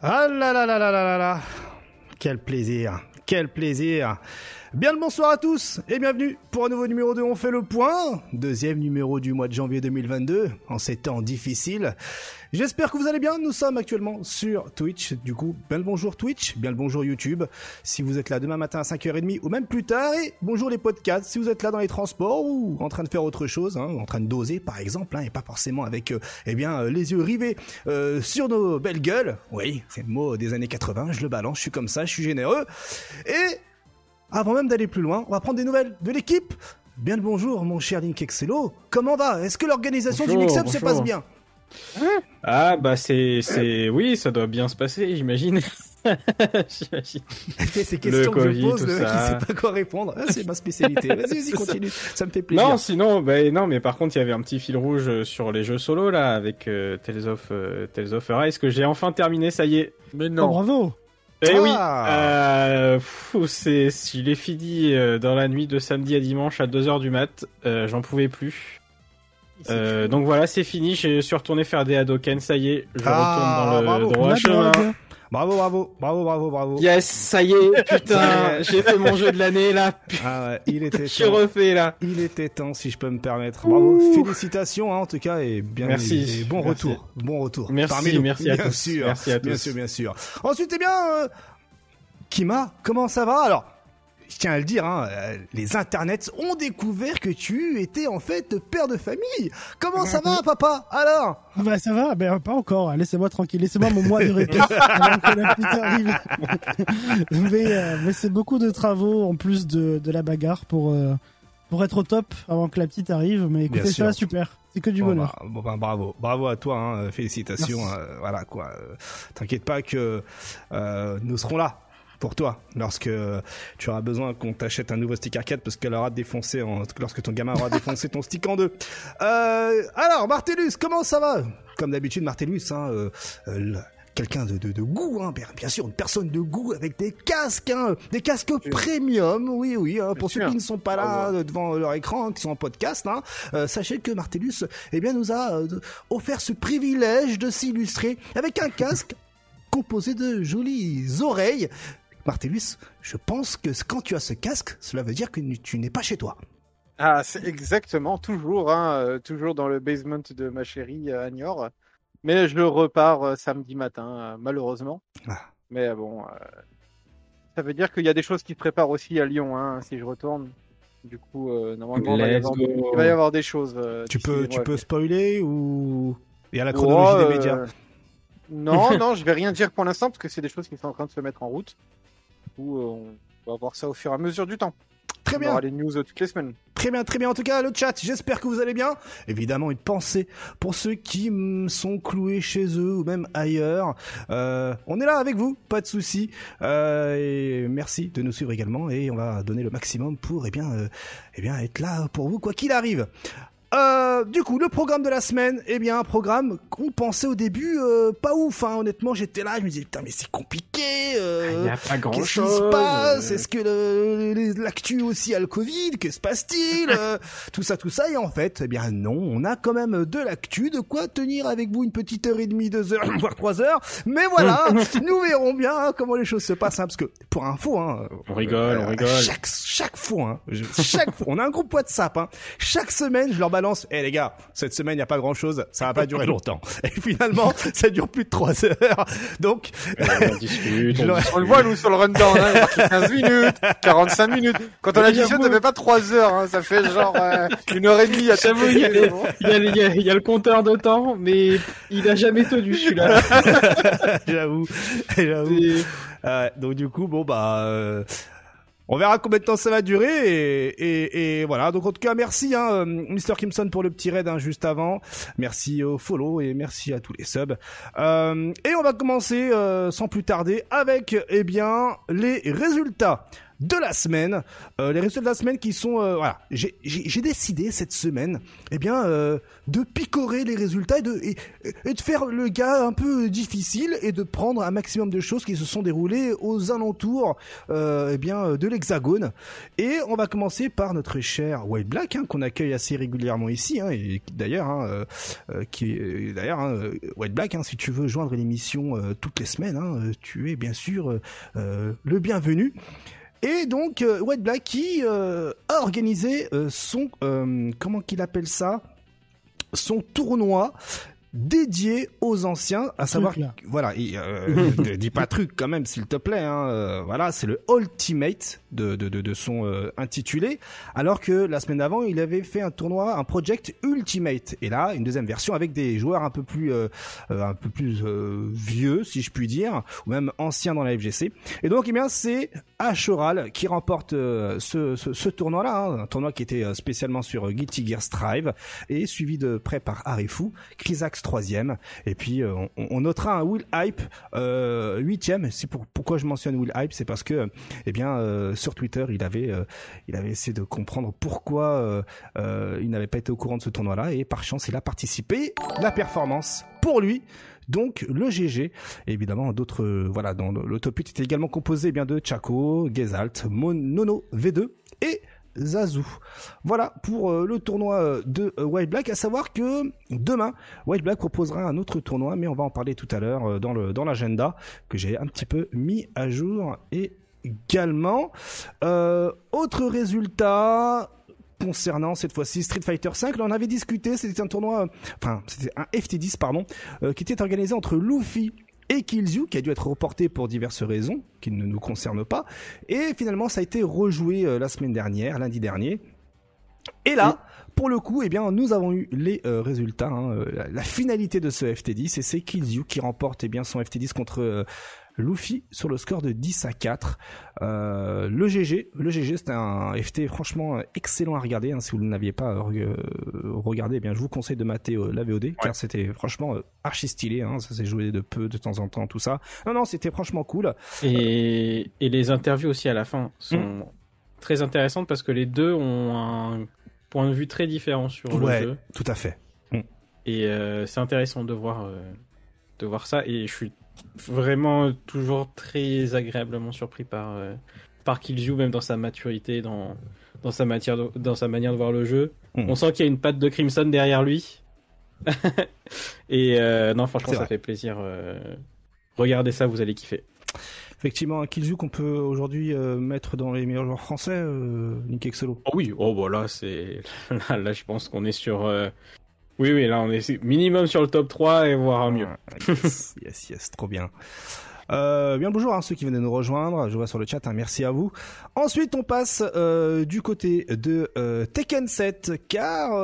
Ah là là là là là là là. Quel plaisir, quel plaisir. Bien le bonsoir à tous et bienvenue pour un nouveau numéro de On fait le point. Deuxième numéro du mois de janvier 2022, en ces temps difficiles. J'espère que vous allez bien, nous sommes actuellement sur Twitch. Du coup, bien le bonjour Twitch, bien le bonjour YouTube. Si vous êtes là demain matin à 5h30 ou même plus tard. Et bonjour les podcasts, si vous êtes là dans les transports ou en train de faire autre chose, en train de doser par exemple, et pas forcément avec les yeux rivés sur nos belles gueules. Oui, c'est le mot des années 80, je le balance, je suis comme ça, je suis généreux. Et avant même d'aller plus loin, on va prendre des nouvelles de l'équipe. Bien le bonjour mon cher Link Excello, comment va? Est-ce que l'organisation du mix-up se passe bien? Ah bah oui, ça doit bien se passer, j'imagine. J'imagine. Ces questions que je pose, le mec il sait pas quoi répondre. Ah, c'est ma spécialité. Vas-y, continue. Ça me fait plaisir. Non, sinon, non, mais par contre, il y avait un petit fil rouge sur les jeux solo là avec Tales of Arise que j'ai enfin terminé, ça y est. Mais non. Oh, bravo. Eh oui. Je l'ai fini dans la nuit de samedi à dimanche à 2h du mat. J'en pouvais plus. Donc voilà, c'est fini. Je suis retourné faire des Hadoken, ça y est. Je retourne dans le droit chemin. Bravo. Yes, ça y est, putain, j'ai fait mon jeu de l'année là. Ah ouais, il était temps. Je suis refait là. Il était temps, si je peux me permettre. Bravo, félicitations en tout cas et bien. Merci. Et bon retour. Merci, merci à tous. Merci à tous. Bien sûr. Ensuite, Kima, comment ça va? Alors, je tiens à le dire, les internets ont découvert que tu étais en fait père de famille. Comment ça va, papa? Alors? Bah ça va, pas encore. Laissez-moi tranquille, laissez-moi mon mois de répit avant que la petite arrive. mais c'est beaucoup de travaux en plus de la bagarre pour être au top avant que la petite arrive. Mais écoutez, ça va super. C'est que du bonheur. Bravo à toi. Félicitations. Voilà quoi. T'inquiète pas que nous serons là pour toi, lorsque tu auras besoin qu'on t'achète un nouveau stick arcade parce qu'elle aura défoncé lorsque ton gamin aura défoncé ton stick en deux. Alors, Martellus, comment ça va? Comme d'habitude, Martellus, quelqu'un de goût, bien sûr, une personne de goût avec des casques, des casques premium, oui, pour ceux qui ne sont pas là devant leur écran, qui sont en podcast, sachez que Martellus, nous a offert ce privilège de s'illustrer avec un casque composé de jolies oreilles. Martellus, je pense que quand tu as ce casque, cela veut dire que tu n'es pas chez toi. Ah, c'est exactement, toujours dans le basement de ma chérie à Niort. Mais je repars samedi matin, malheureusement. Mais bon, ça veut dire qu'il y a des choses qui se préparent aussi à Lyon, si je retourne. Du coup, normalement, il va y avoir des choses. Tu peux spoiler ou il y a la chronologie des médias? Non, je vais rien dire pour l'instant parce que c'est des choses qui sont en train de se mettre en route. On va voir ça au fur et à mesure du temps. Très bien. On aura les news toutes les semaines. Très bien. En tout cas, le chat, j'espère que vous allez bien. Évidemment, une pensée pour ceux qui sont cloués chez eux ou même ailleurs. On est là avec vous, pas de souci. Et merci de nous suivre également. Et on va donner le maximum pour être là pour vous, quoi qu'il arrive. Du coup, le programme de la semaine, un programme qu'on pensait au début pas ouf, honnêtement, j'étais là, je me disais putain mais c'est compliqué, il y a pas grand qu'est-ce chose. qui se passe, est-ce que l'actu aussi a le Covid, que se passe-t-il, tout ça, et en fait, non, on a quand même de l'actu, de quoi tenir avec vous une petite heure et demie, 2 heures, voire 3 heures, mais voilà, nous verrons bien comment les choses se passent, parce que pour info, on rigole. Chaque fois, on a un groupe WhatsApp, chaque semaine, je leur balance, les gars, cette semaine, il n'y a pas grand chose, ça va pas durer longtemps. Et finalement, ça dure plus de 3 heures. Donc, on discute. On le voit, nous, sur le rundown, il marque 15 minutes, 45 minutes. Quand on additionne, ça fait pas 3 heures, ça fait genre 1h30 à chaque fois. Il y a le compteur de temps, mais il a jamais tenu, celui-là. J'avoue. Donc, du coup, on verra combien de temps ça va durer et voilà. Donc en tout cas merci Mr Kimson pour le petit raid juste avant. Merci au follow et merci à tous les subs. Et on va commencer sans plus tarder avec les résultats de la semaine. Les résultats de la semaine qui sont... voilà, j'ai décidé cette semaine de picorer les résultats et de faire le gars un peu difficile et de prendre un maximum de choses qui se sont déroulées aux alentours de l'Hexagone. Et on va commencer par notre cher White Black, qu'on accueille assez régulièrement ici, et d'ailleurs, White Black, si tu veux joindre l'émission toutes les semaines, tu es bien sûr le bienvenu. Et donc White Black qui a organisé son comment qu'il appelle ça, son tournoi dédié aux anciens, à savoir voilà, ne dis pas truc quand même s'il te plaît, voilà, c'est le Ultimate de son intitulé, alors que la semaine d'avant il avait fait un tournoi, un Project Ultimate, et là une deuxième version avec des joueurs un peu plus vieux si je puis dire, ou même anciens dans la FGC. Et donc c'est Ashoral qui remporte ce tournoi là, un tournoi qui était spécialement sur Guilty Gear Strive, et suivi de près par Arifu, Chrysax 3e, et puis on notera un Will Hype 8e. C'est pourquoi je mentionne Will Hype, c'est parce que sur Twitter il avait essayé de comprendre pourquoi il n'avait pas été au courant de ce tournoi là, et par chance il a participé. La performance pour lui, donc le GG. Et évidemment d'autres dans le top 8 était également composé de Chaco, Gezalt, Nono V2 et Zazu. Voilà pour le tournoi de White Black. À savoir que demain, White Black proposera un autre tournoi, mais on va en parler tout à l'heure dans l'agenda que j'ai un petit peu mis à jour également. Autre résultat concernant cette fois-ci Street Fighter V, là on avait discuté, c'était un tournoi, c'était un FT10 qui était organisé entre Luffy et Killzoo, qui a dû être reporté pour diverses raisons qui ne nous concernent pas, et finalement ça a été rejoué la semaine dernière, lundi dernier, et là pour le coup nous avons eu les résultats, la finalité de ce FT10, et c'est Killzoo qui remporte son FT10 contre Luffy sur le score de 10-4. Le GG, c'était un FT franchement excellent à regarder, si vous ne l'aviez pas regardé, je vous conseille de mater la VOD, car c'était franchement archi stylé, ça s'est joué de temps en temps, tout ça. Non, c'était franchement cool. Et les interviews aussi à la fin sont très intéressantes, parce que les deux ont un point de vue très différent sur le jeu. Tout à fait. Et c'est intéressant de voir ça, et je suis vraiment toujours très agréablement surpris par Killzoo, même dans sa maturité, dans sa manière de voir le jeu. On sent qu'il y a une patte de Crimson derrière lui. Et non, franchement, ça fait plaisir. Regardez ça, vous allez kiffer. Effectivement, un Killzoo qu'on peut aujourd'hui mettre dans les meilleurs joueurs français, Nick Exolo. Oh oui, là là je pense qu'on est sur... Oui, là on est minimum sur le top 3 et voire mieux. Yes, trop bien. Bien bonjour ceux qui venaient nous rejoindre, je vois sur le chat, merci à vous. Ensuite on passe du côté de Tekken 7, car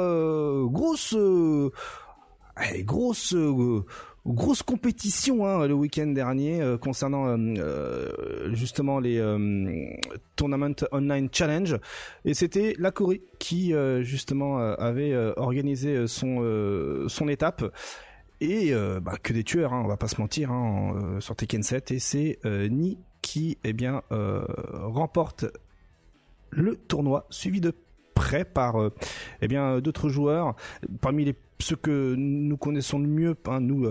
grosse compétition le week-end dernier concernant justement les Tournament Online Challenge, et c'était la Corée qui justement avait organisé son étape, et que des tueurs, on va pas se mentir, sur Tekken 7, et c'est Ni qui remporte le tournoi, suivi de près par d'autres joueurs parmi ceux que nous connaissons le mieux, nous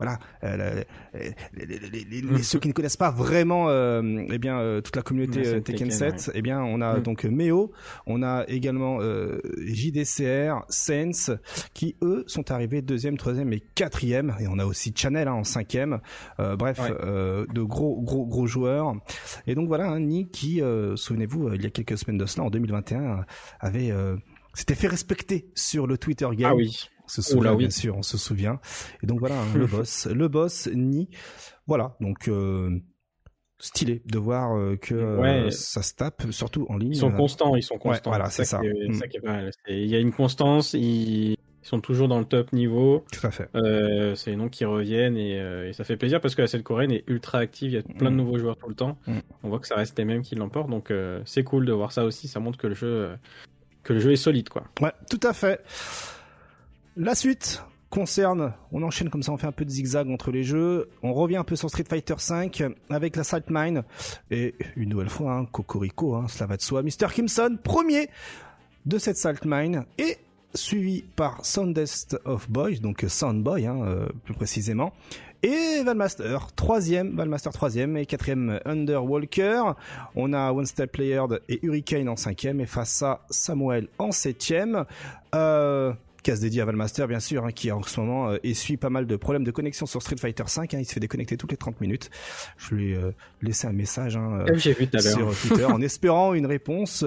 ceux qui ne connaissent pas vraiment toute la communauté Tekken 7, on a donc Meo, on a également JDCR, Sense, qui eux sont arrivés 2e, 3e et 4e, et on a aussi Channel en 5e, de gros joueurs. Et donc voilà, Nick qui souvenez-vous, il y a quelques semaines de cela, en 2021, avait s'était fait respecter sur le Twitter game. Ah oui. Bien sûr, on se souvient. Et donc voilà, le boss Ni. Voilà, donc stylé de voir que ça se tape, surtout en ligne. Ils sont constants. Ouais, voilà, c'est ça. Ça qui est pas mal. Il y a une constance, ils sont toujours dans le top niveau. Tout à fait. C'est les noms qui reviennent, et ça fait plaisir, parce que la scène coréenne est ultra active, il y a plein de nouveaux joueurs tout le temps. On voit que ça reste les mêmes qui l'emportent, donc c'est cool de voir ça aussi, ça montre que le jeu est solide, quoi. Ouais, tout à fait. La suite concerne, on enchaîne comme ça, on fait un peu de zigzag entre les jeux. On revient un peu sur Street Fighter V avec la Salt Mine. Et une nouvelle fois, Cocorico, cela va de soi. Mr. Kimson, premier de cette Salt Mine. Et suivi par Soundest of Boys, donc Soundboy, plus précisément. Et Valmaster, troisième, et quatrième Underwalker. On a One Step Player et Hurricane en cinquième, et face à Samuel en septième. Casse dédié à Valmaster, bien sûr, qui en ce moment essuie pas mal de problèmes de connexion sur Street Fighter V. Il se fait déconnecter toutes les 30 minutes. Je lui ai laissé un message j'ai vu tout à l'heure sur Twitter en espérant une réponse,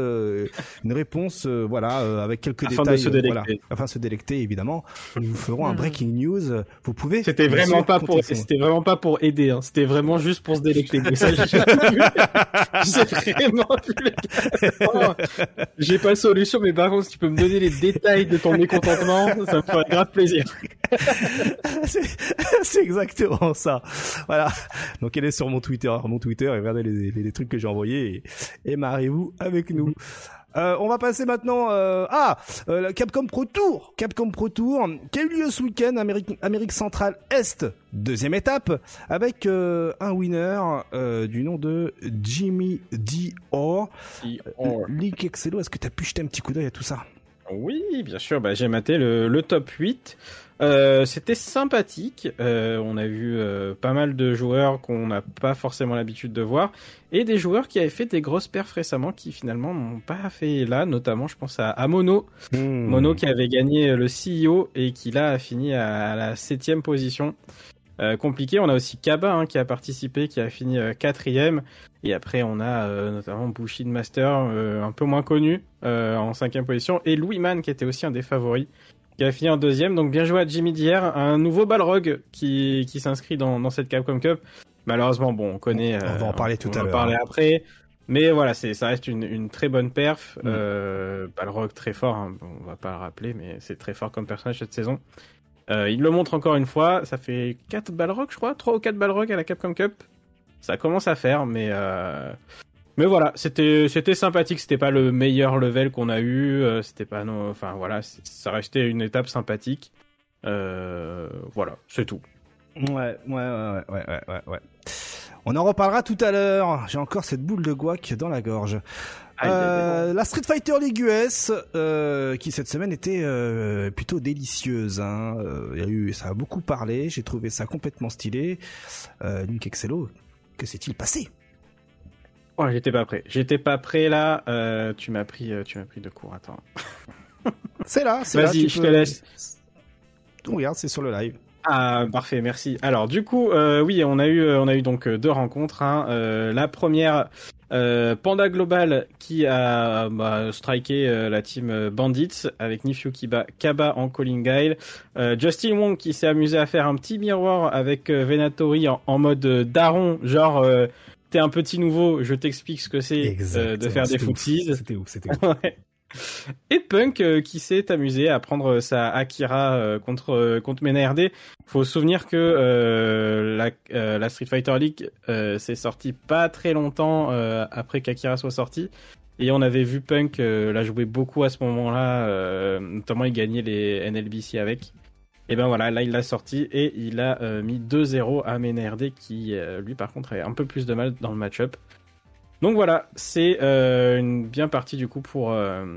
avec quelques détails. Afin de se délecter, évidemment. Nous vous ferons un breaking news. Vous pouvez. C'était vraiment pas pour aider. C'était vraiment juste pour se délecter. Mais ça, j'ai vraiment vu le cas. J'ai pas de solution, mais par contre, si tu peux me donner les détails de ton mécontentement, ça me ferait grave plaisir. c'est exactement ça. Voilà. Donc elle est sur mon Twitter, et regardez les trucs que j'ai envoyés et marrez-vous avec nous. On va passer maintenant la Capcom Pro Tour qui a eu lieu ce week-end, Amérique centrale Est, deuxième étape, avec un winner du nom de Jimmy Dore. Link Excello, est-ce que tu as pu jeter un petit coup d'œil à tout ça? Oui, bien sûr, j'ai maté le top 8. C'était sympathique. On a vu pas mal de joueurs qu'on n'a pas forcément l'habitude de voir, et des joueurs qui avaient fait des grosses perfs récemment qui finalement n'ont pas fait là. Notamment, je pense à Mono. Mono qui avait gagné le CEO et qui là a fini à la 7e position. Compliqué. On a aussi Kaba qui a participé, qui a fini 4e. Et après, on a notamment Bushin Master, un peu moins connu, en 5e position. Et Louis Man, qui était aussi un des favoris, qui a fini en 2e. Donc bien joué à Jimmy Dore, un nouveau Balrog qui s'inscrit dans cette Capcom Cup. Malheureusement, on connaît... on va en parler tout à l'heure. On va en parler après. Mais voilà, ça reste une très bonne perf. Balrog très fort, on va pas le rappeler, mais c'est très fort comme personnage cette saison. Il le montre encore une fois, ça fait 4 Balrog, je crois, 3 ou 4 Balrog à la Capcom Cup. Ça commence à faire, mais voilà, c'était sympathique, c'était pas le meilleur level qu'on a eu, c'était pas ça restait une étape sympathique. Voilà, c'est tout. Ouais. On en reparlera tout à l'heure. J'ai encore cette boule de guac dans la gorge. La Street Fighter League US, qui cette semaine était plutôt délicieuse. Ça a beaucoup parlé. J'ai trouvé ça complètement stylé. Link Excello, que s'est-il passé? Oh, j'étais pas prêt là. Tu m'as pris de court. Attends. C'est là. Vas-y, je te laisse. Regarde, c'est sur le live. Ah, parfait, merci. Alors, du coup, oui, on a eu donc 2 rencontres. La première, Panda Global qui a striké la team Bandits avec Nifyu Kaba en Calling Guile. Justin Wong qui s'est amusé à faire un petit miroir avec Venatori en mode daron, genre t'es un petit nouveau, je t'explique ce que c'est de faire des footsies. C'était ouf. Ouais. Et Punk qui s'est amusé à prendre sa Akira contre Mena-RD. Faut se souvenir que la Street Fighter League s'est sortie pas très longtemps après qu'Akira soit sorti, et on avait vu Punk la jouer beaucoup à ce moment-là, notamment il gagnait les NLBC avec. Et ben voilà, là il l'a sorti et il a mis 2-0 à Mena-RD qui lui par contre avait un peu plus de mal dans le match-up. Donc voilà, c'est une bien partie du coup pour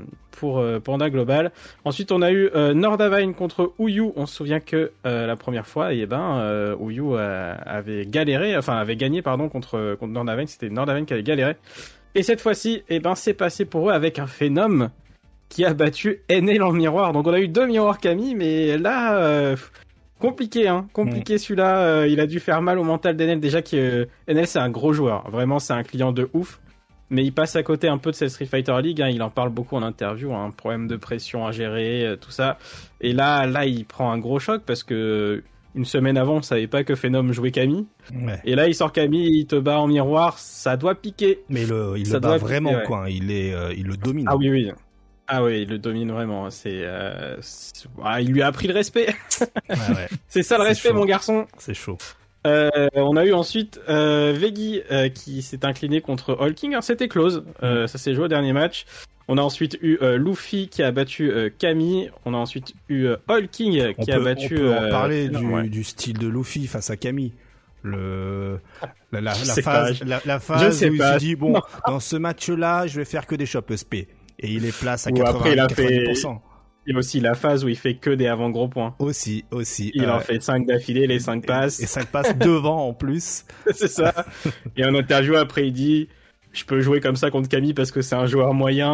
Panda Global. Ensuite, on a eu Nordavine contre Ouyu. On se souvient que la première fois, Ouyu avait gagné contre Nordavine. C'était Nordavine qui avait galéré. Et cette fois-ci, c'est passé pour eux avec un Phenom qui a battu NL en miroir. Donc on a eu 2 miroirs Camille, mais là... compliqué celui-là, il a dû faire mal au mental d'NL, déjà que NL c'est un gros joueur, vraiment c'est un client de ouf, mais il passe à côté un peu de cette Street Fighter League, il en parle beaucoup en interview, problème de pression à gérer, tout ça, et là il prend un gros choc parce que une semaine avant on savait pas que Phenom jouait Camille, et là il sort Camille, il te bat en miroir, ça doit piquer. Mais il le bat vraiment piquer, quoi, il le domine. Ah oui. Ah oui, il le domine vraiment. Il lui a appris le respect. Ouais. C'est ça le respect, chaud. Mon garçon. C'est chaud. On a eu ensuite Veggie qui s'est incliné contre All King. Alors, c'était close. Ça s'est joué au dernier match. On a ensuite eu Luffy qui a battu Camille. On a ensuite eu Hulking qui a battu... On peut en parler du style de Luffy face à Camille. La phase où il se dit, bon, dans ce match-là, je vais faire que des chops SP. Et il les place à 90%. Il y a aussi la phase où il fait que des avant-gros points. Aussi. Il en fait 5 d'affilée, les 5 passes. Et 5 passes devant en plus. C'est ça. Et en interview après, il dit... Je peux jouer comme ça contre Camille parce que c'est un joueur moyen.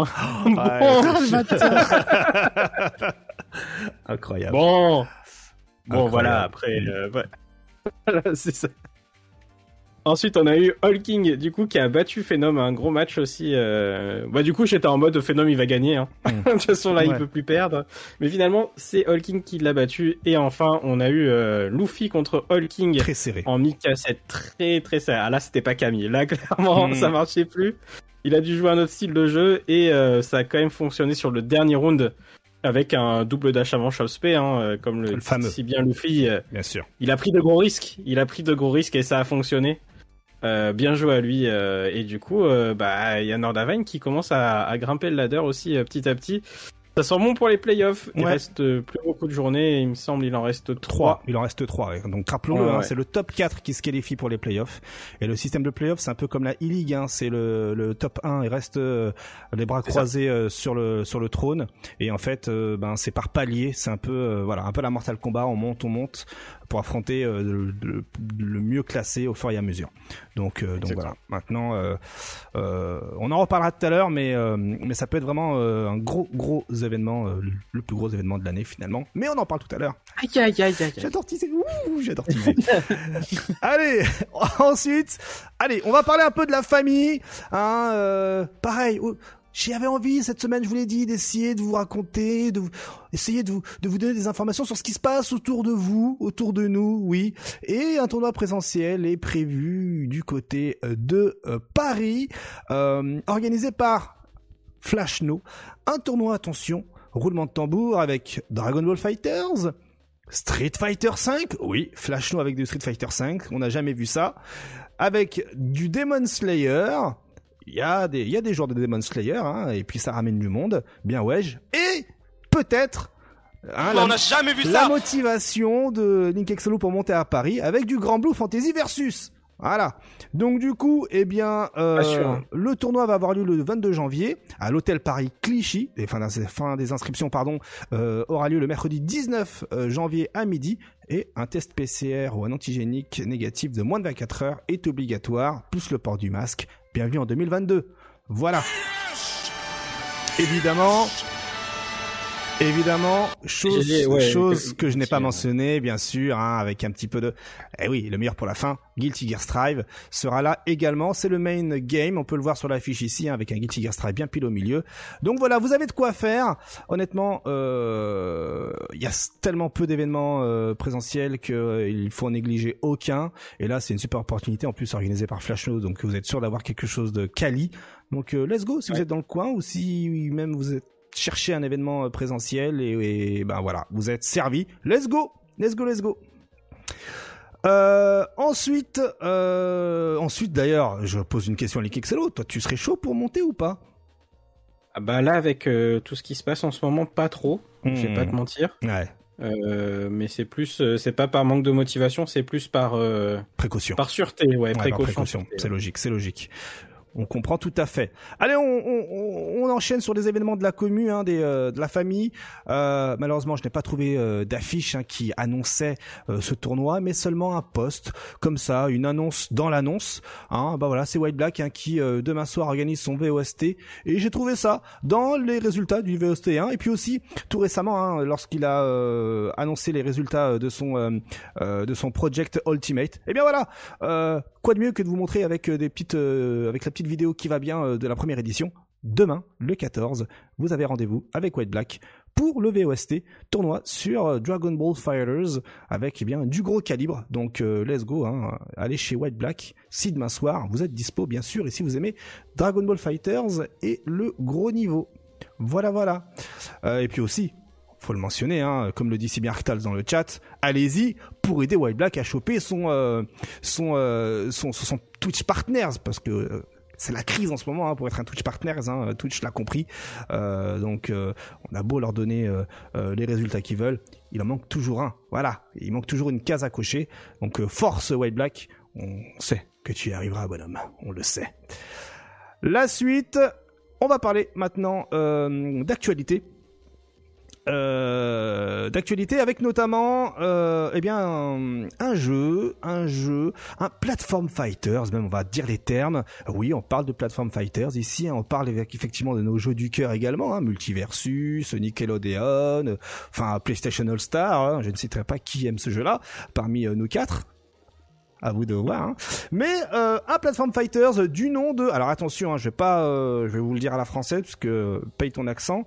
Incroyable. Bon, voilà, après, voilà, c'est ça. Ensuite, on a eu Hulking, du coup, qui a battu Phenom, un gros match aussi. Du coup, j'étais en mode Phenom, il va gagner. Hein. De toute façon, là, il peut plus perdre. Mais finalement, c'est Hulking qui l'a battu. Et enfin, on a eu Luffy contre Hulking. Très serré. En mi-cassette, très, très serré. Ah, là, c'était pas Camille. Là, clairement, ça marchait plus. Il a dû jouer un autre style de jeu. Et ça a quand même fonctionné sur le dernier round. Avec un double dash avant Chopspé, comme le fameux. Si bien Luffy. Bien sûr. Il a pris de gros risques. Et ça a fonctionné. Bien joué à lui. Et du coup, il y a Nordavine qui commence à grimper le ladder aussi petit à petit. Ça sent bon pour les playoffs. Il reste plus beaucoup de journées. Il me semble il en reste 3. Il en reste 3. Ouais. Donc rappelons-le, c'est le top 4 qui se qualifie pour les playoffs. Et le système de playoffs, c'est un peu comme la E-League. C'est le top 1. Il reste les bras croisés sur le trône. Et en fait, c'est par palier. C'est un peu un peu la Mortal Kombat. On monte pour affronter le mieux classé au fur et à mesure. Donc voilà. Maintenant, on en reparlera tout à l'heure, mais ça peut être vraiment un gros événement, le plus gros événement de l'année finalement. Mais on en parle tout à l'heure. Aïe. J'adore teaser. J'adore teaser. Allez, ensuite, on va parler un peu de la famille. Pareil. J'avais envie cette semaine, je vous l'ai dit, d'essayer de vous raconter, essayer de vous donner des informations sur ce qui se passe autour de vous, autour de nous, oui. Et un tournoi présentiel est prévu du côté de Paris, organisé par Flashno. Un tournoi, attention, roulement de tambour avec Dragon Ball Fighters, Street Fighter 5, oui, Flashno avec du Street Fighter 5, on n'a jamais vu ça, avec du Demon Slayer. Il y a des joueurs de Demon Slayer, et puis ça ramène du monde, bien ouais. Et peut-être on n'a jamais vu la motivation de Link Exolo pour monter à Paris avec du Grand Blue Fantasy Versus. Voilà. Donc du coup, le tournoi va avoir lieu le 22 janvier à l'hôtel Paris Clichy. Et fin des inscriptions, aura lieu le mercredi 19 janvier à midi. Et un test PCR ou un antigénique négatif de moins de 24 heures est obligatoire, plus le port du masque. Bienvenue en 2022. Voilà. Évidemment, chose que je n'ai pas mentionné, bien sûr, avec un petit peu de... le meilleur pour la fin, Guilty Gear Strive sera là également. C'est le main game, on peut le voir sur l'affiche ici, avec un Guilty Gear Strive bien pile au milieu. Donc voilà, vous avez de quoi faire. Honnêtement, il y a tellement peu d'événements présentiels qu'il faut en négliger aucun. Et là, c'est une super opportunité, en plus organisée par Flashno, donc vous êtes sûr d'avoir quelque chose de quali. Donc let's go, si vous êtes dans le coin, ou si même vous êtes chercher un événement présentiel et voilà, vous êtes servi. Let's go. Ensuite d'ailleurs, je pose une question à Link Exolo. Toi, tu serais chaud pour monter ou pas? Là, avec tout ce qui se passe en ce moment, pas trop. Je vais pas te mentir. Ouais. Mais c'est plus, c'est pas par manque de motivation, c'est plus par précaution. Par sûreté, précaution. C'est logique. On comprend tout à fait. Allez, on enchaîne sur des événements de la commu, de la famille. Malheureusement, je n'ai pas trouvé d'affiche qui annonçait ce tournoi, mais seulement un post comme ça, une annonce dans l'annonce. Voilà, c'est White Black qui demain soir organise son VOST, et j'ai trouvé ça dans les résultats du VOST 1, et puis aussi tout récemment, lorsqu'il a annoncé les résultats de son Project Ultimate. Et bien voilà. Quoi de mieux que de vous montrer avec avec la petite vidéo qui va bien de la première édition. Demain, le 14, vous avez rendez-vous avec White Black pour le VOST, tournoi sur Dragon Ball Fighters avec du gros calibre. Donc let's go, allez chez White Black si demain soir vous êtes dispo, bien sûr, et si vous aimez Dragon Ball Fighters et le gros niveau. Voilà. Et puis aussi, faut le mentionner, comme le dit si bien Arctals dans le chat, allez-y pour aider White Black à choper son Twitch Partners, parce que c'est la crise en ce moment pour être un Twitch Partners. Twitch l'a compris. Donc, on a beau leur donner les résultats qu'ils veulent, il en manque toujours un. Voilà, il manque toujours une case à cocher. Donc, force White Black. On sait que tu y arriveras, bonhomme. On le sait. La suite, on va parler maintenant d'actualité. Avec notamment un jeu, un Platform Fighters, même on va dire les termes. Oui, on parle de Platform Fighters ici, on parle effectivement de nos jeux du cœur également, Multiversus, Nickelodeon, enfin PlayStation All Star, je ne citerai pas qui aime ce jeu-là parmi nous quatre. À vous de voir. Mais un Platform Fighters du nom de... Alors attention, je vais vous le dire à la française parce que paye ton accent.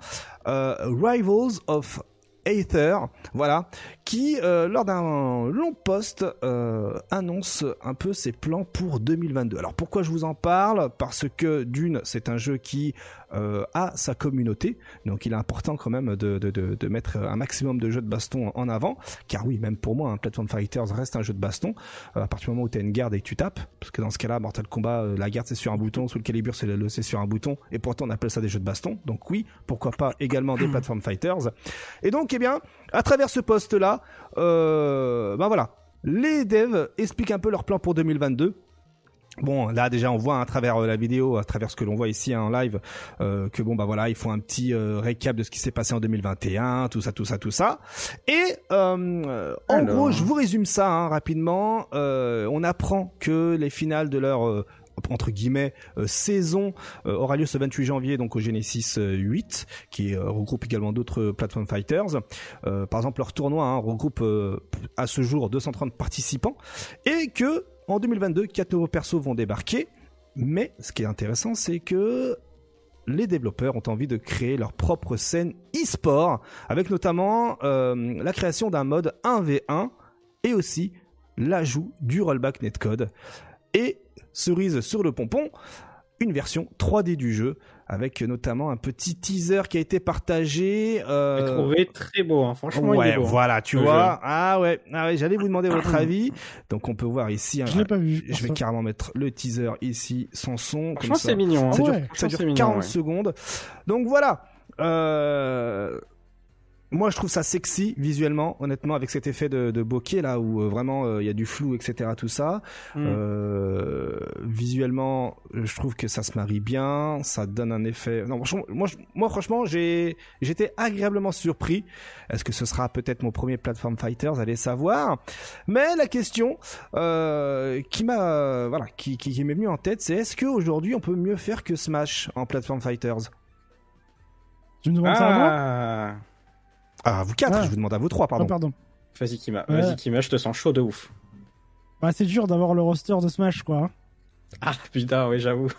Rivals of Aether, voilà, qui lors d'un long post annonce un peu ses plans pour 2022. Alors pourquoi je vous en parle ? Parce que d'une, c'est un jeu qui a sa communauté, donc il est important quand même de mettre un maximum de jeux de baston en avant, car oui, même pour moi, un Platform Fighters reste un jeu de baston, à partir du moment où tu as une garde et que tu tapes, parce que dans ce cas-là, Mortal Kombat, la garde c'est sur un bouton, Soul Calibur c'est sur un bouton, et pourtant on appelle ça des jeux de baston, donc oui, pourquoi pas également des Platform Fighters. Et donc, eh bien, à travers ce post-là, voilà, les devs expliquent un peu leur plan pour 2022. Bon, là déjà on voit à travers la vidéo, à travers ce que l'on voit ici en live, que voilà, ils font un petit récap de ce qui s'est passé en 2021, tout ça. Et en gros, je vous résume ça rapidement. On apprend que les finales de leur entre guillemets saison aura lieu ce 28 janvier donc au Genesis 8 qui regroupe également d'autres Platform Fighters. Par exemple, leur tournoi regroupe à ce jour 230 participants et que en 2022, 4 nouveaux persos vont débarquer, mais ce qui est intéressant, c'est que les développeurs ont envie de créer leur propre scène e-sport, avec notamment la création d'un mode 1v1 et aussi l'ajout du rollback netcode. Et cerise sur le pompon, une version 3D du jeu, avec notamment un petit teaser qui a été partagé. J'ai trouvé très beau, franchement. Ouais, il est beau, voilà, tu vois. Jeu. Ah ouais, j'allais vous demander votre avis. Donc on peut voir ici. Je l'ai pas vu. Je vais carrément mettre le teaser ici, sans son. Franchement, c'est mignon. Ça dure 40 secondes. Donc voilà. Moi, je trouve ça sexy visuellement, honnêtement, avec cet effet de bokeh là où vraiment il y a du flou, etc. Tout ça. Visuellement, je trouve que ça se marie bien, ça donne un effet. Non, moi, franchement, j'étais agréablement surpris. Est-ce que ce sera peut-être mon premier Platform Fighters, allez savoir. Mais la question qui m'est venue en tête, c'est est-ce qu'aujourd'hui on peut mieux faire que Smash en Platform Fighters ? Tu me demandes ça à moi ? Ah, vous quatre, je vous demande à vous trois, pardon. Oh, pardon. Vas-y, Kima, je te sens chaud de ouf. Bah, c'est dur d'avoir le roster de Smash, quoi. Ah, putain, oui, j'avoue.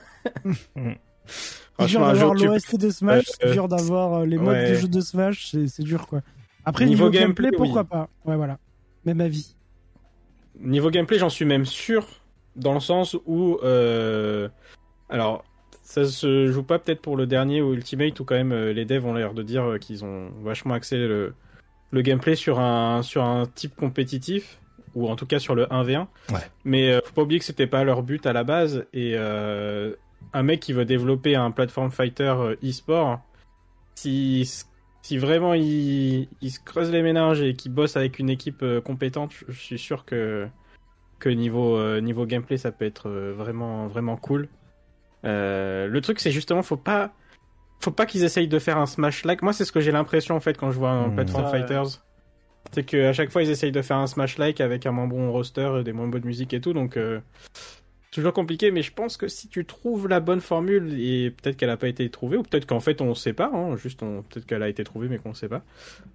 C'est dur d'avoir l'OST de Smash, c'est dur d'avoir les modes de jeu de Smash, c'est dur, quoi. Après, niveau gameplay, pourquoi pas. Ouais, voilà. Même avis. Niveau gameplay, j'en suis même sûr, dans le sens où... Alors... Ça se joue pas peut-être pour le dernier ou Ultimate où quand même les devs ont l'air de dire qu'ils ont vachement axé le gameplay sur un type compétitif ou en tout cas sur le 1v1. Ouais. Mais faut pas oublier que c'était pas leur but à la base et un mec qui veut développer un platform fighter e-sport, si vraiment il se creuse les méninges et qu'il bosse avec une équipe compétente, je suis sûr que niveau gameplay ça peut être vraiment vraiment cool. Le truc c'est justement faut pas qu'ils essayent de faire un Smash-like. Moi c'est ce que j'ai l'impression en fait quand je vois un Platform Fighters. C'est qu'à chaque fois ils essayent de faire un Smash-like avec un moins bon roster, des moins bonnes musiques et tout, donc toujours compliqué, mais je pense que si tu trouves la bonne formule, et peut-être qu'elle a pas été trouvée, ou peut-être qu'en fait on sait pas, peut-être qu'elle a été trouvée mais qu'on sait pas,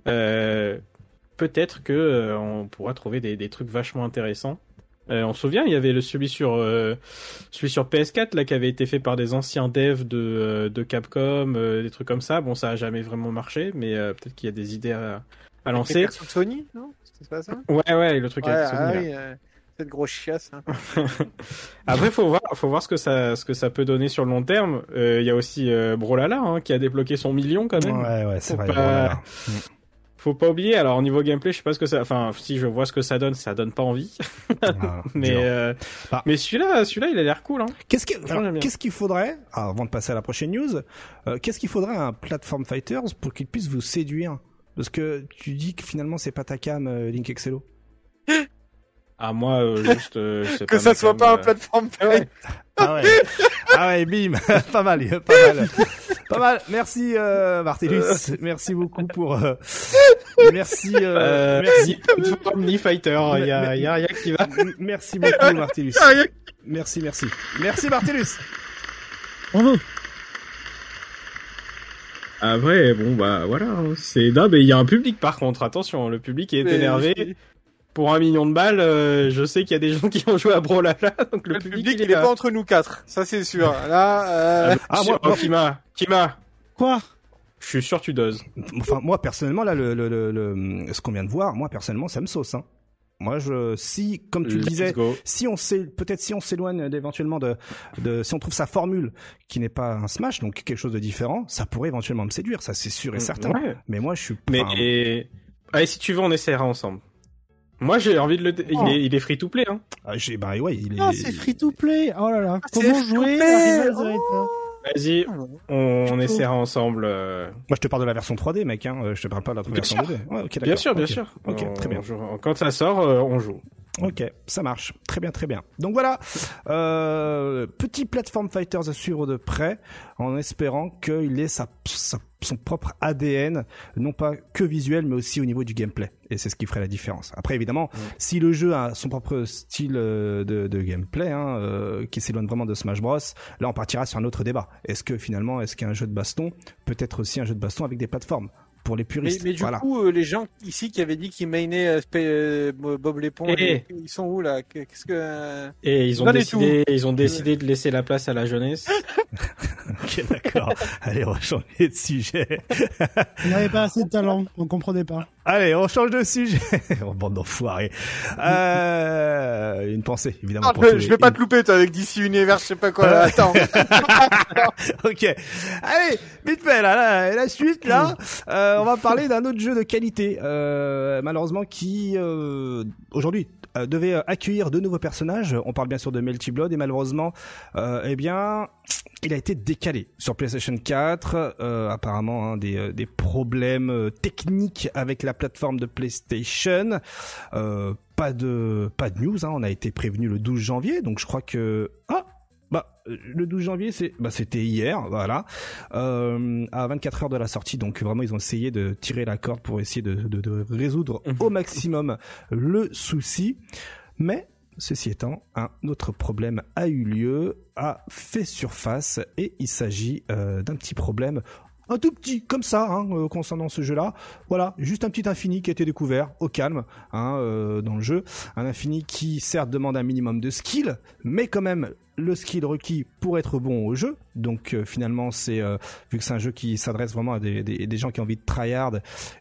peut-être que on pourra trouver des trucs vachement intéressants. On se souvient, il y avait celui sur PS4 là qui avait été fait par des anciens devs de Capcom, des trucs comme ça. Bon, ça a jamais vraiment marché, mais peut-être qu'il y a des idées à lancer. Sur Sony, non ? C'est pas ça ? Ouais, le truc avec Sony. Cette grosse chiasse. Hein. Après, faut voir ce que ça peut donner sur le long terme. Il y a aussi Brawlhalla qui a débloqué son million quand même. Ouais, c'est vrai. faut pas oublier. Alors, au niveau gameplay, je sais pas ce que ça. Enfin, si je vois ce que ça donne pas envie. Mais celui-là, il a l'air cool. Hein. Qu'est-ce qu'il faudrait, avant de passer à la prochaine news, qu'est-ce qu'il faudrait à un Platform Fighters pour qu'il puisse vous séduire? Parce que tu dis que finalement c'est pas ta cam, Link Excello. Ah moi, juste c'est que pas ça soit pas un Platform Fighter. Ah ouais, bim, pas mal. Merci Martellus, merci beaucoup pour. Merci. Omni Fighter, il y a rien qui va. Merci beaucoup Martellus. Merci Martellus. Bravo. Après, bon bah voilà, c'est non mais il y a un public par contre, attention, le public est énervé. Pour 1 million de balles, je sais qu'il y a des gens qui ont joué à Brawlhalla, donc le public il est pas entre nous 4, ça c'est sûr. Là, Kima. Quoi? Je suis sûr tu doses. Enfin, moi personnellement là, ce qu'on vient de voir, moi personnellement, ça me sauce. Hein. Moi, comme tu le disais, si on s'éloigne éventuellement si on trouve sa formule qui n'est pas un Smash, donc quelque chose de différent, ça pourrait éventuellement me séduire, ça c'est sûr et certain. Ouais. Mais moi, je suis. Allez, si tu veux, on essaiera ensemble. Moi, j'ai envie de il est free to play, hein. C'est free to play. Oh là là. Comment jouer à Vas-y, on essaiera ensemble. Moi, je te parle de la version 3D, mec, hein. Je te parle pas de la version 2D. Ouais, ok, d'accord. Bien sûr. Ok, très bien. Quand ça sort, on joue. Ok, ça marche. Très bien. Donc voilà, petit Platform Fighters à suivre de près, en espérant qu'il ait son propre ADN, non pas que visuel, mais aussi au niveau du gameplay. Et c'est ce qui ferait la différence. Après, évidemment, si le jeu a son propre style de gameplay, qui s'éloigne vraiment de Smash Bros, là, on partira sur un autre débat. Est-ce qu'un jeu de baston peut être aussi un jeu de baston avec des plateformes? Pour les puristes. Mais du coup, les gens ici qui avaient dit qu'ils mainaient Bob l'éponge, ils sont où là? Qu'est-ce que... Et ils ont décidé de laisser la place à la jeunesse. Ok, d'accord. Allez, on va changer de sujet. Il n'avait pas assez de talent, on comprenait pas. Allez, on change de sujet. Bande d'enfoirés. Une pensée, évidemment. Je vais pas te louper, toi, avec DC Universe, je sais pas quoi, là. Attends. Ok. Allez, vite fait, là, la suite, là. On va parler d'un autre jeu de qualité, malheureusement, qui, aujourd'hui, devait accueillir de nouveaux personnages. On parle bien sûr de Melty Blood et malheureusement, il a été décalé sur PlayStation 4. Apparemment, des problèmes techniques avec la plateforme de PlayStation. Pas de news. On a été prévenu le 12 janvier, donc je crois que le 12 janvier, c'était hier, voilà, à 24 heures de la sortie. Donc vraiment, ils ont essayé de tirer la corde pour essayer de résoudre au maximum le souci. Mais ceci étant, un autre problème a eu lieu, a fait surface, et il s'agit d'un petit problème. Un tout petit, comme ça, concernant ce jeu-là. Voilà, juste un petit infini qui a été découvert au calme, dans le jeu. Un infini qui, certes, demande un minimum de skill, mais quand même le skill requis pour être bon au jeu. Donc finalement, vu que c'est un jeu qui s'adresse vraiment à des gens qui ont envie de tryhard,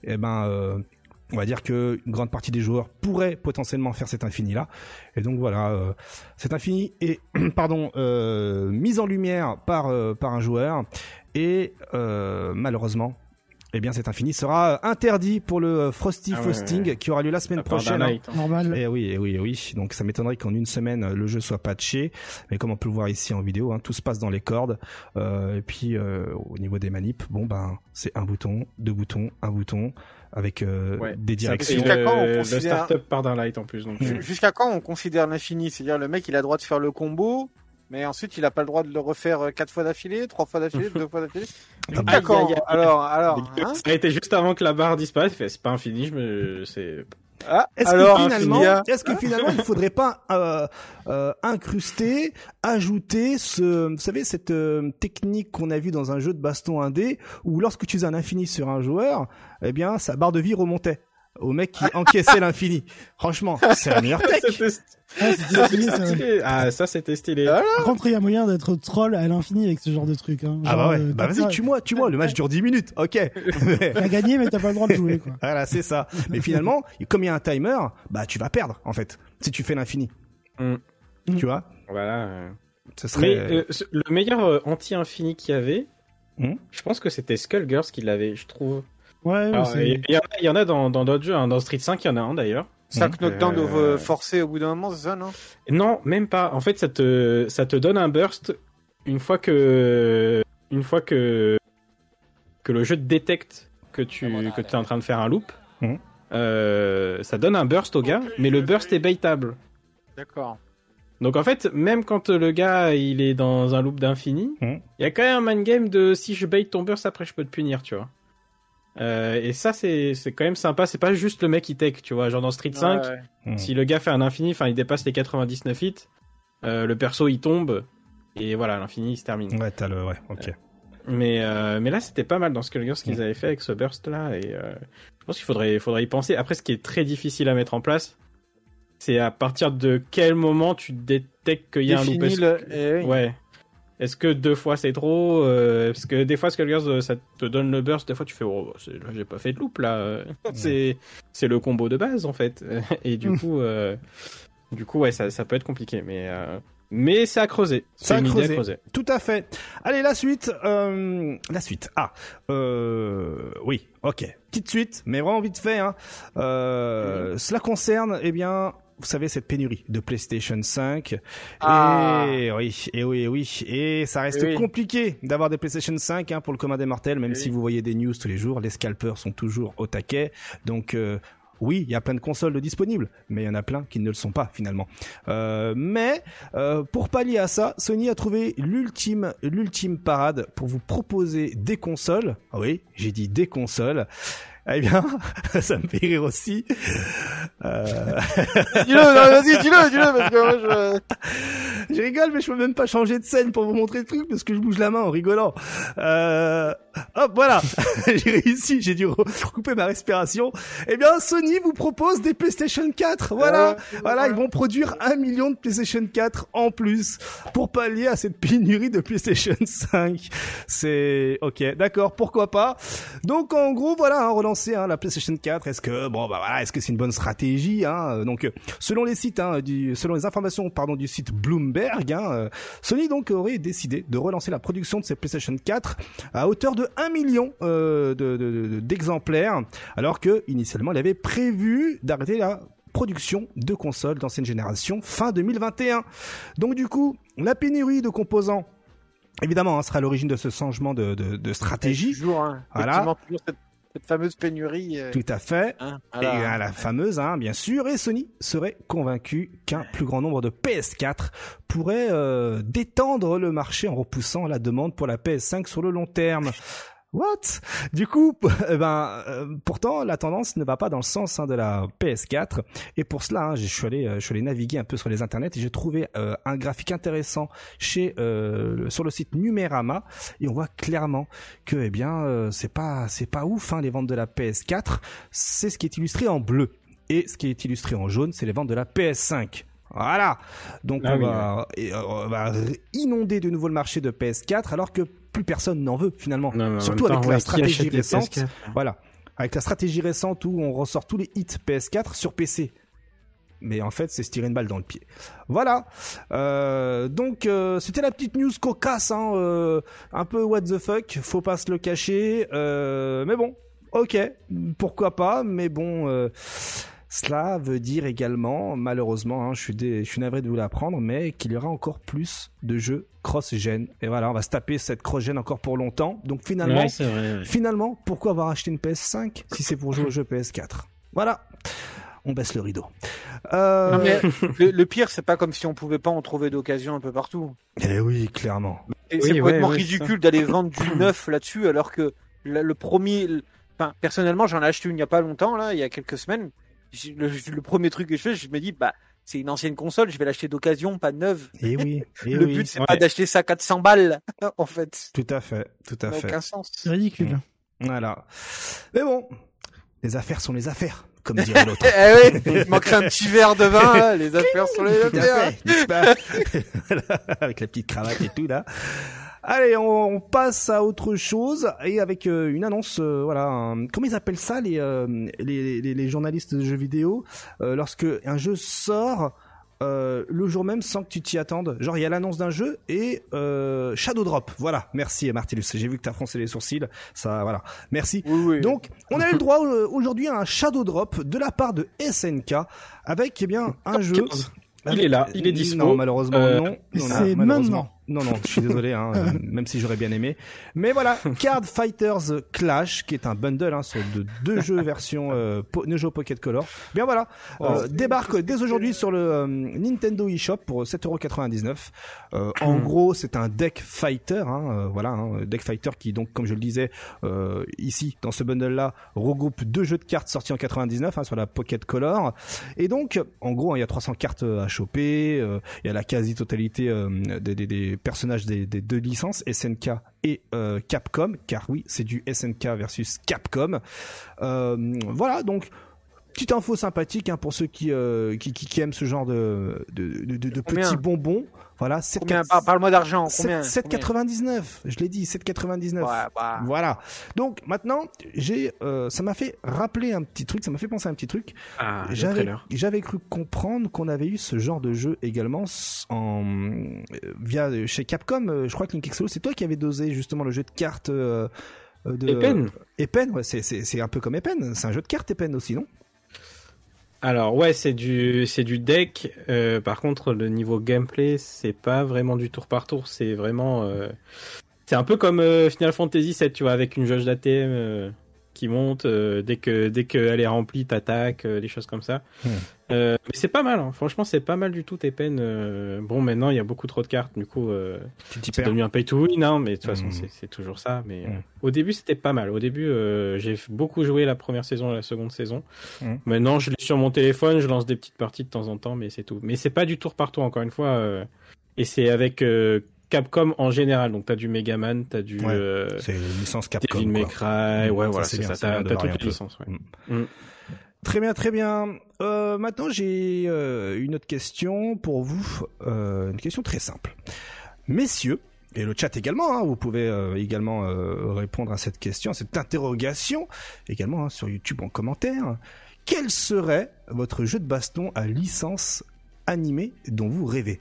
on va dire que une grande partie des joueurs pourraient potentiellement faire cet infini-là. Et donc voilà, cet infini est mis en lumière par un joueur. Et malheureusement, cet infini sera interdit pour le Frosty Frosting qui aura lieu la semaine prochaine. Normal. Et oui. Donc ça m'étonnerait qu'en une semaine le jeu soit patché, mais comme on peut le voir ici en vidéo, tout se passe dans les cordes. Et puis au niveau des manips, c'est un bouton, deux boutons, un bouton avec des directions. Jusqu'à quand on considère... Le startup par d'un light en plus. Donc... Jusqu'à quand on considère l'infini? C'est-à-dire le mec il a le droit de faire le combo, mais ensuite il a pas le droit de le refaire 4 fois d'affilée, 3 fois d'affilée, 2 fois d'affilée. D'accord. Alors, ça a été juste avant que la barre disparaisse. C'est pas infini, c'est. Est-ce que finalement il faudrait pas incruster, ajouter vous savez, cette technique qu'on a vue dans un jeu de baston 1D où lorsque tu faisais un infini sur un joueur, sa barre de vie remontait au mec qui encaissait l'infini. Franchement, c'est la meilleure tech. Ça c'était stylé. Par contre, il y a moyen d'être troll à l'infini avec ce genre de truc. Vas-y, tue-moi. Le match dure 10 minutes. Ok. T'as gagné, mais t'as pas le droit de jouer, quoi. Voilà, c'est ça. Mais finalement, comme il y a un timer, tu vas perdre, en fait, si tu fais l'infini. Tu vois? Voilà. Ce serait... Mais le meilleur anti-infini qu'il y avait, je pense que c'était Skullgirls qui l'avait, je trouve. Il y en a dans d'autres jeux, hein. Dans Street 5, il y en a un d'ailleurs. 5 knockdowns forcés au bout d'un moment, c'est ça, non? Non, même pas. En fait, ça te donne un burst une fois que le jeu détecte que tu es en train de faire un loop. Ça donne un burst au gars, mais le burst est baitable. D'accord. Donc en fait, même quand le gars il est dans un loop d'infini, il y a quand même un game de si je bait ton burst après je peux te punir, tu vois. Et ça c'est quand même sympa, c'est pas juste le mec qui tech, tu vois, genre dans Street 5, si le gars fait un infini, enfin il dépasse les 99 hits, le perso il tombe et voilà, l'infini il se termine. Ouais, ok. Mais là c'était pas mal dans Skullgirls ce qu'ils avaient fait avec ce burst là et je pense qu'il faudrait y penser. Après ce qui est très difficile à mettre en place, c'est à partir de quel moment tu détectes qu'il y a un loop. Ouais. Est-ce que 2 fois c'est trop parce que des fois Skullgirls ça te donne le burst, des fois tu fais là j'ai pas fait de loop là. C'est le combo de base en fait. Et du coup ouais ça peut être compliqué mais c'est à creuser. C'est une idée à creuser. Tout à fait. Allez, la suite. Oui, ok. Petite suite, mais vraiment vite fait. Hein. Cela concerne, vous savez, cette pénurie de PlayStation 5. Et oui. Et ça reste compliqué d'avoir des PlayStation 5 pour le commun des mortels, même si vous voyez des news tous les jours. Les scalpers sont toujours au taquet. Donc... oui, il y a plein de consoles disponibles, mais il y en a plein qui ne le sont pas finalement. Mais pour pallier à ça, Sony a trouvé l'ultime parade pour vous proposer des consoles. Ah oui, j'ai dit des consoles. Eh bien, ça me fait rire aussi. Dis-le, parce que moi je rigole, mais je peux même pas changer de scène pour vous montrer le truc parce que je bouge la main en rigolant. Hop, voilà. J'ai réussi, j'ai dû recouper ma respiration. Eh bien, Sony vous propose des PlayStation 4. Voilà, ils vont produire 1 million de PlayStation 4 en plus pour pallier à cette pénurie de PlayStation 5. C'est ok, d'accord, pourquoi pas. Donc en gros, voilà, relancer la PlayStation 4. Est-ce que c'est une bonne stratégie Donc selon les sites selon les informations du site Bloomberg, Sony donc aurait décidé de relancer la production de cette PlayStation 4 à hauteur de 1 million d'exemplaires, alors que initialement il avait prévu d'arrêter la production de consoles d'ancienne génération fin 2021. Donc du coup, la pénurie de composants évidemment sera à l'origine de ce changement de stratégie. Toujours, voilà. Cette fameuse pénurie. Tout à fait. Et la fameuse, bien sûr. Et Sony serait convaincu qu'un plus grand nombre de PS4 pourrait détendre le marché en repoussant la demande pour la PS5 sur le long terme. What? Du coup, pourtant, la tendance ne va pas dans le sens de la PS4. Et pour cela, je suis allé naviguer un peu sur les internets et j'ai trouvé un graphique intéressant sur le site Numérama. Et on voit clairement que, c'est pas ouf, les ventes de la PS4. C'est ce qui est illustré en bleu. Et ce qui est illustré en jaune, c'est les ventes de la PS5. Voilà. Donc on va inonder de nouveau le marché de PS4 alors que plus personne n'en veut finalement. Surtout avec la stratégie récente. Voilà. Avec la stratégie récente où on ressort tous les hits PS4 sur PC. Mais en fait, c'est se tirer une balle dans le pied. Voilà. Donc c'était la petite news cocasse, un peu what the fuck, faut pas se le cacher. Mais bon, ok, pourquoi pas. Mais bon. Cela veut dire également, malheureusement, je suis navré de vous l'apprendre, mais qu'il y aura encore plus de jeux cross-gen. Et voilà, on va se taper cette cross-gen encore pour longtemps. Donc finalement, pourquoi avoir acheté une PS5 si c'est pour jouer aux jeux PS4 ? Voilà, on baisse le rideau. Non, mais le pire, c'est pas comme si on pouvait pas en trouver d'occasion un peu partout. Eh oui, clairement. Et c'est complètement ridicule d'aller vendre du neuf là-dessus, alors que le premier... Enfin, personnellement, j'en ai acheté une il y a pas longtemps, là, il y a quelques semaines. Le premier truc que je fais, je me dis, c'est une ancienne console, je vais l'acheter d'occasion, pas neuve. Et oui. Le but, c'est pas d'acheter ça 400 balles, en fait. Tout à fait. Ça n'a aucun sens. C'est ridicule. Voilà. Mais bon, les affaires sont les affaires, comme dirait l'autre. Il manquerait un petit verre de vin, là. Les affaires sont les affaires. Avec la petite cravate et tout, là. Allez, on passe à autre chose et avec une annonce, comment ils appellent ça les journalistes de jeux vidéo lorsque un jeu sort le jour même sans que tu t'y attendes. Genre, il y a l'annonce d'un jeu et Shadow Drop. Voilà, merci Martellus. J'ai vu que t'as froncé les sourcils. Ça, voilà, merci. Oui. Donc, on a eu le droit aujourd'hui à un Shadow Drop de la part de SNK avec, eh bien, un jeu. Il est là, il est dispo. Non, malheureusement, non. C'est malheureusement. Non, je suis désolé, hein, même si j'aurais bien aimé. Mais voilà, Card Fighters Clash, qui est un bundle sur deux jeux version Neo Geo Pocket Color. Bien voilà, débarque dès aujourd'hui sur le Nintendo eShop pour 7,99€. En gros, c'est un deck fighter, deck fighter qui donc, comme je le disais, ici dans ce bundle-là, regroupe 2 jeux de cartes sortis en 99 sur la Pocket Color. Et donc, en gros, il y a 300 cartes à choper. Il y a la quasi-totalité des personnages des 2 licences, SNK et Capcom, car oui, c'est du SNK versus Capcom. Voilà, donc petite info sympathique pour ceux qui aiment ce genre de petits bonbons. Voilà, parle-moi d'argent. 7,99. Je l'ai dit, 7,99. Ouais, bah. Voilà. Donc maintenant, ça m'a fait rappeler un petit truc, ça m'a fait penser à un petit truc. J'avais cru comprendre qu'on avait eu ce genre de jeu également via chez Capcom. Je crois que Link Solo, c'est toi qui avais dosé justement le jeu de cartes de Epen, ouais, c'est un peu comme Epen. C'est un jeu de cartes Epen aussi, non? Alors ouais, c'est du deck. Par contre, le niveau gameplay, c'est pas vraiment du tour par tour. C'est vraiment, c'est un peu comme Final Fantasy 7, tu vois, avec une jauge d'ATM qui monte dès que elle est remplie, t'attaques, des choses comme ça. Mais c'est pas mal, hein. Franchement, c'est pas mal du tout tes peines. Bon, maintenant il y a beaucoup trop de cartes, du coup, c'est devenu un pay to win, hein, mais de toute façon c'est toujours ça. Mais au début c'était pas mal. Au début, j'ai beaucoup joué la première saison et la seconde saison. Maintenant, je l'ai sur mon téléphone, je lance des petites parties de temps en temps, mais c'est tout. Mais c'est pas du tour par tour, encore une fois, et c'est avec Capcom en général. Donc t'as du Megaman, t'as du c'est une licence Capcom, Devil May Cry, voilà, c'est ça. T'as toutes les licences. Très bien. Maintenant, j'ai une autre question pour vous. Une question très simple. Messieurs, et le chat également, vous pouvez également répondre à cette question, à cette interrogation, également sur YouTube en commentaire. Quel serait votre jeu de baston à licence animée dont vous rêvez?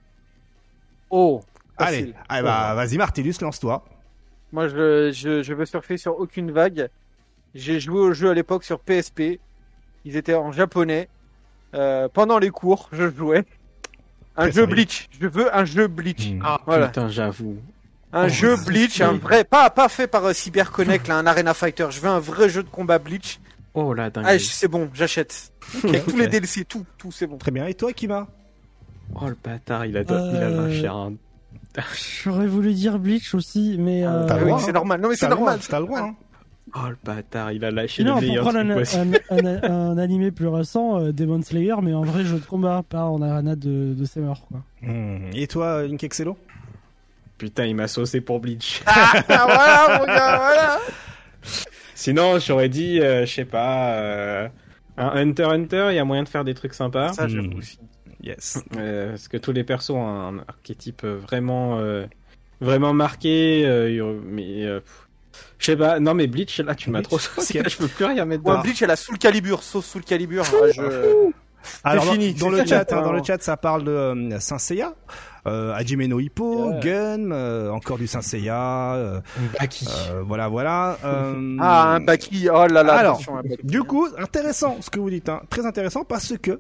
Allez, vas-y Martellus, lance-toi. Moi, je veux surfer sur aucune vague. J'ai joué au jeu à l'époque sur PSP. Ils étaient en japonais. Pendant les cours, je jouais. Un jeu Bleach. Je veux un jeu Bleach. Voilà. Putain, j'avoue. Un jeu Bleach, un vrai. Pas fait par CyberConnect, là, un Arena Fighter. Je veux un vrai jeu de combat Bleach. Oh là, dingue. Ah, c'est bon, j'achète. Avec tous les DLC, tout, c'est bon. Très bien. Et toi, Kima? Oh le bâtard, il a cher. J'aurais voulu dire Bleach aussi, mais t'as le droit, c'est normal. Non mais c'est normal. T'as le droit. Hein. Oh le bâtard, il a lâché le meilleur. Pour prendre un animé plus récent, Demon Slayer, mais en vrai jeu de combat, pas en arena de Summer, quoi. Et toi, Link Excello? Putain, il m'a saucé pour Bleach. Voilà, mon gars, voilà. Sinon, j'aurais dit, je sais pas, un Hunter, il y a moyen de faire des trucs sympas. Ça, j'avoue aussi. Yes. Parce que tous les persos ont un archétype vraiment marqué, mais je sais pas. Non, mais Bleach, là, tu m'as trop saucé. Je peux plus rien mettre dedans. Bleach, elle a Soul Calibur, sauce Soul Calibur. Alors, dans le chat, ça parle de Saint Seiya. Hajime no Ippo, Gun, encore du Saint Seiya, Baki. Voilà. Un Baki, oh là là. Alors, du coup, intéressant ce que vous dites, très intéressant parce que,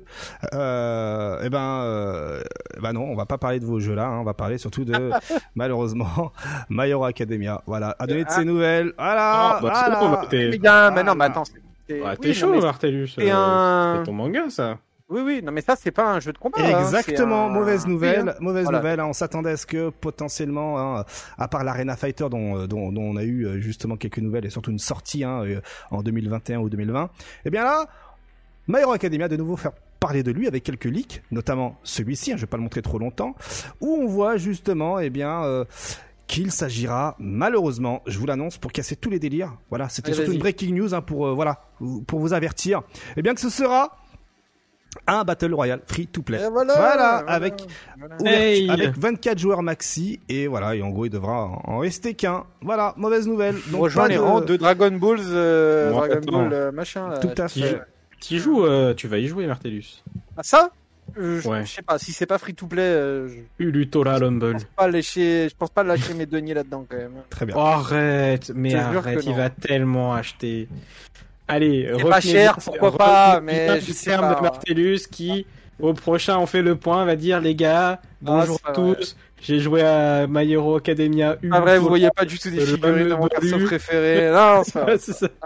non, on va pas parler de vos jeux là, on va parler surtout de, malheureusement, My Hero Academia. Voilà, à donner de ses nouvelles. Voilà. Les gars, mais non, mais attends. T'es chaud, Martellus. C'est ton manga, ça. Oui, non mais ça c'est pas un jeu de combat. Exactement, mauvaise nouvelle. On s'attendait à ce que potentiellement, à part l'Arena Fighter dont on a eu justement quelques nouvelles et surtout une sortie en 2021 ou 2020. Et bien là, My Hero Academia de nouveau faire parler de lui avec quelques leaks, notamment celui-ci. Je vais pas le montrer trop longtemps, où on voit justement, qu'il s'agira, malheureusement, je vous l'annonce pour casser tous les délires. Voilà, c'était surtout une breaking news pour vous avertir. Et bien que ce sera un Battle Royale free to play. Voilà, avec 24 joueurs maxi et voilà, et en gros il devra en rester qu'un. Voilà, mauvaise nouvelle. Donc rejoins les rangs de Dragon Ball machin. Tout à fait. Tu vas y jouer Martellus. Ah ça? Je sais pas, si c'est pas free to play, Ulutola Lumble. Je pense pas lâcher mes deniers là-dedans quand même. Très bien. Oh, arrête, mais Je te jure arrête, que il non. va tellement acheter. Allez, C'est pas cher, pourquoi pas, mais je sais terme pas. de Martellus qui, au prochain, on fait le point, va dire les gars, bonjour c'est à pas vrai. tous. J'ai joué à My Hero Academia. Pas vrai, vous voyez pas du tout des Le figurines de mon fameux perso Bolu. préféré. Non, ça. C'est ça.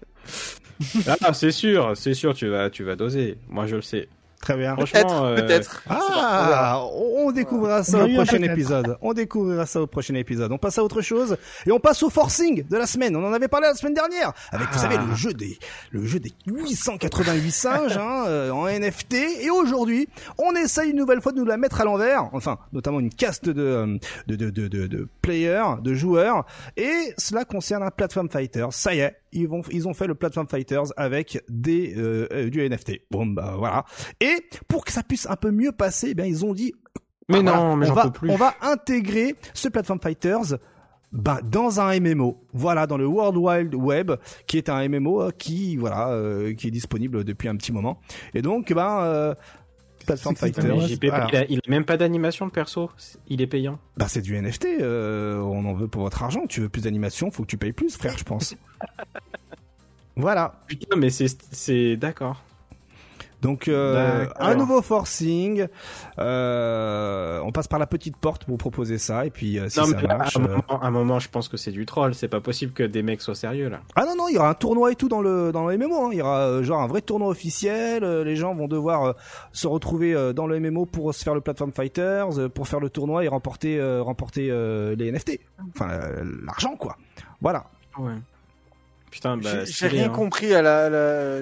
Ah, c'est sûr, tu vas doser. Moi, je le sais. Très bien. Franchement, Peut-être. Ah, on découvrira ça On a au eu un prochain peut-être. épisode. On découvrira ça au prochain épisode. On passe à autre chose et on passe au forcing de la semaine. On en avait parlé la semaine dernière avec, vous savez, le jeu des 888 singes en NFT. Et aujourd'hui, on essaye une nouvelle fois de nous la mettre à l'envers. Enfin, notamment une caste de players, de joueurs. Et cela concerne un Platform Fighter. Ça y est. Ils ont fait le Platform Fighters avec du NFT. Bon, bah voilà. Et pour que ça puisse un peu mieux passer, eh bien ils ont dit mais voilà, non, mais j'en peux plus. on va intégrer ce Platform Fighters dans un MMO. Voilà, dans le World Wide Web, qui est un MMO qui est disponible depuis un petit moment. Et donc Platform C'est que c'est Fighters, Mais JP, voilà. il a même pas d'animation de perso. Il est payant. Bah c'est du NFT, on en veut pour votre argent. Tu veux plus d'animation, faut que tu payes plus, frère, je pense. Voilà. Putain, mais c'est d'accord. Donc D'accord. un nouveau forcing, on passe par la petite porte pour proposer ça et puis si Non, ça mais là, marche. à un moment, je pense que c'est du troll. C'est pas possible que des mecs soient sérieux là. Ah non, il y aura un tournoi et tout dans le MMO. Hein. Il y aura genre un vrai tournoi officiel. Les gens vont devoir se retrouver dans le MMO pour se faire le Platform Fighters, pour faire le tournoi et remporter les NFT. Enfin, l'argent quoi. Voilà. Ouais. Putain, bah. J'ai rien compris à la.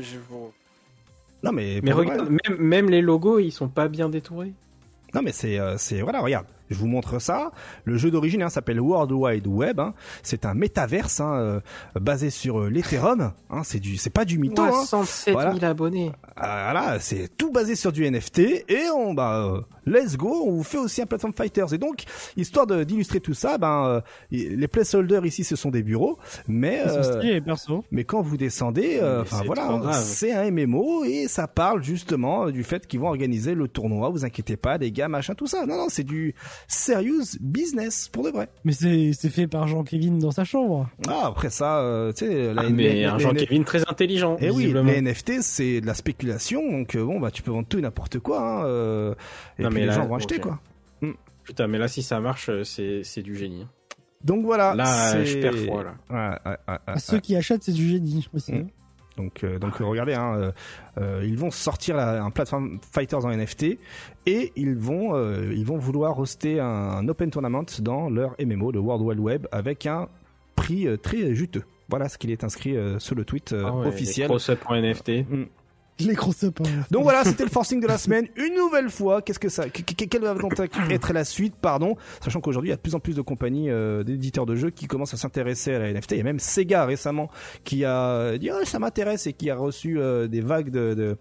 Non mais Mais pour de regarde, vrai. même les logos, ils sont pas bien détourés. Non mais c'est voilà, regarde, je vous montre ça. Le jeu d'origine s'appelle World Wide Web. C'est un métaverse basé sur l'Ethereum. C'est pas du mytho. 67 000 abonnés. Voilà, c'est tout basé sur du NFT et let's go, on vous fait aussi un Platform Fighters. Et donc, histoire d'illustrer tout ça, les placeholders ici ce sont des bureaux, mais Ils sont stylés, les persos. mais quand vous descendez, Mais c'est trop grave. c'est un MMO et ça parle justement du fait qu'ils vont organiser le tournoi. Vous inquiétez pas, les gars, machin, tout ça. Non, c'est du serious business pour de vrai. Mais c'est fait par Jean-Kevin dans sa chambre. Ah, après ça, tu sais, Mais un Jean-Kevin très intelligent. et oui, visiblement. les NFT c'est de la spéculation, donc tu peux vendre tout et n'importe quoi, et Non, puis mais les là, gens vont acheter ok. quoi. Putain, mais là, si ça marche, c'est du génie. Donc voilà. Là, je perds foi, là. Ouais. Ceux qui achètent, c'est du génie aussi. Mm. Donc regardez, ils vont sortir un Platform Fighters en NFT et ils vont vouloir hoster un open tournament dans leur MMO, le World Wide Web, avec un prix très juteux. Voilà ce qu'il est inscrit sur le tweet officiel. Cross-up en NFT. Les grosses up. Donc voilà, c'était le forcing de la semaine. Une nouvelle fois, qu'est-ce que ça, quelle va donc être la suite, pardon, sachant qu'aujourd'hui il y a de plus en plus de compagnies, d'éditeurs de jeux qui commencent à s'intéresser à la NFT. Il y a même Sega récemment qui a dit ça m'intéresse et qui a reçu des vagues de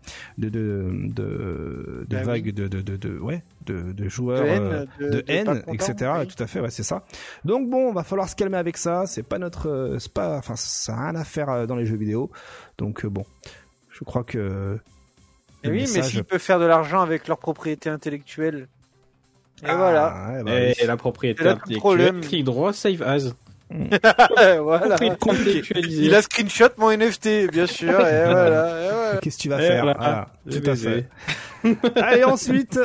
joueurs de haine, etc. Oui. Tout à fait, ouais, c'est ça. Donc bon, va falloir se calmer avec ça. C'est pas ça n'a rien à faire dans les jeux vidéo. Donc bon. Je crois que. Oui, mais s'ils peuvent faire de l'argent avec leur propriété intellectuelle. Et voilà. Ouais, et la propriété intellectuelle, clic droit, save as. Voilà. Il a screenshot mon NFT, bien sûr. Et voilà. Qu'est-ce que tu vas faire? Voilà. Tout à fait. Allez, ensuite.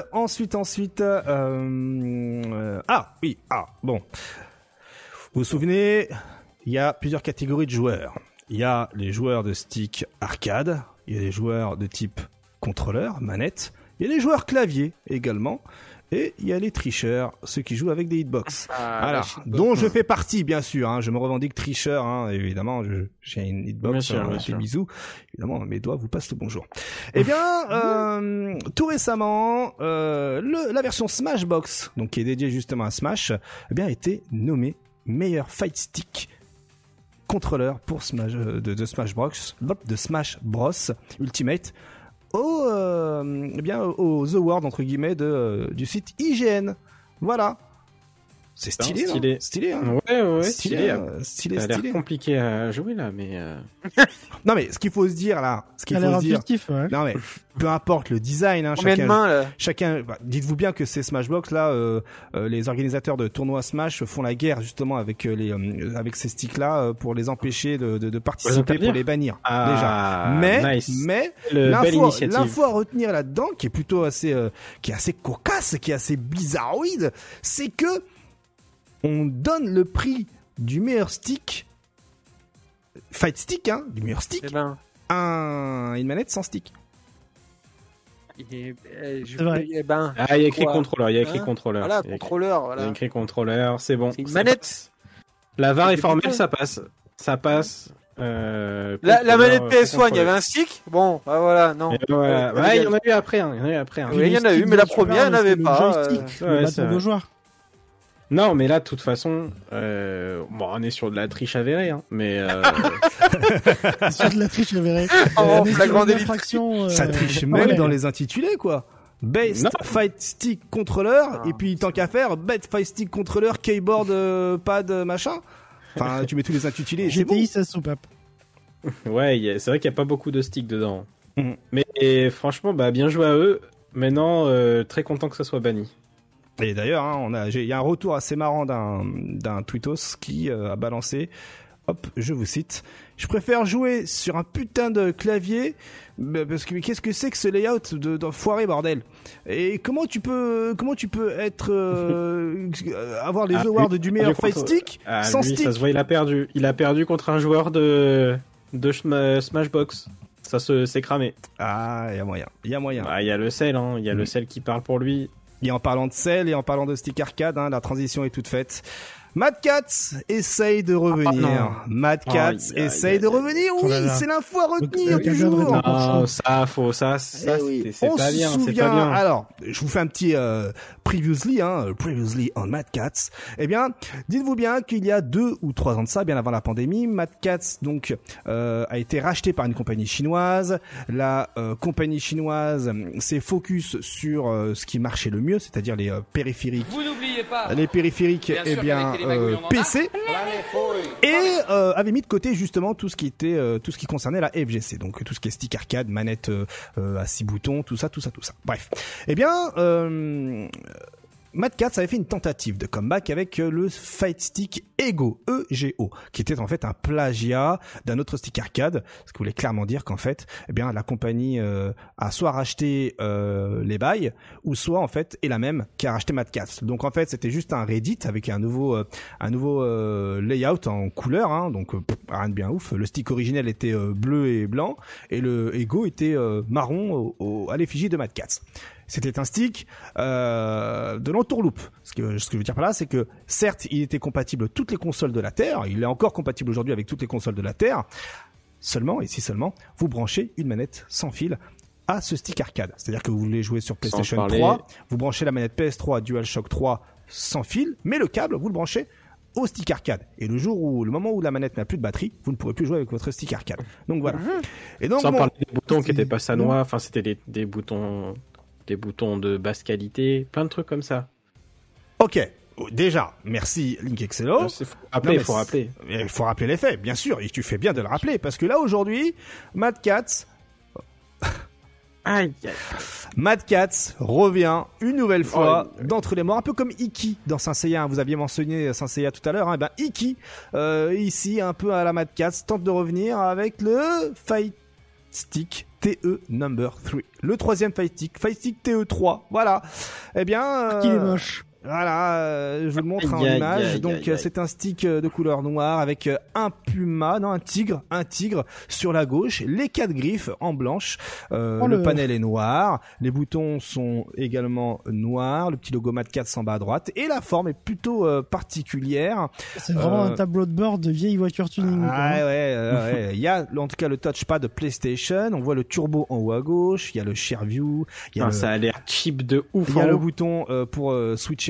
Bon. Vous vous souvenez, il y a plusieurs catégories de joueurs. Il y a les joueurs de stick arcade, il y a les joueurs de type contrôleur, manette, il y a les joueurs clavier également, et il y a les tricheurs, ceux qui jouent avec des hitbox. Voilà, dont je fais partie, bien sûr. Je me revendique tricheur, évidemment. J'ai une hitbox, bisous. Évidemment, mes doigts vous passent le bonjour. Eh bien, tout récemment, la version Smashbox, donc qui est dédiée justement à Smash, eh bien, a été nommée meilleur fight stick contrôleur pour Smash de Smash Bros Ultimate aux The World entre guillemets du site IGN. Voilà. C'est stylé, stylé. Non stylé, hein. Ouais, stylé. Ça a l'air compliqué à jouer là, mais. Non mais ce qu'il faut se dire là, ouais. Non mais peu importe le design, hein, Combien de mains, là chacun. Bah, dites-vous bien que ces Smashbox là, les organisateurs de tournois Smash font la guerre justement avec avec ces sticks là pour les empêcher de participer, pour les bannir. Déjà. Mais l'info à retenir là-dedans, qui est plutôt assez cocasse, qui est assez bizarroïde, c'est que on donne le prix du meilleur stick, fight stick, hein, du meilleur stick, une manette sans stick. C'est vrai. Il y a écrit contrôleur, Voilà, contrôleur. Voilà. Il y a écrit contrôleur, c'est bon. C'est une manette. Passe. La VAR est formelle, ça passe. Ça passe. La manette PS1, il y avait un stick. Bon, bah voilà, non. Il y en a eu après. Oui, il y en a eu, mais la première, il n'y en avait pas. Le bâton de joueur. Non, mais là, de toute façon, on est sur de la triche avérée, hein, mais sur de la triche avérée. La grande infraction. Ça triche même dans les intitulés, quoi. Best Fight Stick Controller, et puis tant qu'à faire, Best Fight Stick Controller, keyboard, pad, machin. Enfin, tu mets tous les intitulés. GTI, ça soupape. Ouais, c'est vrai qu'il n'y a pas beaucoup de sticks dedans. Mais franchement, bien joué à eux. Maintenant, très content que ça soit banni. Et d'ailleurs, hein, il y a un retour assez marrant d'un tweetos qui a balancé. Hop, je vous cite. Je préfère jouer sur un putain de clavier parce que qu'est-ce que c'est que ce layout d'enfoiré, bordel. Et comment tu peux être avoir les awards du meilleur fight stick sans stick. Ça se voit, il a perdu contre un joueur de Smashbox. Ça s'est cramé. Ah, il y a moyen. Il y a le sel, hein. Il y a le sel qui parle pour lui. Et en parlant de sel et en parlant de stick arcade, hein, la transition est toute faite. Mad Catz essaye de revenir. De revenir. Oui, c'est l'info à retenir du jour. Non, c'est pas bien. C'est pas bien. Alors, je vous fais un petit previously on Mad Catz. Eh bien, dites-vous bien qu'il y a 2 ou 3 ans de ça, bien avant la pandémie, Mad Catz donc a été racheté par une compagnie chinoise. La compagnie chinoise s'est focus sur ce qui marchait le mieux, c'est-à-dire les périphériques. Vous n'oubliez pas. Les périphériques, PC, et avait mis de côté justement tout ce qui concernait la FGC, donc tout ce qui est stick arcade, manette à 6 boutons, tout ça. Bref, eh bien Mad Catz avait fait une tentative de comeback avec le Fight Stick Ego, EGO, qui était en fait un plagiat d'un autre stick arcade, ce qui voulait clairement dire qu'en fait, eh bien, la compagnie a soit racheté les bails, ou soit en fait est la même qui a racheté Mad Catz. Donc en fait, c'était juste un Reddit avec un nouveau layout en couleur, hein, donc rien de bien ouf. Le stick originel était bleu et blanc, et le Ego était marron à l'effigie de Mad Catz. C'était un stick de l'entourloupe. Ce que je veux dire par là, c'est que certes, il était compatible toutes les consoles de la Terre. Il est encore compatible aujourd'hui avec toutes les consoles de la Terre. Seulement, vous branchez une manette sans fil à ce stick arcade. C'est-à-dire que vous voulez jouer sur PlayStation 3, vous branchez la manette PS3 DualShock 3 sans fil, mais le câble, vous le branchez au stick arcade. Et le moment où la manette n'a plus de batterie, vous ne pourrez plus jouer avec votre stick arcade. Donc voilà. Et donc, sans parler des boutons qui étaient pas sanois, enfin c'était des boutons de basse qualité, plein de trucs comme ça. Ok, déjà, merci Linkexcello. Il faut rappeler. Il faut rappeler les faits, bien sûr, et tu fais bien de le rappeler, parce que là aujourd'hui, Mad Catz revient une nouvelle fois d'entre les morts, un peu comme Iki dans Saint Seiya. Vous aviez mentionné Saint Seiya tout à l'heure, hein. Iki, ici, un peu à la Mad Catz, tente de revenir avec le Fight Stick TE number 3. Le troisième Fight Stick TE3. Voilà. Eh bien, il est moche. Voilà, je vous le montre en image. Donc c'est un stick de couleur noire avec un tigre sur la gauche, les 4 griffes en blanche. Le panel est noir, les boutons sont également noirs, le petit logo Mad Catz en bas à droite, et la forme est plutôt particulière. C'est vraiment un tableau de bord de vieille voiture tuning. Ouais. Il y a en tout cas le touchpad de PlayStation, on voit le turbo en haut à gauche, il y a le share view, ça a l'air cheap de ouf. Il y a le bouton pour switcher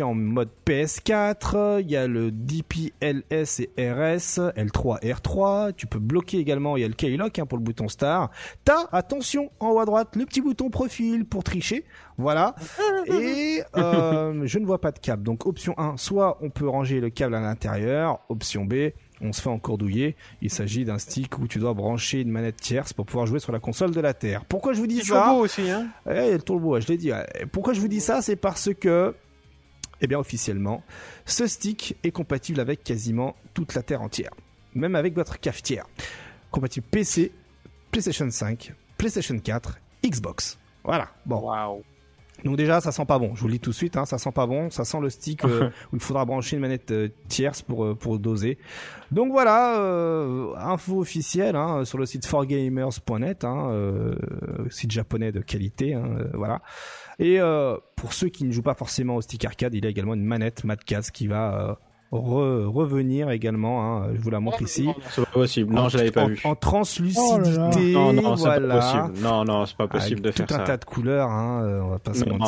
en mode PS4, il y a le DPLS et RS, L3, R3, tu peux bloquer également, il y a le K-Lock pour le bouton Start. T'as, attention, en haut à droite, le petit bouton profil pour tricher, voilà. Et je ne vois pas de câble, donc option 1, soit on peut ranger le câble à l'intérieur, option B, on se fait encordouiller. Il s'agit d'un stick où tu dois brancher une manette tierce pour pouvoir jouer sur la console de la Terre. Pourquoi je vous dis ça ? Turbo aussi, hein. Le turbo, je l'ai dit. Pourquoi je vous dis ça ? C'est parce que, eh bien, officiellement, ce stick est compatible avec quasiment toute la Terre entière. Même avec votre cafetière. Compatible PC, PlayStation 5, PlayStation 4, Xbox. Voilà. Bon. Waouh. Donc déjà, ça sent pas bon. Je vous le dis tout de suite, ça sent pas bon. Ça sent le stick où il faudra brancher une manette tierce pour doser. Donc voilà, info officielle sur le site forgamers.net, site japonais de qualité, voilà. Et pour ceux qui ne jouent pas forcément au stick arcade, il y a également une manette Mad Catz qui va revenir également, je vous la montre ici. C'est pas possible. Non, je l'avais pas vu. En translucidité. Non, voilà. c'est pas possible. Non, c'est pas possible de faire ça. Tout un tas de couleurs, on va pas se mentir.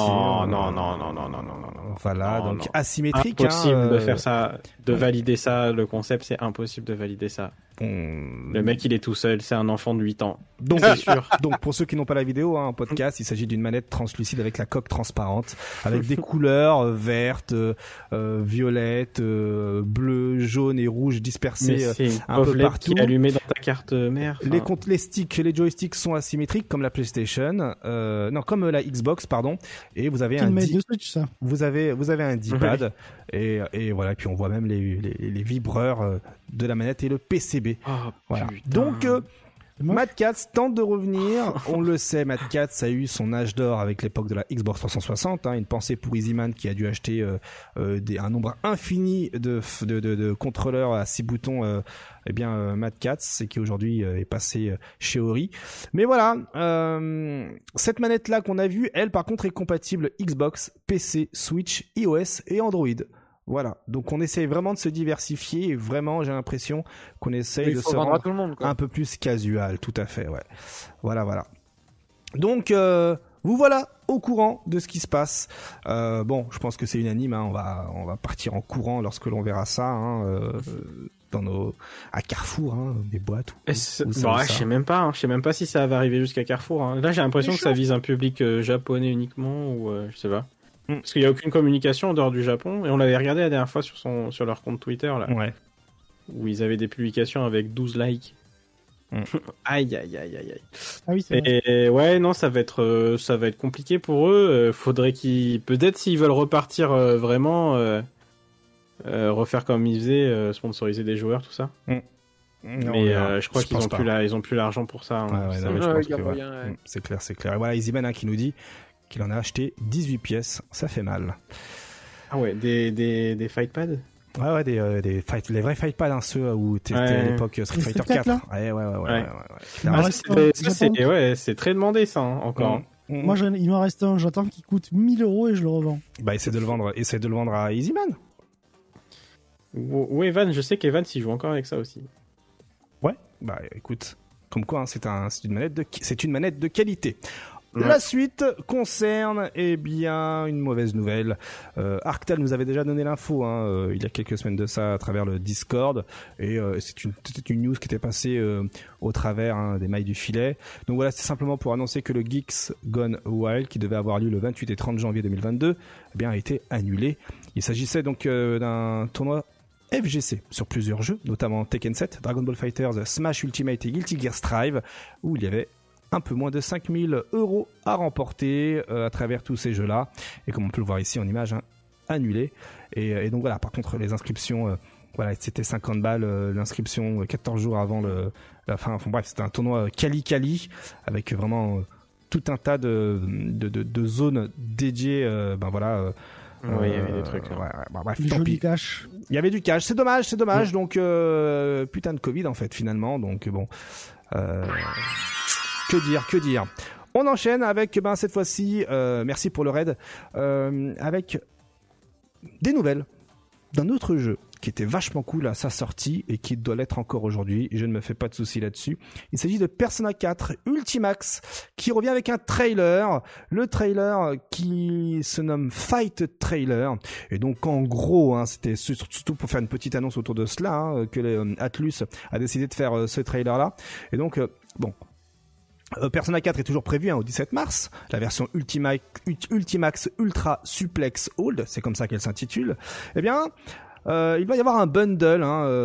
Non. Voilà, non, donc non. asymétrique. Impossible de faire ça, de valider ça. Le concept, c'est impossible de valider ça. Le mec, il est tout seul, c'est un enfant de 8 ans. Donc, c'est sûr. Donc, pour ceux qui n'ont pas la vidéo, en podcast, il s'agit d'une manette translucide avec la coque transparente, avec des couleurs vertes, violettes, bleues, jaunes et rouges dispersées un peu partout. Qui est allumée dans ta carte mère. Les sticks, les joysticks sont asymétriques comme la PlayStation, comme la Xbox, pardon. Et vous avez vous avez un D-pad et voilà. Puis on voit même les vibreurs de la manette et le PCB. Oh, voilà. putain. Donc Mad Catz tente de revenir. On le sait, Mad Catz a eu son âge d'or avec l'époque de la Xbox 360. Une pensée pour Easyman qui a dû acheter un nombre infini de contrôleurs à 6 boutons. Mad Catz, et qui aujourd'hui est passé chez Ori. Mais voilà, cette manette-là qu'on a vue, elle par contre est compatible Xbox, PC, Switch, iOS et Android. Voilà, donc on essaye vraiment de se diversifier et vraiment j'ai l'impression qu'on essaye de se rendre tout le monde, quoi. Un peu plus casual, tout à fait, ouais. Voilà. Donc vous voilà au courant de ce qui se passe. Je pense que c'est unanime, on va partir en courant lorsque l'on verra ça à Carrefour, des boîtes. Je sais même pas si ça va arriver jusqu'à Carrefour. Là, j'ai l'impression que ça vise un public japonais uniquement ou je sais pas. Parce qu'il n'y a aucune communication en dehors du Japon. Et on l'avait regardé la dernière fois sur leur compte Twitter, là. Ouais. Où ils avaient des publications avec 12 likes. Aïe. Ah oui, c'est vrai. Et ouais, non, ça va être compliqué pour eux. Faudrait peut-être s'ils veulent repartir vraiment, refaire comme ils faisaient, sponsoriser des joueurs, tout ça. Non, mais je crois qu'ils ont plus l'argent pour ça. C'est clair. Et voilà, Easyman qui nous dit qu'il en a acheté 18 pièces, ça fait mal. Ah ouais, des fight pads. Ouais, les vrais fight pads, ceux où t'étais à l'époque Street Fighter 4. Ouais. C'est très demandé ça, encore. Moi, il m'en reste un, j'attends qu'il coûte 1000 € et je le revends. Essaie de le vendre à Easyman. Ou Evan, je sais qu'Evan s'y joue encore avec ça aussi. Ouais, écoute, comme quoi, c'est une manette de qualité. La suite concerne, une mauvaise nouvelle. Arctal nous avait déjà donné l'info, il y a quelques semaines de ça à travers le Discord, et c'était une news qui était passée au travers des mailles du filet. Donc voilà, c'est simplement pour annoncer que le Geeks Gone Wild, qui devait avoir lieu le 28 et 30 janvier 2022, a été annulé. Il s'agissait donc d'un tournoi FGC sur plusieurs jeux, notamment Tekken 7, Dragon Ball FighterZ, Smash Ultimate et Guilty Gear Strive, où il y avait un peu moins de 5000 € à remporter à travers tous ces jeux-là. Et comme on peut le voir ici en image, annulé. Et donc voilà, par contre, les inscriptions, c'était 50 balles l'inscription 14 jours avant la fin. Enfin bref, c'était un tournoi quali, avec vraiment tout un tas de zones dédiées. Oui, il y avait des trucs. Bref, tant pis. Il y avait du cash. C'est dommage. Donc, putain de Covid, en fait, finalement. Donc, bon. Que dire. On enchaîne avec, cette fois-ci, merci pour le raid, avec des nouvelles d'un autre jeu qui était vachement cool à sa sortie et qui doit l'être encore aujourd'hui. Je ne me fais pas de soucis là-dessus. Il s'agit de Persona 4 Ultimax qui revient avec un trailer. Le trailer qui se nomme Fight Trailer. Et donc en gros, hein, c'était surtout pour faire une petite annonce autour de cela hein, que Atlus a décidé de faire ce trailer-là. Et donc, bon... Persona 4 est toujours prévu au 17 mars, la version Ultimax Ultra Suplex Hold, c'est comme ça qu'elle s'intitule. Eh bien, il va y avoir un bundle,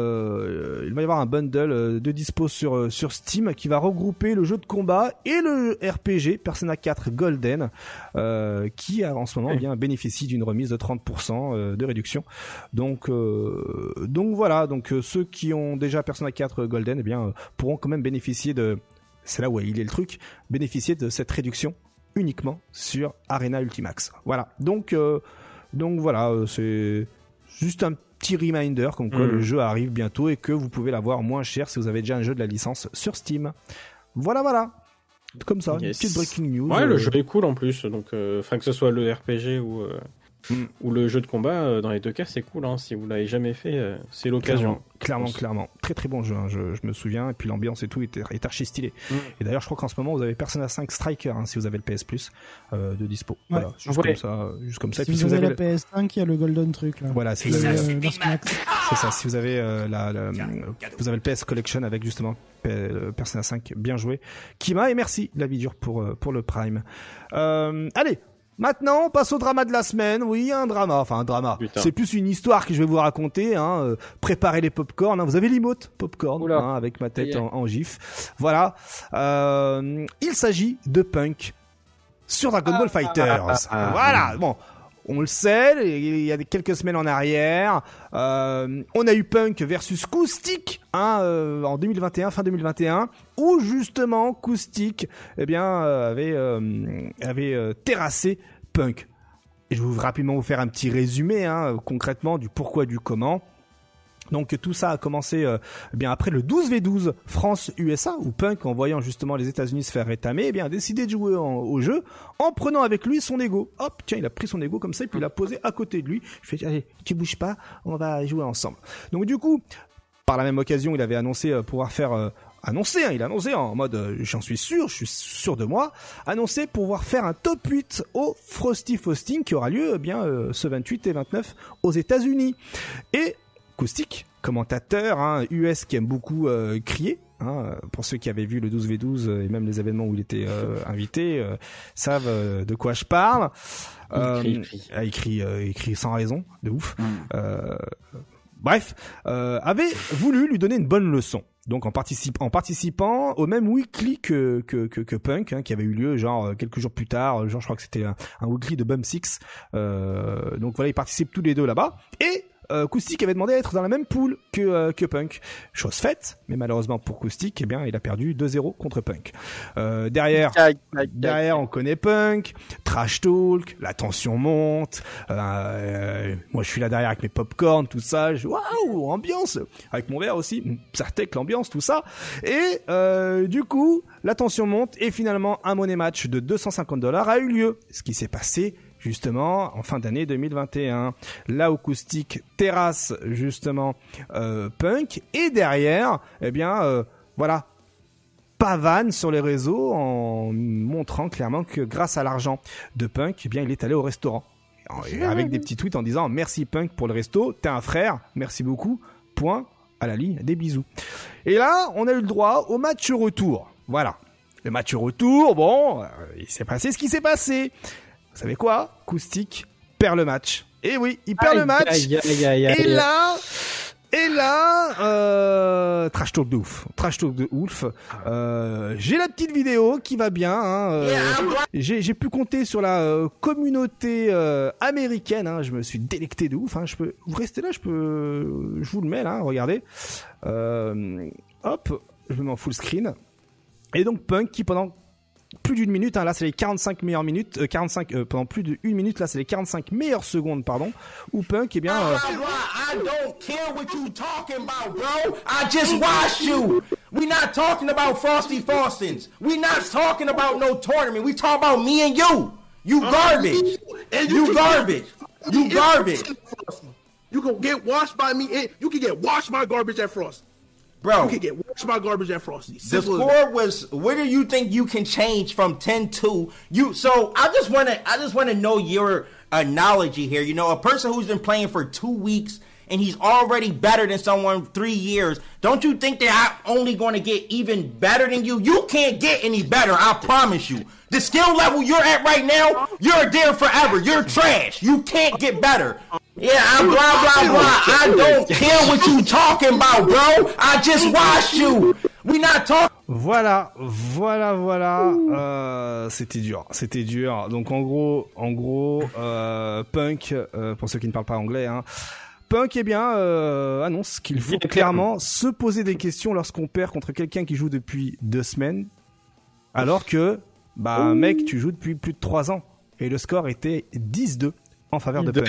de dispo sur Steam qui va regrouper le jeu de combat et le RPG Persona 4 Golden, qui en ce moment bénéficie d'une remise de 30% de réduction. Donc voilà, ceux qui ont déjà Persona 4 Golden, pourront quand même bénéficier de, c'est là où il est le truc, bénéficier de cette réduction uniquement sur Arena Ultimax. Voilà. Donc voilà, c'est juste un petit reminder comme quoi le jeu arrive bientôt et que vous pouvez l'avoir moins cher si vous avez déjà un jeu de la licence sur Steam. Voilà. Comme ça, une petite breaking news. Ouais, le jeu est cool en plus, donc que ce soit le RPG ou le jeu de combat, dans les deux cas c'est cool, hein. Si vous l'avez jamais fait, c'est l'occasion. Clairement. Très très bon jeu, hein. Je me souviens, et puis l'ambiance et tout est archi stylé. Et d'ailleurs je crois qu'en ce moment vous avez Persona 5 Striker, hein, si vous avez le PS Plus de dispo. Ouais. Voilà, juste comme ça. Si vous avez la PS5, il y a le Golden truc là. Voilà, si vous avez c'est ça, si vous avez vous avez le PS Collection avec justement Persona 5, bien joué. Kima, et merci la vie dure pour le Prime. Allez, maintenant, on passe au drama de la semaine. Oui, un drama. Putain. C'est plus une histoire que je vais vous raconter. Hein. Préparez les popcorn. Hein. Vous avez l'emote popcorn hein, avec ma tête en gif. Voilà. Il s'agit de Punk sur Dragon Ball Fighters. Voilà. Bon. On le sait, il y a quelques semaines en arrière, on a eu Punk versus Coustic en 2021, fin 2021, où justement Coustic avait terrassé Punk. Et je vais rapidement vous faire un petit résumé concrètement du pourquoi du comment. Donc tout ça a commencé après le 12v12 France-USA, où Punk, en voyant justement les États-Unis se faire rétamer, a décidé de jouer au jeu en prenant avec lui son ego. Hop, tiens, il a pris son ego comme ça et puis il l'a posé à côté de lui. Il fait, allez, tu bouges pas, on va jouer ensemble. Donc du coup, par la même occasion, il avait annoncé pouvoir faire... il a annoncé en mode je suis sûr de moi, annoncé pouvoir faire un top 8 au Frosty Fausting qui aura lieu ce 28 et 29 aux États-Unis. Et Coustic, commentateur US qui aime beaucoup crier, pour ceux qui avaient vu le 12v12 et même les événements où il était invité, savent de quoi je parle. Il crie sans raison, de ouf. Avait voulu lui donner une bonne leçon. Donc en participant au même weekly que Punk, qui avait eu lieu quelques jours plus tard, je crois que c'était un weekly de Bum 6. Donc voilà, ils participent tous les deux là-bas. Et Coustic avait demandé à être dans la même pool que Punk. Chose faite, mais malheureusement pour Coustic, il a perdu 2-0 contre Punk. Derrière, on connaît Punk, trash talk, la tension monte. Moi, je suis là derrière avec mes popcorn, tout ça. Waouh, ambiance, avec mon verre aussi. Ça retèque l'ambiance, tout ça. Et du coup, la tension monte et finalement, un money match de $250 a eu lieu. Ce qui s'est passé justement en fin d'année 2021, là où Coustic terrasse justement Punk, et derrière pavane sur les réseaux en montrant clairement que grâce à l'argent de Punk, il est allé au restaurant avec des petits tweets en disant merci Punk pour le resto, t'es un frère, merci beaucoup, point à la ligne, des bisous. Et là on a eu le droit au match retour. Voilà, le match retour, il s'est passé ce qui s'est passé. Vous savez quoi? Coustic perd le match. Et oui, il perd le match. Et là, trash talk de ouf. J'ai la petite vidéo qui va bien. J'ai pu compter sur la communauté américaine. Je me suis délecté de ouf. Vous restez là, je vous le mets là. Regardez. Hop, je me mets en full screen. Et donc Punk qui pendant plus d'une minute, là c'est les 45 meilleures minutes, pendant plus d'1 minute, là c'est les 45 meilleures secondes, où Punk, I don't care what you talking about, bro. I just watched you. We not talking about Frosty Faustins. We not talking about no tournament. We talking about me and you. You garbage. You garbage. You can get washed by me. You can get washed my garbage at Frosty. Bro, you can get washed my garbage at Frosty. The score was. Where do you think you can change from 10-2? So I just want to know your analogy here. You know, a person who's been playing for 2 weeks and he's already better than someone 3 years. Don't you think that I'm only going to get even better than you? You can't get any better. I promise you. The skill level you're at right now, you're there forever. You're trash. You can't get better. Yeah, I'm blah, blah, blah. I don't care what you talking about, bro. I just watched you. We not talking. Voilà. C'était dur. Donc en gros, Punk, pour ceux qui ne parlent pas anglais, hein, Punk, annonce qu'il faut clairement se poser des questions lorsqu'on perd contre quelqu'un qui joue depuis 2 semaines, alors que, mec, tu joues depuis plus de 3 ans. Et le score était 10-2 en faveur de Punk.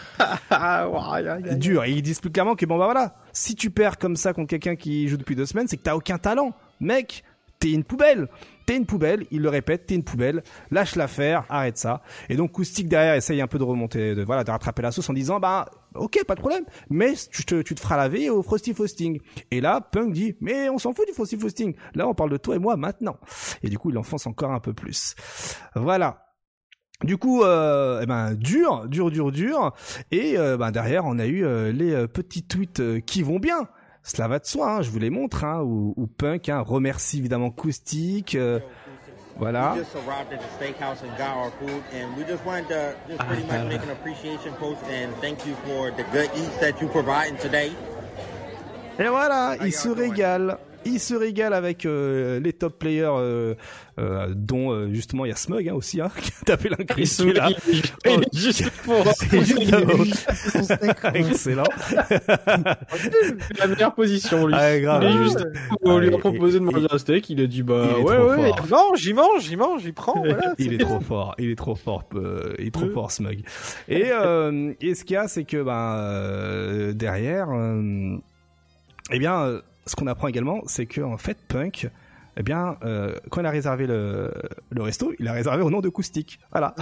Dur. Et ils disent plus clairement que si tu perds comme ça contre quelqu'un qui joue depuis 2 semaines, c'est que t'as aucun talent. Mec, t'es une poubelle. Il le répète, t'es une poubelle. Lâche l'affaire, arrête ça. Et donc Koustik derrière essaye un peu de remonter, de rattraper la sauce en disant ok, pas de problème, mais tu te feras laver au Frosty Frosting. Et là, Punk dit mais on s'en fout du Frosty Frosting. Là, on parle de toi et moi maintenant. Et du coup, il enfonce encore un peu plus. Voilà. Du coup, dur. Et derrière, on a eu les petits tweets qui vont bien. Cela va de soi, hein, je vous les montre, hein, où Punk remercie évidemment Koustik. Voilà. We just arrived at the steakhouse and got our food, and we just wanted to just pretty much make an appreciation post and thank you for the good eats that you providing today. Et voilà, il se régale. Il se régale avec les top players, dont justement il y a Smug aussi, qui a tapé l'incrusté là. Juste pour excellent. La meilleure position lui. Ah, grave. On lui a proposé de manger un steak, il a dit ouais. Non, j'y mange, il prend. Voilà, il est trop fort, Smug. Et ce qu'il y a, c'est que derrière, ce qu'on apprend également, c'est que en fait Punk, quand il a réservé le resto, il a réservé au nom de Koustik. Voilà.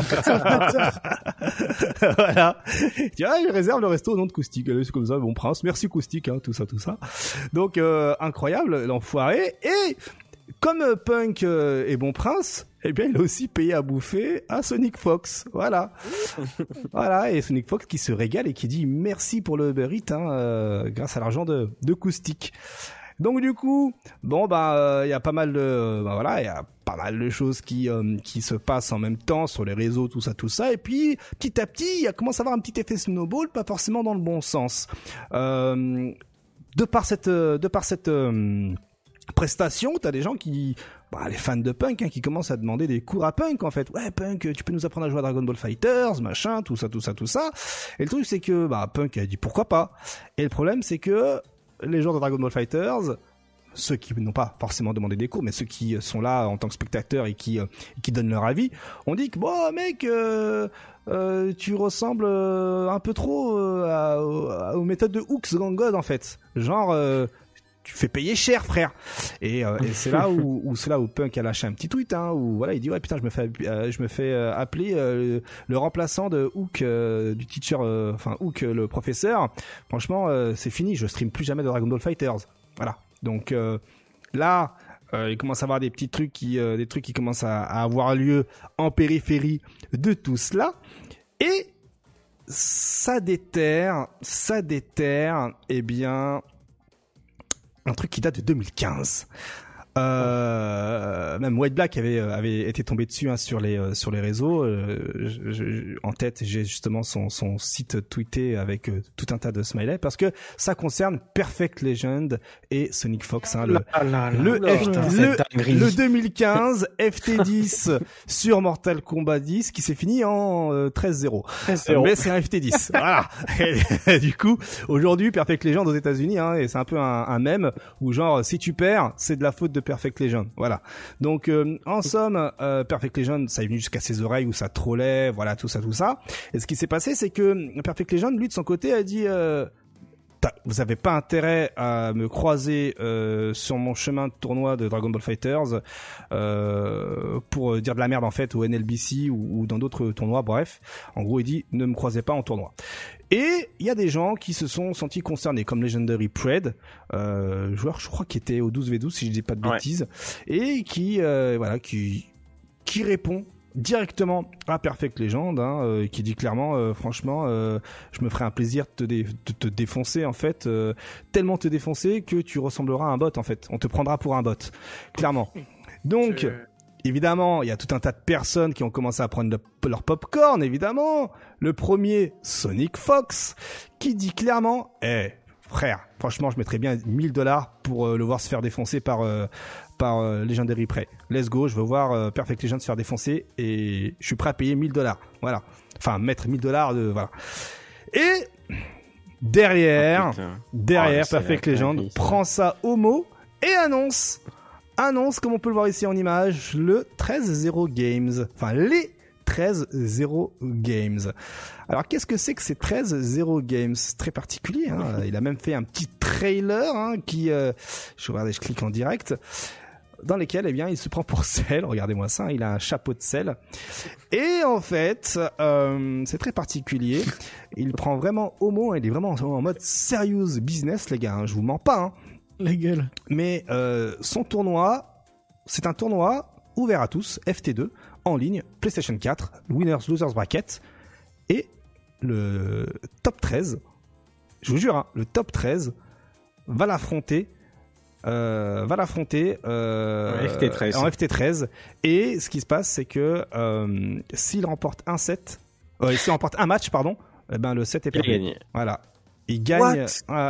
Voilà. Il réserve le resto au nom de Koustik. C'est comme ça, bon prince, merci Koustik, tout ça. Donc incroyable, l'enfoiré. Et comme Punk est bon prince, il a aussi payé à bouffer à Sonic Fox. Voilà. Voilà. Et Sonic Fox qui se régale et qui dit merci pour le Uber Eats, grâce à l'argent de Koustik. Donc du coup, il y a pas mal de, il y a pas mal de choses qui se passent en même temps sur les réseaux, tout ça. Et puis, petit à petit, il commence à avoir un petit effet snowball, pas forcément dans le bon sens. De par cette prestation, t'as des gens qui, les fans de Punk, qui commencent à demander des cours à Punk, en fait. Ouais, Punk, tu peux nous apprendre à jouer à Dragon Ball Fighters, machin, tout ça. Et le truc, c'est que, Punk a dit pourquoi pas. Et le problème, c'est que les joueurs de Dragon Ball Fighters, ceux qui n'ont pas forcément demandé des cours, mais ceux qui sont là en tant que spectateurs et qui donnent leur avis, on dit que, mec, tu ressembles un peu trop aux méthodes de Hooks Gangod, en fait. Genre, tu fais payer cher, frère. Et c'est là où Punk a lâché un petit tweet, où voilà, il dit ouais putain, je me fais appeler le remplaçant de Hook, du teacher, Hook le professeur. Franchement, c'est fini, je stream plus jamais de Dragon Ball Fighters. Voilà. Donc là, il commence à avoir des petits trucs qui commencent à avoir lieu en périphérie de tout cela, et ça déterre, un truc qui date de 2015. Même White Black avait été tombé dessus sur les réseaux. En tête, j'ai justement son site tweeté avec tout un tas de smileys, parce que ça concerne Perfect Legend et Sonic Fox, le 2015 FT10 sur Mortal Kombat 10 qui s'est fini en 13-0. Mais c'est un FT10. Voilà. Et du coup, aujourd'hui, Perfect Legend aux États-Unis, et c'est un peu un mème où genre si tu perds, c'est de la faute de Perfect Legend. Voilà. Donc en somme, Perfect Legend, ça est venu jusqu'à ses oreilles où ça trollait, voilà, tout ça. Et ce qui s'est passé, c'est que Perfect Legend, lui de son côté, a dit vous avez pas intérêt à me croiser sur mon chemin de tournoi de Dragon Ball Fighters pour dire de la merde en fait au NLBC ou dans d'autres tournois. Bref, en gros, il dit ne me croisez pas en tournoi. Et il y a des gens qui se sont sentis concernés, comme Legendary Pred, joueur je crois qui était au 12v12 si je dis pas de bêtises, et qui répond directement à Perfect Legend, qui dit clairement, franchement, je me ferai un plaisir de te défoncer en fait, tellement te défoncer que tu ressembleras à un bot en fait. On te prendra pour un bot, clairement. Donc, évidemment, il y a tout un tas de personnes qui ont commencé à prendre leur popcorn, évidemment. Le premier, Sonic Fox, qui dit clairement, frère, franchement, je mettrais bien $1000 pour le voir se faire défoncer par Legendary Prey. Let's go, je veux voir Perfect Legend se faire défoncer et je suis prêt à payer $1000. Voilà. Enfin, mettre $1000 voilà. Et derrière, Perfect Legend prend ça au mot et annonce, comme on peut le voir ici en image, le 13-0 Games. Enfin, les 13-0 Games. Alors, qu'est-ce que c'est que ces 13-0 Games? C'est très particulier, hein. Il a même fait un petit trailer, qui, je clique en direct, dans lesquels, eh bien, il se prend pour Cell. Regardez-moi ça, il a un chapeau de Cell. Et en fait, c'est très particulier. Il prend vraiment au mot, il est vraiment en mode serious business, les gars, je vous mens pas, La gueule. Mais son tournoi, c'est un tournoi ouvert à tous, FT2, en ligne, PlayStation 4, Winners Losers Bracket, et le top 13, je vous jure, le top 13 va l'affronter en FT13. Et ce qui se passe, c'est que s'il remporte s'il remporte un match, le set est perdu. Voilà. Il gagne.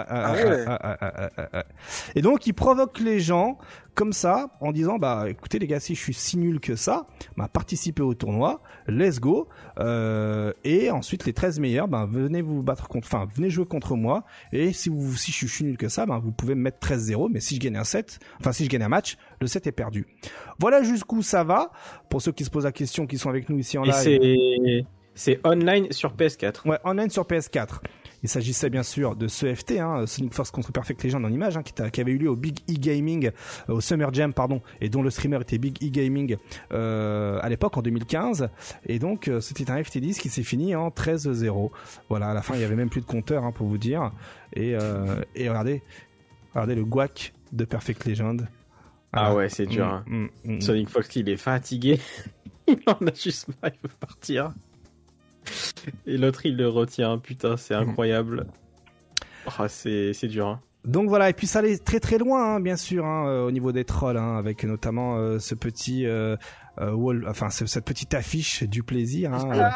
Et donc, il provoque les gens comme ça, en disant, écoutez les gars, si je suis si nul que ça, participez au tournoi, let's go. Et ensuite, les 13 meilleurs, venez venez jouer contre moi. Et si je suis nul que ça, vous pouvez me mettre 13-0. Mais si je gagne un match, le set est perdu. Voilà jusqu'où ça va. Pour ceux qui se posent la question, qui sont avec nous ici en live. Et c'est online sur PS4. Ouais, online sur PS4. Il s'agissait bien sûr de ce FT, Sonic Force contre Perfect Legend en image, qui avait eu lieu au Big E Gaming, au Summer Jam, et dont le streamer était Big E Gaming à l'époque, en 2015. Et donc, c'était un FT10 qui s'est fini en 13-0. Voilà, à la fin, il y avait même plus de compteur, pour vous dire. Et regardez le guac de Perfect Legend. Ah ouais, c'est dur. Sonic Fox, il est fatigué. Il en a juste marre, il veut partir. Et l'autre il le retient, putain, c'est incroyable. C'est dur. Donc voilà, et puis ça allait très très loin, bien sûr, au niveau des trolls, avec notamment ce petit cette petite affiche du plaisir.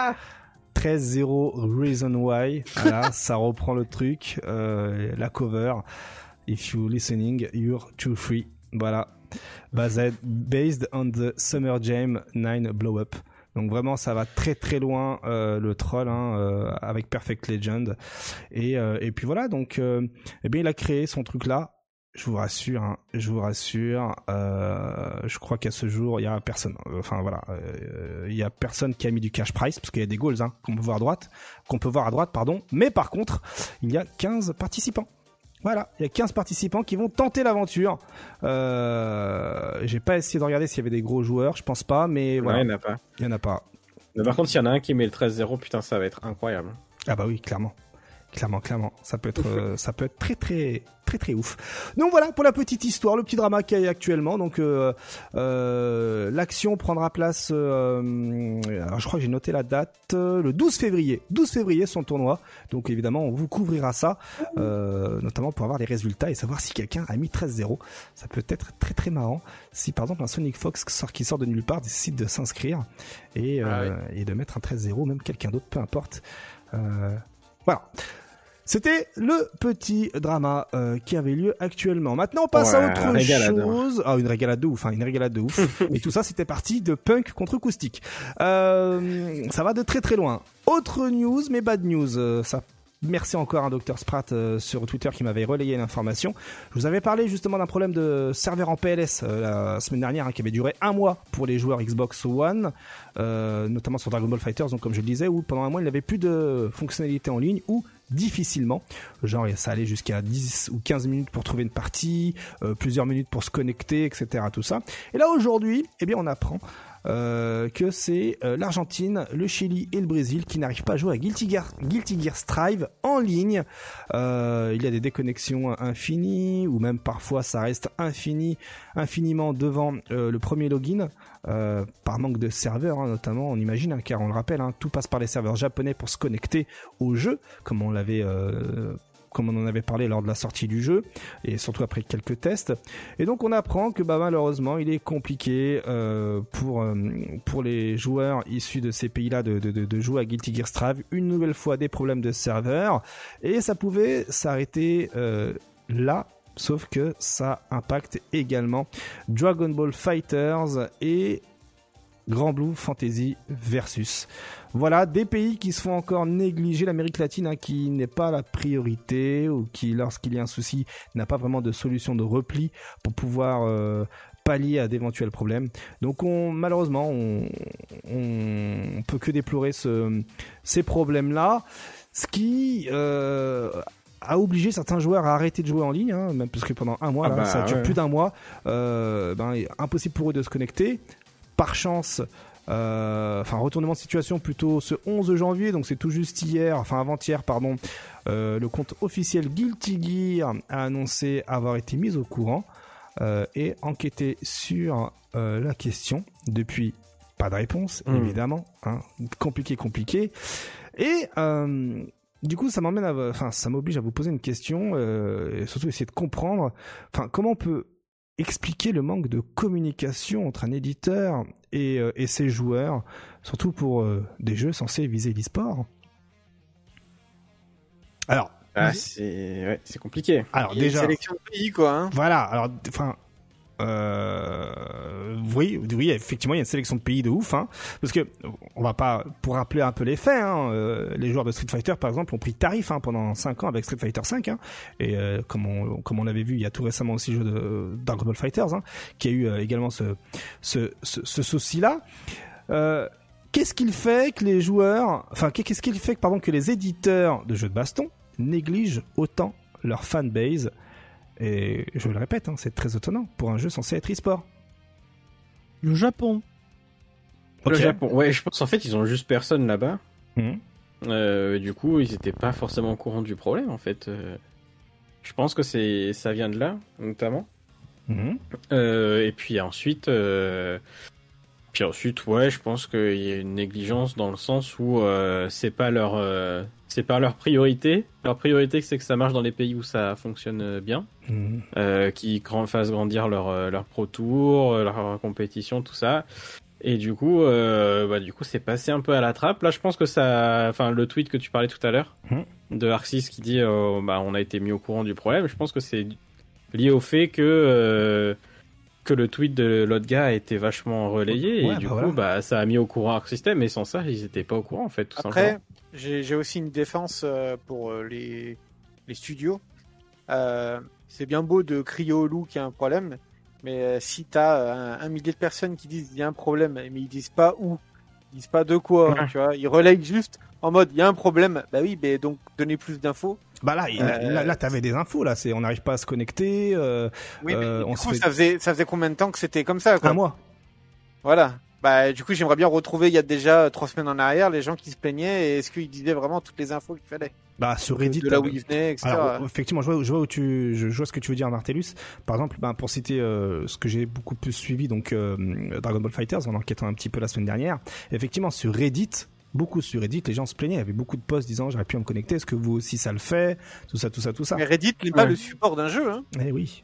13-0 Reason Why. Voilà, ça reprend le truc, la cover. If you listening, you're too free. Voilà, based on the Summer Jam 9 blow up. Donc vraiment, ça va très très loin le troll avec Perfect Legend. Et puis voilà, donc il a créé son truc là. Je vous rassure. Je crois qu'à ce jour, il y a personne. Il y a personne qui a mis du cash prize parce qu'il y a des goals qu'on peut voir à droite, pardon. Mais par contre, il y a 15 participants. Voilà, il y a 15 participants qui vont tenter l'aventure. J'ai pas essayé de regarder s'il y avait des gros joueurs, je pense pas, mais voilà. Il y en a pas. Mais par contre, s'il y en a un qui met le 13-0, putain, ça va être incroyable. Ah bah oui, clairement. Ça peut être très très très très ouf. Donc voilà pour la petite histoire, le petit drama qu'il y a actuellement. Donc l'action prendra place, alors je crois que j'ai noté la date, le 12 février. 12 février son tournoi. Donc évidemment on vous couvrira ça, notamment pour avoir les résultats et savoir si quelqu'un a mis 13-0. Ça peut être très très marrant si par exemple un Sonic Fox qui sort de nulle part décide de s'inscrire et de mettre un 13-0, même quelqu'un d'autre, peu importe. Voilà. C'était le petit drama qui avait lieu actuellement. Maintenant, on passe à autre chose. Une régalade de ouf. Et tout ça, c'était parti de Punk contre Acoustic. Ça va de très très loin. Autre news, mais bad news. Ça merci encore à Dr Sprat sur Twitter qui m'avait relayé l'information. Je vous avais parlé justement d'un problème de serveur en PLS la semaine dernière qui avait duré 1 mois pour les joueurs Xbox One, notamment sur Dragon Ball FighterZ, donc comme je le disais, où pendant 1 mois il n'avait plus de fonctionnalité en ligne ou difficilement, genre ça allait jusqu'à 10 ou 15 minutes pour trouver une partie, plusieurs minutes pour se connecter, etc. tout ça. Et là aujourd'hui, eh bien on apprend que c'est l'Argentine, le Chili et le Brésil qui n'arrivent pas à jouer à Guilty Gear Strive en ligne. Il y a des déconnexions infinies ou même parfois ça reste infiniment devant le premier login par manque de serveurs notamment, on imagine, car on le rappelle, tout passe par les serveurs japonais pour se connecter au jeu, comme on en avait parlé lors de la sortie du jeu et surtout après quelques tests. Et donc on apprend que malheureusement il est compliqué pour les joueurs issus de ces pays-là de jouer à Guilty Gear Strive. Une nouvelle fois des problèmes de serveurs et ça pouvait s'arrêter là. Sauf que ça impacte également Dragon Ball FighterZ et Grand Blue Fantasy Versus. Voilà, des pays qui se font encore négliger, l'Amérique latine qui n'est pas la priorité ou qui, lorsqu'il y a un souci, n'a pas vraiment de solution de repli pour pouvoir pallier à d'éventuels problèmes. Donc malheureusement, on peut que déplorer ces problèmes-là, ce qui a obligé certains joueurs à arrêter de jouer en ligne, même parce que pendant 1 mois, ça dure plus d'1 mois, impossible pour eux de se connecter. Par chance, retournement de situation plutôt ce 11 janvier, donc c'est tout juste avant-hier, le compte officiel Guilty Gear a annoncé avoir été mis au courant et enquêté sur la question. Depuis, pas de réponse, évidemment, compliqué. Et du coup, ça m'oblige à vous poser une question et surtout essayer de comprendre, comment on peut expliquer le manque de communication entre un éditeur et ses joueurs, surtout pour des jeux censés viser l'e-sport. Alors, c'est compliqué. Alors il y a déjà, une sélection de pays, quoi. Voilà. Alors, oui, effectivement, il y a une sélection de pays de ouf, parce que on va pas, pour rappeler un peu les faits, les joueurs de Street Fighter, par exemple, ont pris tarif pendant 5 ans avec Street Fighter 5, et comme on l'avait vu, il y a tout récemment aussi le jeu de Dragon Ball FighterZ, qui a eu également ce souci-là. Qu'est-ce qu'il fait que les joueurs, que les éditeurs de jeux de baston négligent autant leur fanbase? Et je le répète, c'est très étonnant pour un jeu censé être e-sport. Le Japon. Le Japon, ouais, je pense en fait ils ont juste personne là-bas. Du coup, ils étaient pas forcément au courant du problème en fait. Je pense que ça vient de là, notamment. Et puis ensuite, ouais, je pense qu'il y a une négligence dans le sens où c'est pas leur priorité. Leur priorité, c'est que ça marche dans les pays où ça fonctionne bien, qui fassent grandir leur Pro Tour, leur compétition, tout ça. Et du coup, c'est passé un peu à la trappe. Là, je pense que le tweet que tu parlais tout à l'heure de Arxis qui dit, on a été mis au courant du problème. Je pense que c'est lié au fait que le tweet de l'autre gars a été vachement relayé et du coup, ça a mis au courant Arc System. Et sans ça, ils étaient pas au courant en fait. Tout Après, simplement. J'ai aussi une défense pour les studios. C'est bien beau de crier au loup qu'il y a un problème, mais si t'as un millier de personnes qui disent il y a un problème, mais ils disent pas où, ils disent pas de quoi, tu vois, ils relayent juste en mode il y a un problème, oui, mais donc donnez plus d'infos. Là, t'avais des infos, là, on n'arrive pas à se connecter. Oui, mais du coup, ça faisait combien de temps que c'était comme ça, quoi? 1 mois. Voilà. Du coup, j'aimerais bien retrouver, il y a déjà 3 semaines en arrière, les gens qui se plaignaient et est-ce qu'ils disaient vraiment toutes les infos qu'il fallait? Sur Reddit. De là où ils venaient, etc. Alors, effectivement, je vois ce que tu veux dire, Martellus. Par exemple, pour citer ce que j'ai beaucoup plus suivi, donc Dragon Ball FighterZ, en enquêtant un petit peu la semaine dernière. Effectivement, sur Reddit, les gens se plaignaient. Il y avait beaucoup de posts disant j'aurais pu me connecter. Est-ce que vous aussi ça le fait? Tout ça. Mais Reddit n'est pas le support d'un jeu. Eh oui.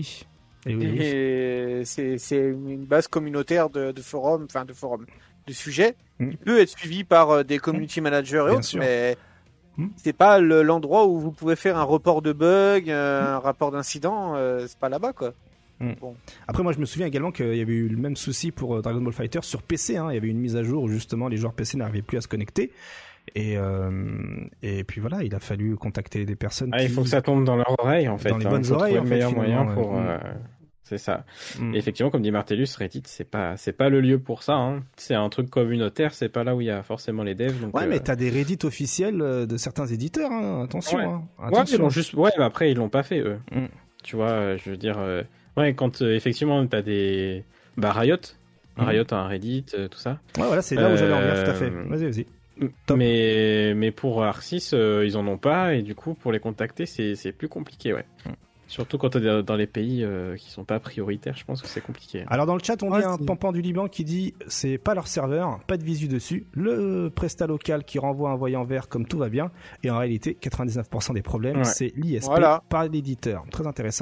Et c'est une base communautaire de forums, de sujets, qui peut être suivi par des community managers et autres, mais c'est pas l'endroit où vous pouvez faire un report de bug, un rapport d'incident, c'est pas là-bas, quoi. Bon. Après, moi, je me souviens également qu'il y avait eu le même souci pour Dragon Ball Fighter sur PC. Hein. Il y avait une mise à jour où justement les joueurs PC n'arrivaient plus à se connecter. Et puis voilà, il a fallu contacter des personnes. Il faut que ça tombe dans leur oreille, en fait. Dans les bonnes oreilles, le meilleur moyen pour. C'est ça. Et effectivement, comme dit Martellus, Reddit, c'est pas le lieu pour ça. Hein. C'est un truc communautaire. C'est pas là où il y a forcément les devs. Donc, mais t'as des Reddit officiels de certains éditeurs. Hein. Attention. Ouais. Hein. Attention. Mais après ils l'ont pas fait eux. Tu vois, je veux dire. Quand effectivement t'as des Riot a un Reddit, tout ça. Ouais, voilà, c'est là où j'allais en venir, tout à fait. Vas-y. Top. Mais pour Arxis, ils en ont pas, et du coup, pour les contacter, c'est plus compliqué, ouais. Surtout quand t'es dans les pays qui sont pas prioritaires, je pense que c'est compliqué. Alors dans le chat, on dit un pampan du Liban qui dit c'est pas leur serveur, pas de visu dessus, le Presta local qui renvoie un voyant vert comme tout va bien, et en réalité, 99% des problèmes, c'est l'ISP par l'éditeur. Très intéressant.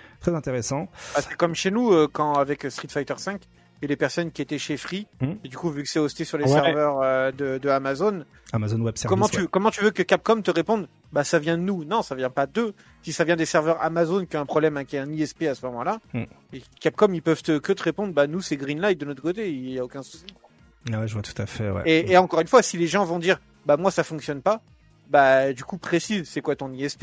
C'est comme chez nous, quand avec Street Fighter V, et les personnes qui étaient chez Free, et du coup, vu que c'est hosté sur les serveurs de Amazon Web Service, comment tu veux que Capcom te réponde? Bah, ça vient de nous. Non, ça vient pas d'eux. Si ça vient des serveurs Amazon qui a un problème, qui a un ISP à ce moment-là, et Capcom, ils peuvent que te répondre, bah, nous, c'est Greenlight de notre côté, il y a aucun souci. Ah ouais, je vois tout à fait, ouais. Et encore une fois, si les gens vont dire, bah, moi, ça fonctionne pas, bah, du coup, précise, c'est quoi ton ISP,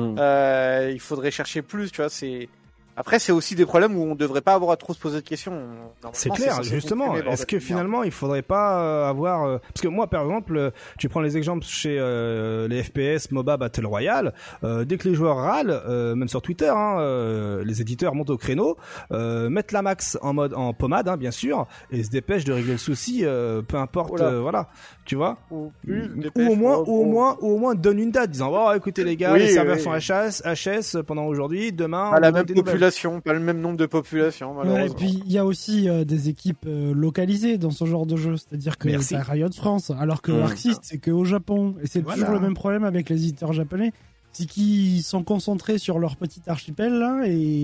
il faudrait chercher plus, tu vois, Après, c'est aussi des problèmes où on devrait pas avoir à trop se poser de questions. C'est clair, justement. Est-ce que finalement, il faudrait pas avoir... Parce que moi, par exemple, tu prends les exemples chez les FPS, MOBA, Battle Royale, dès que les joueurs râlent, même sur Twitter, les éditeurs montent au créneau, mettent la max en pommade, bien sûr, et se dépêchent de régler le souci, peu importe, voilà. Tu vois, ou au moins donne une date, disant écoutez les gars, les serveurs sont HS pendant aujourd'hui, demain. À la même population, pas le même nombre de populations, malheureusement. Et puis il y a aussi des équipes localisées dans ce genre de jeu, c'est-à-dire que c'est Riot France, alors que Arxis c'est que au Japon, et c'est toujours le même problème avec les éditeurs japonais, c'est qu'ils sont concentrés sur leur petit archipel là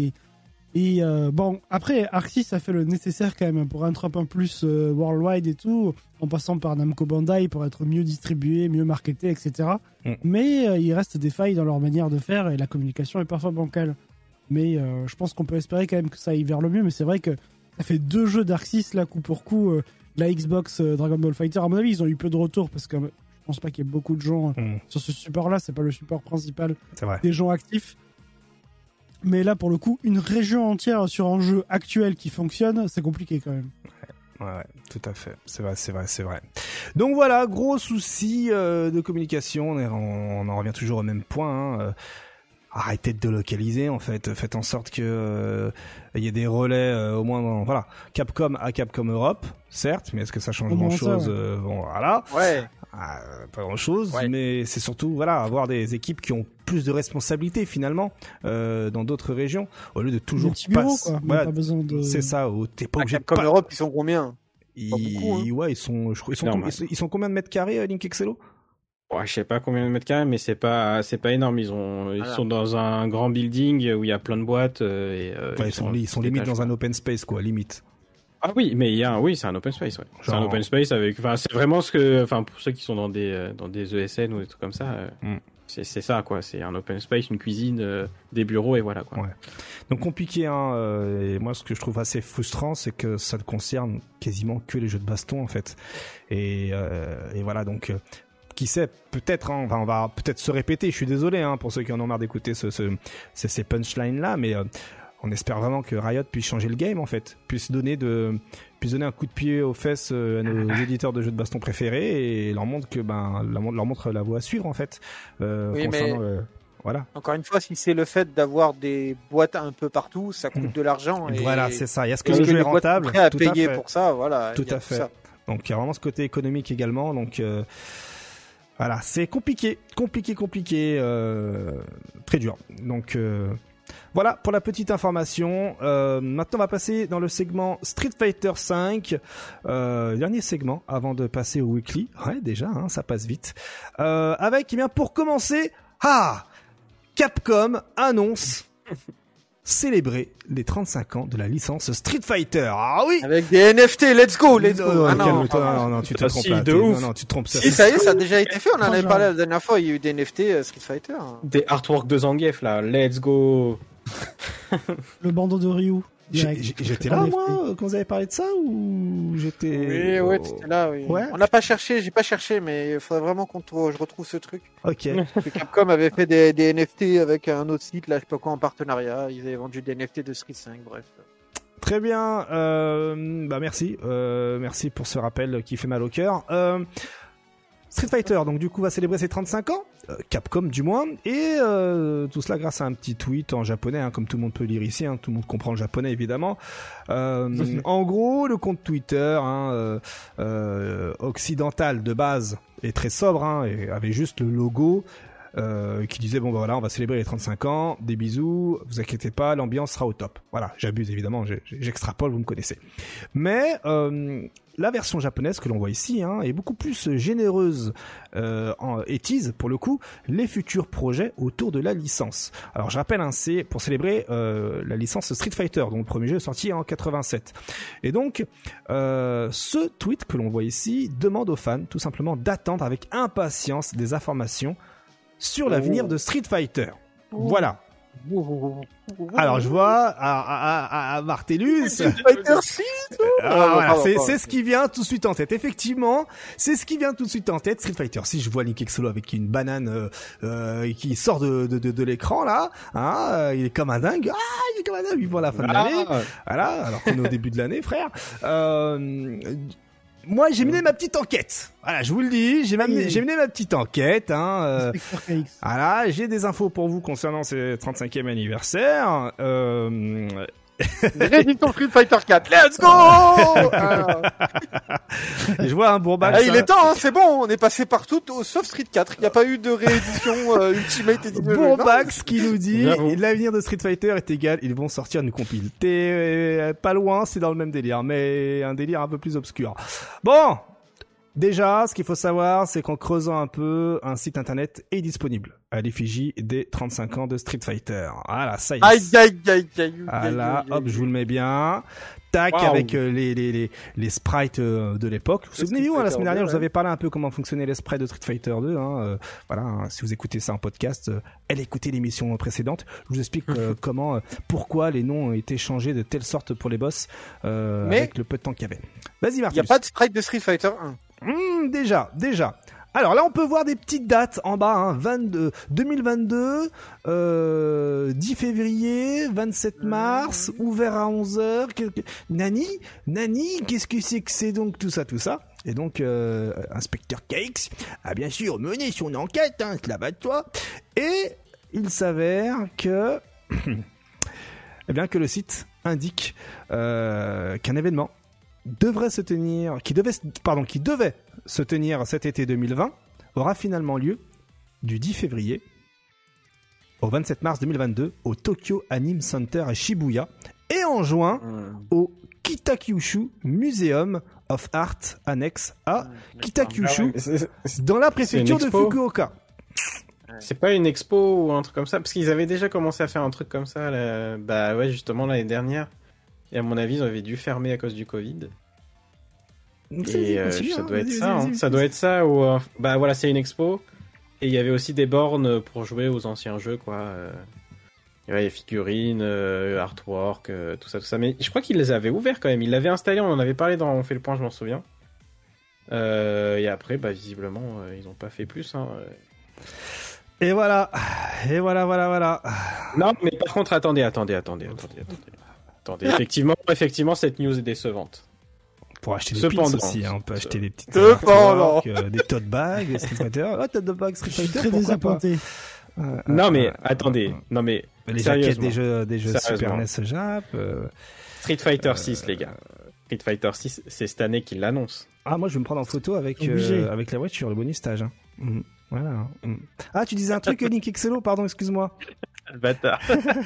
et bon, après, Arxis a fait le nécessaire quand même pour être un peu plus worldwide et tout, en passant par Namco Bandai pour être mieux distribué, mieux marketé, etc. Mais il reste des failles dans leur manière de faire et la communication est parfois bancale. Mais je pense qu'on peut espérer quand même que ça aille vers le mieux. Mais c'est vrai que ça fait 2 jeux d'Arxis là, coup pour coup. La Xbox Dragon Ball Fighter, à mon avis, ils ont eu peu de retours parce que je pense pas qu'il y ait beaucoup de gens sur ce support-là. C'est pas le support principal des gens actifs. Mais là, pour le coup, une région entière sur un jeu actuel qui fonctionne, c'est compliqué quand même. Ouais, tout à fait. C'est vrai. Donc voilà, gros souci de communication. On en revient toujours au même point. Arrêtez de délocaliser, en fait. Faites en sorte que y ait des relais au moins voilà. Capcom à Capcom Europe, certes, mais est-ce que ça change grand-chose Bon, voilà. Ouais. Pas grand-chose, mais c'est surtout avoir des équipes qui ont plus de responsabilités finalement dans d'autres régions au lieu de toujours pas besoin de... C'est ça, t'es pas obligé Capcom Europe, ils sont combien? Ils sont combien de mètres carrés Link Excello? Je sais pas combien de mètres carrés, mais c'est pas énorme. Ils sont dans un grand building où il y a plein de boîtes ils sont limite dans un open space limite. Ah oui, mais c'est un open space, ouais. C'est un open space c'est vraiment pour ceux qui sont dans des ESN ou des trucs comme ça, c'est ça, quoi. C'est un open space, une cuisine, des bureaux et voilà, quoi. Ouais. Donc compliqué, et moi, ce que je trouve assez frustrant, c'est que ça ne concerne quasiment que les jeux de baston, en fait. Et voilà, donc, qui sait, peut-être, on va peut-être se répéter, je suis désolé, pour ceux qui en ont marre d'écouter ces punchlines-là, mais, on espère vraiment que Riot puisse changer le game, en fait, puisse donner un coup de pied aux fesses à nos éditeurs de jeux de baston préférés et leur montre leur montre la voie à suivre, en fait. Voilà. Encore une fois, si c'est le fait d'avoir des boîtes un peu partout, ça coûte de l'argent. Et voilà, c'est ça. Est-ce que le jeu est rentable? Prêt à payer pour ça, voilà. Tout à fait. Ça. Donc il y a vraiment ce côté économique également. Donc voilà, c'est compliqué, très dur. Donc voilà pour la petite information. Maintenant, on va passer dans le segment Street Fighter V. Dernier segment avant de passer au weekly. Ouais, déjà, ça passe vite. Avec, pour commencer, Capcom annonce célébrer les 35 ans de la licence Street Fighter. Ah oui! Avec des NFT, let's go! Non, tu te trompes là. Non, tu te trompes. Si, ça y est, ça a déjà été fait. On en avait parlé la dernière fois. Il y a eu des NFT Street Fighter. Des artworks de Zangief, là. Let's go! Le bandeau de Ryu. J'étais là, moi, quand vous avez parlé de ça, ou j'étais... Oui, t'étais là, oui. Ouais. On n'a pas cherché, j'ai pas cherché, mais il faudrait vraiment je retrouve ce truc. Ok. Que Capcom avait fait des NFT avec un autre site, là, je sais pas quoi, en partenariat. Ils avaient vendu des NFT de Street 5, bref. Très bien, merci. Merci pour ce rappel qui fait mal au cœur. Street Fighter, donc du coup, va célébrer ses 35 ans, Capcom du moins, et tout cela grâce à un petit tweet en japonais, hein, comme tout le monde peut lire ici, hein, tout le monde comprend le japonais évidemment. En gros, le compte Twitter occidental de base est très sobre, hein, et avait juste le logo qui disait bon bah voilà, on va célébrer les 35 ans, des bisous, vous inquiétez pas, l'ambiance sera au top. Voilà, j'abuse évidemment, j'extrapole, vous me connaissez. Mais la version japonaise que l'on voit ici est beaucoup plus généreuse et tease pour le coup les futurs projets autour de la licence. Alors je rappelle, c'est pour célébrer la licence Street Fighter, dont le premier jeu est sorti en 87. Et donc ce tweet que l'on voit ici demande aux fans tout simplement d'attendre avec impatience des informations sur l'avenir de Street Fighter. Voilà. Alors je vois à Martellus. Street Fighter 6. Voilà, c'est ce qui vient tout de suite en tête. Effectivement, c'est ce qui vient tout de suite en tête. Street Fighter 6, je vois Link Exolo avec une banane qui sort de l'écran là. Il est comme un dingue. Il est comme un dingue. Il voit la fin de l'année. Voilà, alors qu'on est au début de l'année, frère. Moi, j'ai mené ma petite enquête. Voilà, je vous le dis, j'ai mené ma petite enquête. Voilà, j'ai des infos pour vous concernant ce 35e anniversaire. Réédition Street Fighter 4, let's go. Je vois un Bourbax. Il est temps, c'est bon, on est passé partout sauf Street 4. Il n'y a pas eu de réédition Ultimate Edition. Bourbax qui nous dit l'avenir de Street Fighter est égal, ils vont sortir une compile. T'es pas loin, c'est dans le même délire, mais un délire un peu plus obscur. Bon, déjà, ce qu'il faut savoir, c'est qu'en creusant un peu, un site internet est disponible à l'effigie des 35 ans de Street Fighter. Voilà, ça y est. Aïe. Voilà, hop, je vous le mets bien. Tac, avec les sprites de l'époque. Vous vous souvenez-vous, la semaine dernière, je vous avais parlé un peu comment fonctionnaient les sprites de Street Fighter 2. Si vous écoutez ça en podcast, allez écouter l'émission précédente. Je vous explique pourquoi les noms ont été changés de telle sorte pour les boss avec le peu de temps qu'il y avait. Vas-y, Marcus. Il n'y a pas de sprite de Street Fighter 1. Déjà. Alors là, on peut voir des petites dates en bas, 2022, 10 février, 27 mars, ouvert à 11h. Nani, qu'est-ce que c'est donc tout ça? Et donc, Inspecteur KX a bien sûr mené son enquête, cela va de toi. Et il s'avère que, que le site indique qu'un événement devait se tenir cet été 2020 aura finalement lieu du 10 février au 27 mars 2022 au Tokyo Anime Center à Shibuya et en juin au Kitakyushu Museum of Art annexe à Kitakyushu dans la préfecture de Fukuoka. C'est pas une expo ou un truc comme ça, parce qu'ils avaient déjà commencé à faire un truc comme ça justement l'année dernière. Et à mon avis, ils avaient dû fermer à cause du Covid. Et ça doit être ça. Ça doit être ça. Ou c'est une expo. Et il y avait aussi des bornes pour jouer aux anciens jeux, quoi. Les figurines, artwork, tout ça. Mais je crois qu'ils les avaient ouverts quand même. Ils l'avaient installé. On en avait parlé dans On fait le point, je m'en souviens. Et après, visiblement, ils n'ont pas fait plus. Et voilà. Non, mais par contre, attendez. Effectivement, cette news est décevante. Pour acheter des pins aussi, on peut acheter des petites des tote bags, Street Fighter. Tote bag Street Fighter, très désappointé. Non mais attendez, les jaquettes des jeux Super NES Jap. Street Fighter 6 les gars. Street Fighter 6, c'est cette année qu'ils l'annoncent. Moi je vais me prendre en photo avec la voiture, le bonus stage. Voilà. Tu disais un truc, Link Exolo, pardon, excuse-moi. Le bâtard.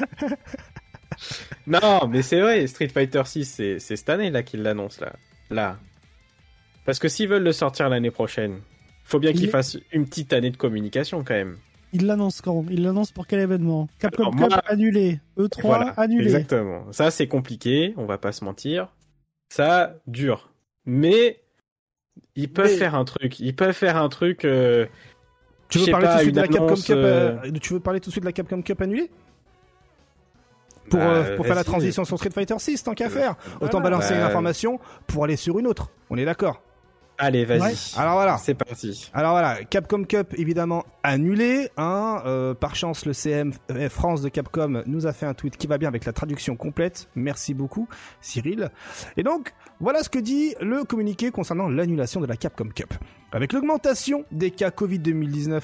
Non, mais c'est vrai, Street Fighter 6, c'est cette année là qu'ils l'annoncent là. Parce que s'ils veulent le sortir l'année prochaine, faut bien qu'ils fassent une petite année de communication quand même. Ils l'annoncent quand? Ils l'annoncent pour quel événement? Capcom Cup annulé, E3 annulé. Exactement. Ça c'est compliqué, on va pas se mentir. Ça dure. Mais ils peuvent faire un truc. Tu veux parler tout de suite de la Capcom Cup annulée? pour faire la transition sur Street Fighter 6, tant qu'à faire. Autant balancer une information pour aller sur une autre. On est d'accord? Allez, vas-y. Ouais. Alors voilà. C'est parti. Alors voilà, Capcom Cup évidemment annulé. Par chance, le CM France de Capcom nous a fait un tweet qui va bien avec la traduction complète. Merci beaucoup, Cyril. Et donc, voilà ce que dit le communiqué concernant l'annulation de la Capcom Cup. Avec l'augmentation des cas Covid-19,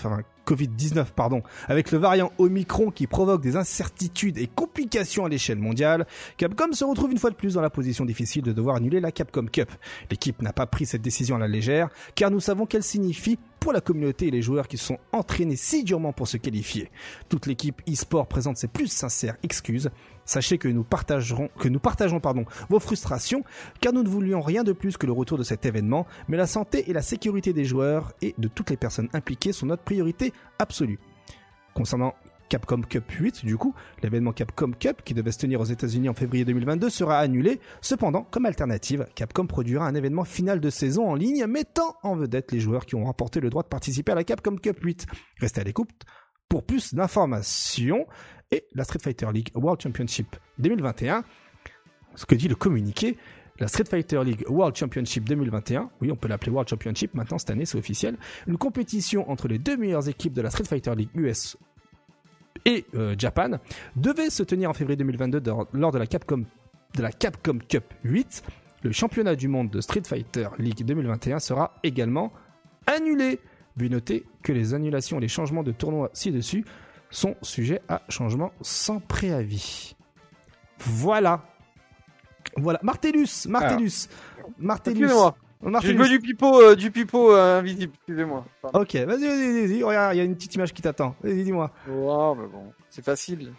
avec le variant Omicron qui provoque des incertitudes et complications à l'échelle mondiale, Capcom se retrouve une fois de plus dans la position difficile de devoir annuler la Capcom Cup. L'équipe n'a pas pris cette décision à la légère, car nous savons qu'elle signifie pour la communauté et les joueurs qui se sont entraînés si durement pour se qualifier. Toute l'équipe e-sport présente ses plus sincères excuses. Sachez que nous partageons vos frustrations, car nous ne voulions rien de plus que le retour de cet événement, mais la santé et la sécurité des joueurs et de toutes les personnes impliquées sont notre priorité absolue. Concernant Capcom Cup 8, du coup, l'événement Capcom Cup, qui devait se tenir aux États-Unis en février 2022, sera annulé. Cependant, comme alternative, Capcom produira un événement final de saison en ligne, mettant en vedette les joueurs qui ont remporté le droit de participer à la Capcom Cup 8. Restez à l'écoute pour plus d'informations. Et la Street Fighter League World Championship 2021, ce que dit le communiqué, la Street Fighter League World Championship 2021, oui on peut l'appeler World Championship maintenant cette année c'est officiel, une compétition entre les deux meilleures équipes de la Street Fighter League US et Japan, devait se tenir en février 2022 lors de la Capcom Cup 8. Le championnat du monde de Street Fighter League 2021 sera également annulé. Vu noter que les annulations et les changements de tournois ci-dessus sont sujets à changement sans préavis. Voilà. Martellus. Excusez-moi. J'ai joué du pipeau invisible, excusez-moi. Pardon. Ok, vas-y. Regarde, il y a une petite image qui t'attend. Vas-y, dis-moi. Wow, mais bon, c'est facile.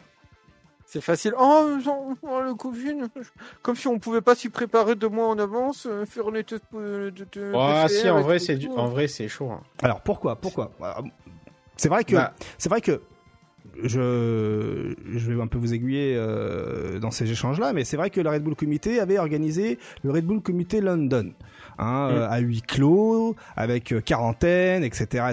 Oh, le Covid, comme si on pouvait pas s'y préparer 2 mois en avance, faire les tests de si, en vrai, c'est chaud. Hein. Alors, pourquoi C'est vrai que je vais un peu vous aiguiller dans ces échanges-là, mais c'est vrai que le Red Bull Comité avait organisé le Red Bull Comité London, à huis clos, avec quarantaine, etc.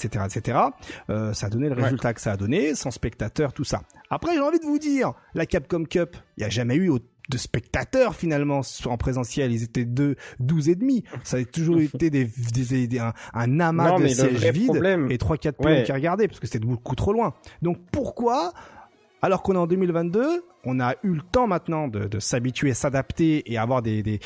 Ça a donné le résultat que ça a donné, sans spectateurs, tout ça. Après, j'ai envie de vous dire, la Capcom Cup, il n'y a jamais eu de spectateurs finalement en présentiel, ils étaient 12 et demi. Ça a toujours été un amas de sièges vides et 3-4 plombs qui regardaient parce que c'était beaucoup trop loin. Donc pourquoi, alors qu'on est en 2022, on a eu le temps maintenant de s'habituer, s'adapter et avoir des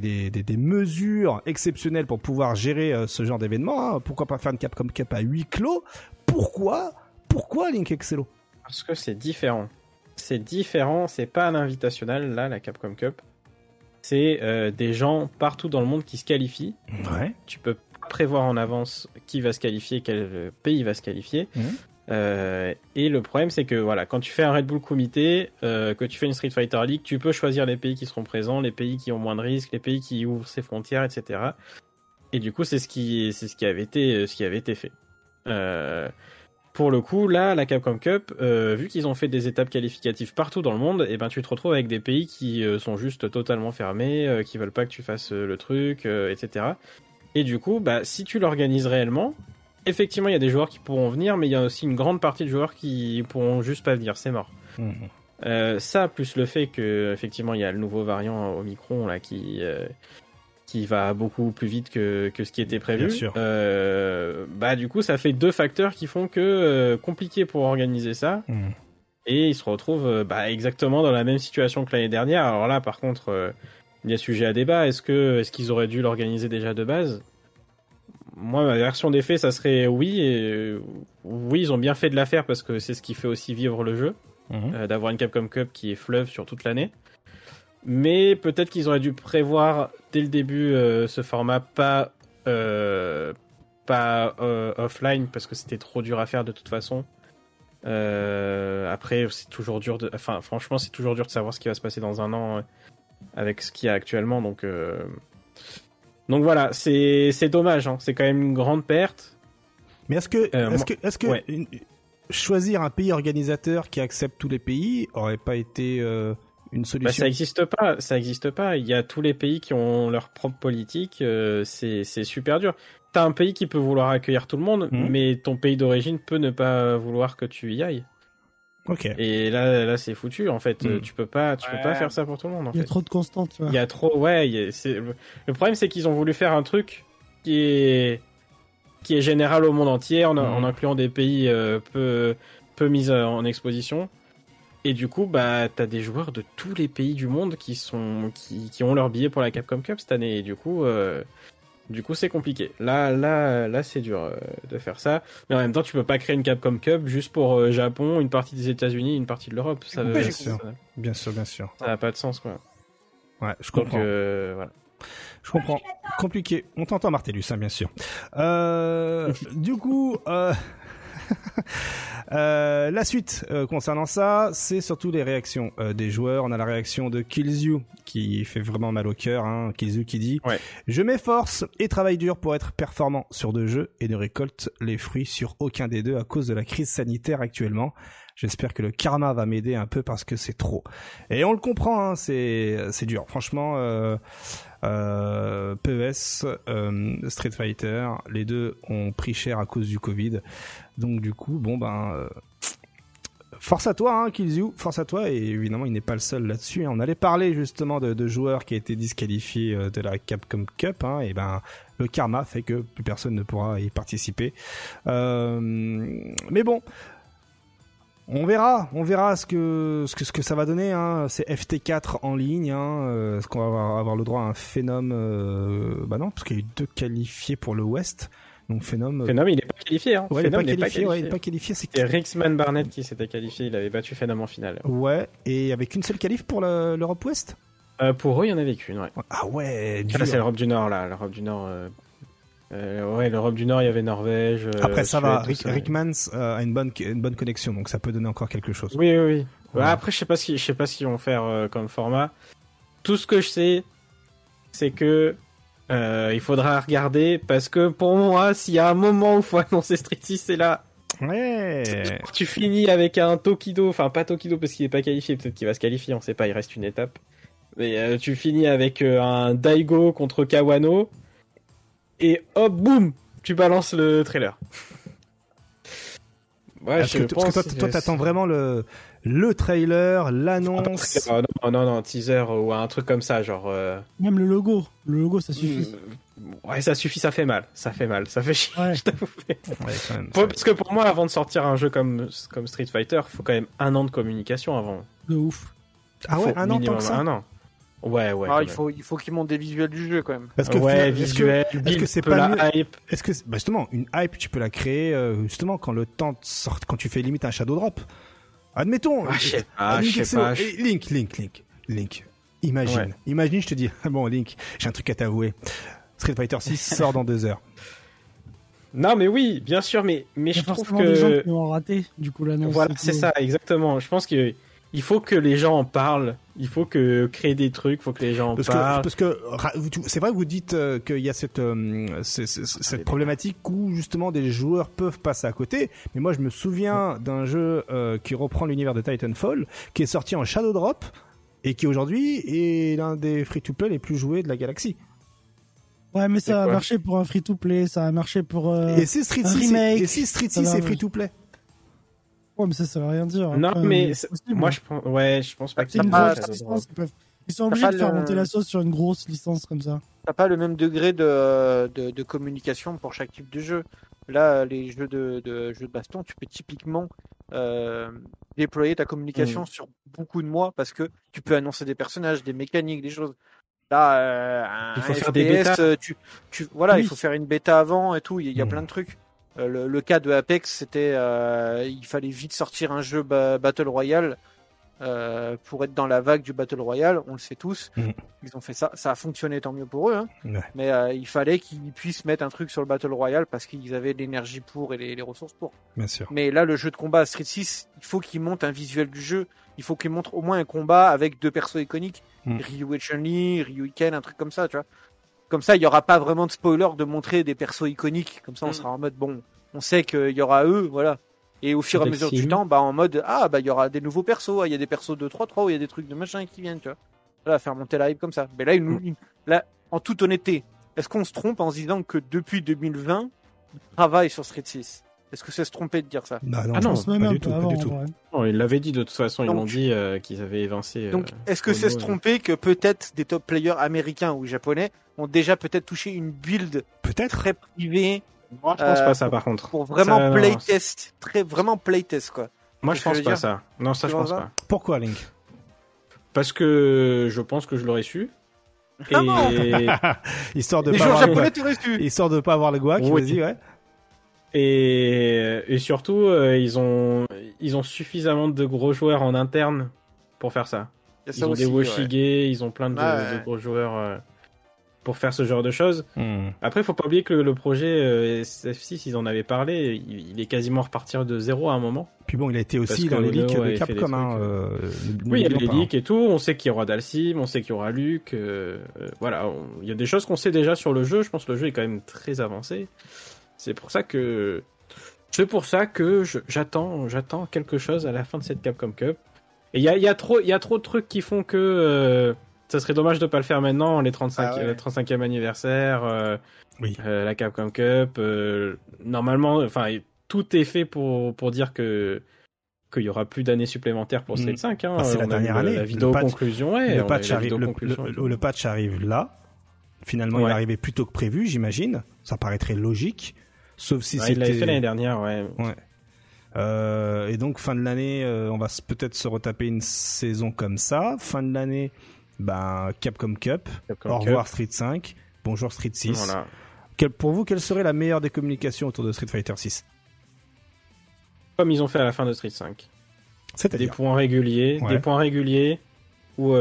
mesures exceptionnelles pour pouvoir gérer ce genre d'événement, pourquoi pas faire une Capcom Cup à huis clos? Pourquoi Link Excello? Parce que c'est différent. C'est pas un invitationnel, là, la Capcom Cup. C'est des gens partout dans le monde qui se qualifient. Ouais. Tu peux prévoir en avance qui va se qualifier, quel pays va se qualifier. Et le problème, c'est que voilà, quand tu fais un Red Bull Comité, que tu fais une Street Fighter League, tu peux choisir les pays qui seront présents, les pays qui ont moins de risques, les pays qui ouvrent ses frontières, etc. Et du coup, c'est ce qui avait été fait. Pour le coup, là, la Capcom Cup, vu qu'ils ont fait des étapes qualificatives partout dans le monde, et ben tu te retrouves avec des pays qui sont juste totalement fermés, qui veulent pas que tu fasses le truc, etc. Et du coup, si tu l'organises réellement, effectivement, il y a des joueurs qui pourront venir, mais il y a aussi une grande partie de joueurs qui pourront juste pas venir, c'est mort. Ça, plus le fait que effectivement, il y a le nouveau variant Omicron là qui va beaucoup plus vite que ce qui était prévu. Bien sûr. Du coup, ça fait 2 facteurs qui font que compliqué pour organiser ça. Et ils se retrouvent exactement dans la même situation que l'année dernière. Alors là, par contre, il y a sujet à débat. Est-ce qu'ils auraient dû l'organiser déjà de base ? Moi, ma version des faits, ça serait oui. Et, oui, ils ont bien fait de la faire parce que c'est ce qui fait aussi vivre le jeu. D'avoir une Capcom Cup qui est fleuve sur toute l'année. Mais peut-être qu'ils auraient dû prévoir dès le début ce format pas offline parce que c'était trop dur à faire de toute façon. Après, c'est toujours dur franchement, c'est toujours dur de savoir ce qui va se passer dans un an avec ce qu'il y a actuellement. Donc voilà, c'est dommage. Hein. C'est quand même une grande perte. Mais est-ce que choisir un pays organisateur qui accepte tous les pays aurait pas été une solution? Ça existe pas. Il y a tous les pays qui ont leur propre politique. C'est super dur. T'as un pays qui peut vouloir accueillir tout le monde, mais ton pays d'origine peut ne pas vouloir que tu y ailles. Ok. Et là c'est foutu en fait. Tu peux pas faire ça pour tout le monde. En Il y a fait. trop de constantes. Tu vois. Il y a trop, le problème c'est qu'ils ont voulu faire un truc qui est général au monde entier en incluant des pays peu mis en exposition. Et du coup, bah, t'as des joueurs de tous les pays du monde qui ont leur billet pour la Capcom Cup cette année. Et du coup, c'est compliqué. Là, c'est dur de faire ça. Mais en même temps, tu peux pas créer une Capcom Cup juste pour Japon, une partie des États-Unis, une partie de l'Europe. Ça, Bien sûr. Ça n'a pas de sens, quoi. Ouais, je comprends. Donc, voilà. Je comprends. Compliqué. On t'entend, Martellus, hein, bien sûr. Du coup, la suite concernant ça, c'est surtout les réactions des joueurs. On a la réaction de Killzoo qui fait vraiment mal au cœur. Hein. Killzoo qui dit Je m'efforce et travaille dur pour être performant sur 2 jeux et ne récolte les fruits sur aucun des 2 à cause de la crise sanitaire actuellement. J'espère que le karma va m'aider un peu parce que c'est trop. Et on le comprend, hein, c'est dur. Franchement, PES, Street Fighter, les 2 ont pris cher à cause du Covid. Donc du coup, force à toi, hein, Killzoo, force à toi. Et évidemment, il n'est pas le seul là-dessus. On allait parler justement de joueurs qui étaient disqualifiés de la Capcom Cup. Hein, et le karma fait que plus personne ne pourra y participer. Mais bon. On verra ce que ça va donner. Hein. C'est FT4 en ligne. Hein. Est-ce qu'on va avoir le droit à un Phenom non, parce qu'il y a eu 2 qualifiés pour le West. Donc Phenom, il n'est pas qualifié. Hein. Ouais, Phenom il n'est pas qualifié. C'est Rixman Barnett qui s'était qualifié. Il avait battu Phenom en finale. Ouais, et avec une seule qualif pour l'Europe Ouest. Pour eux, il y en avait qu'une. Ouais. Ah ouais. Là, c'est l'Europe du Nord. L'Europe du Nord. L'Europe du Nord, il y avait Norvège. Après, ça va. Rickmans a une bonne connexion, donc ça peut donner encore quelque chose. Oui. Ouais. Après, je sais pas ce qu'ils vont faire comme format. Tout ce que je sais, c'est que il faudra regarder parce que pour moi, s'il y a un moment où il faut annoncer Street 6, c'est là. Ouais. Tu finis avec un Tokido, enfin pas Tokido parce qu'il est pas qualifié, peut-être qu'il va se qualifier, on sait pas, il reste une étape. Mais tu finis avec un Daigo contre Kawano. Et hop, boum, tu balances le trailer. Ouais, parce que toi, t'attends vraiment le trailer, l'annonce. Non, teaser ou un truc comme ça, genre. Même le logo, ça suffit. Ouais, ça suffit, ça fait mal, ça fait chier. Ouais. Je t'avoue. Ouais, quand même, parce que pour moi, avant de sortir un jeu comme Street Fighter, il faut quand même 1 an de communication avant. De ouf. Ah ouais, 1 an tant que ça. 1 an. Ouais. Il faut qu'ils montent des visuels du jeu quand même. Parce que visuel, est-ce que c'est pas la hype? Est-ce que justement une hype tu peux la créer justement quand le temps sort, quand tu fais limite un shadow drop. Admettons. Je sais pas. Link. Imagine, je te dis bon Link, j'ai un truc à t'avouer. Street Fighter 6 sort dans 2 heures. Non mais oui, bien sûr, mais je trouve que des gens qui vont rater du coup l'annonce. Voilà, c'est ça, exactement. Je pense que il faut que les gens en parlent. Il faut créer des trucs, il faut que les gens en parlent. Parce que c'est vrai que vous dites qu'il y a cette problématique où justement des joueurs peuvent passer à côté. Mais moi, je me souviens d'un jeu qui reprend l'univers de Titanfall, qui est sorti en Shadow Drop et qui aujourd'hui est l'un des free-to-play les plus joués de la galaxie. Ouais, mais ça a marché pour un free-to-play, ça a marché pour et si Street 6 est free-to-play. Ouais, mais ça veut rien dire. Non, après, mais moi, je pense pas que c'est une grosse licence. Ils sont obligés de faire monter la sauce sur une grosse licence comme ça. T'as pas le même degré de communication pour chaque type de jeu. Là, les jeux de baston, tu peux typiquement déployer ta communication sur beaucoup de mois parce que tu peux annoncer des personnages, des mécaniques, des choses. Là, il faut FPS, faire des bêtas. Il faut faire une bêta avant et tout. Il y a plein de trucs. Le cas de Apex, c'était il fallait vite sortir un jeu Battle Royale pour être dans la vague du Battle Royale, on le sait tous. Ils ont fait ça a fonctionné, tant mieux pour eux, hein. Ouais. Mais il fallait qu'ils puissent mettre un truc sur le Battle Royale parce qu'ils avaient l'énergie pour et les ressources pour. Bien sûr. Mais là, le jeu de combat Street 6, il faut qu'il monte un visuel du jeu, il faut qu'il montre au moins un combat avec 2 persos iconiques, Ryu et Chun-Li, Ryu et Ken, un truc comme ça, tu vois. Comme ça, il y aura pas vraiment de spoiler de montrer des persos iconiques, comme ça on sera en mode bon, on sait qu'il y aura eux, voilà. Et au fur et à mesure du temps, en mode il y aura des nouveaux persos, il y a des persos de 3-3 ou il y a des trucs de machin qui viennent, tu vois. Voilà, faire monter la hype comme ça. Mais là, là, en toute honnêteté, est-ce qu'on se trompe en se disant que depuis 2020, on travaille sur Street 6? Est-ce que c'est se tromper de dire ça? Bah non, Ah je non, pense même pas un du peu tout, pas avant, du tout. ouais. Non, ils l'avaient dit de toute façon, ils Donc- l'ont dit qu'ils avaient évincé. Donc, est-ce que c'est se tromper que peut-être des top players américains ou japonais ont déjà peut-être touché une build Peut-être. très privée Moi, je pense pas ça par contre. pour vraiment Ça, non. playtest, vraiment playtest quoi. Moi, Qu'est-ce je pense que je veux pas dire ça. Non, ça, Tu je pense vois pas. Pourquoi, Link? Parce que je pense que je l'aurais su. Ah non Et, Histoire de Les pas joueurs avoir le japonais guac. t'auraient su. Histoire de pas avoir le guac, Oui. vas-y, ouais. et surtout, ils ont suffisamment de gros joueurs en interne pour faire ça. Il y a Ils ça ont aussi, des ouais. Woshige, ils ont plein de, Ouais. de gros joueurs pour faire ce genre de choses. Après, faut pas oublier que le projet SF6, ils en avaient parlé, il est quasiment repartir de zéro à un moment. Puis bon, il a été aussi Parce dans que les leaks Neo de avait fait des Capcom. Hein, Oui, il y a n'oublions les pas, hein. leaks et tout, on sait qu'il y aura Dalsim, on sait qu'il y aura Luke, voilà, il y a des choses qu'on sait déjà sur le jeu, je pense que le jeu est quand même très avancé. C'est pour ça que j'attends quelque chose à la fin de cette Capcom Cup. Et il y a trop de trucs qui font que ça serait dommage de pas le faire maintenant, le 35e anniversaire, Oui. la Capcom Cup. Normalement, enfin, tout est fait pour dire qu'il y aura plus d'années supplémentaires pour Street 5. Hein. Bah, c'est la On a eu dernière année. La Le vidéo patch- conclusion, ouais. Le on a eu patch la arrive, vidéo conclusion et tout. le patch arrive là. Finalement, il Ouais. est arrivé plus tôt que prévu, j'imagine. Ça paraîtrait logique. Sauf si Ouais, il l'avait c'était... fait l'année dernière, ouais. Et donc, fin de l'année, on va peut-être se retaper une saison comme ça. Fin de l'année, Capcom Cup. Capcom Au Cup. revoir Street 5. Bonjour Street 6. Voilà. Pour vous, quelle serait la meilleure des communications autour de Street Fighter 6? Comme ils ont fait à la fin de Street 5. Des C'est-à-dire points réguliers, Ouais. où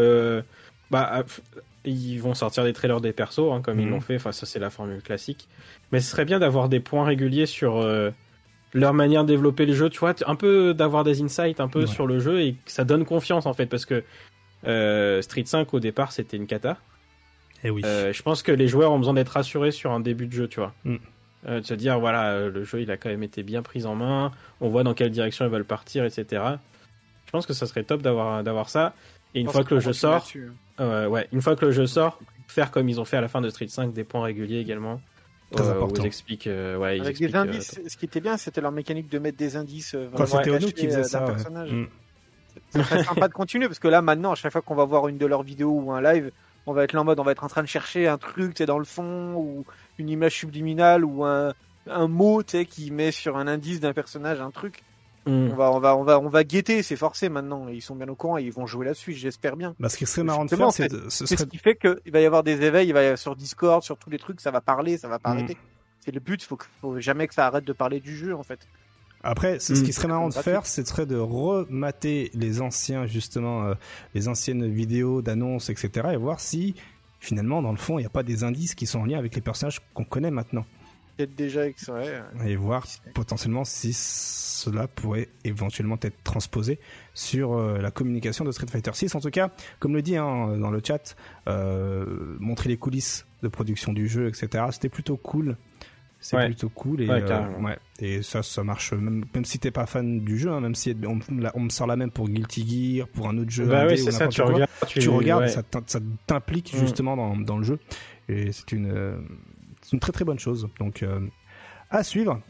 ils vont sortir des trailers des persos, hein, comme ils l'ont fait. Enfin, ça c'est la formule classique. Mais ce serait bien d'avoir des points réguliers sur leur manière de développer le jeu. Tu vois, un peu d'avoir des insights un peu sur le jeu et que ça donne confiance en fait, parce que Street 5 au départ c'était une cata. Eh oui. Je pense que les joueurs ont besoin d'être rassurés sur un début de jeu, tu vois. De se dire, voilà, le jeu il a quand même été bien pris en main, on voit dans quelle direction ils veulent partir, etc. Je pense que ça serait top d'avoir ça. Et une fois que le jeu sort, une fois que le jeu sort, faire comme ils ont fait à la fin de Street 5, des points réguliers également. Très Où important. ils expliquent, ils Avec expliquent, des indices, ce qui était bien, c'était leur mécanique de mettre des indices Quand vraiment c'était Ono cachés qui faisait d'un ça. Ouais. personnage. Ça serait sympa de continuer, parce que là, maintenant, à chaque fois qu'on va voir une de leurs vidéos ou un live, on va être là en mode, on va être en train de chercher un truc, tu sais, dans le fond, ou une image subliminale, ou un mot, tu sais, qui met sur un indice d'un personnage, un truc. On va guetter, c'est forcé maintenant. Ils sont bien au courant et ils vont jouer là-dessus, j'espère bien. Ce qui serait marrant de Justement, faire, c'est ce qui fait qu'il va y avoir des éveils, sur Discord, sur tous les trucs, ça va parler, ça va pas arrêter. C'est le but, faut jamais que ça arrête de parler du jeu, en fait. Après, ce qui serait marrant de faire, ce serait de remater les anciens, justement, les anciennes vidéos d'annonces, etc. et voir si, finalement, dans le fond, il n'y a pas des indices qui sont en lien avec les personnages qu'on connaît maintenant. Peut-être déjà extrait. Et voir potentiellement si cela pourrait éventuellement être transposé sur la communication de Street Fighter 6. En tout cas, comme le dit dans le chat, montrer les coulisses de production du jeu, etc. C'était plutôt cool. C'est plutôt cool et ça marche même si t'es pas fan du jeu, même si on me sort la même pour Guilty Gear, pour un autre jeu, c'est ça, tu regardes, ça t'implique justement dans le jeu et c'est une très très bonne chose. Donc à suivre.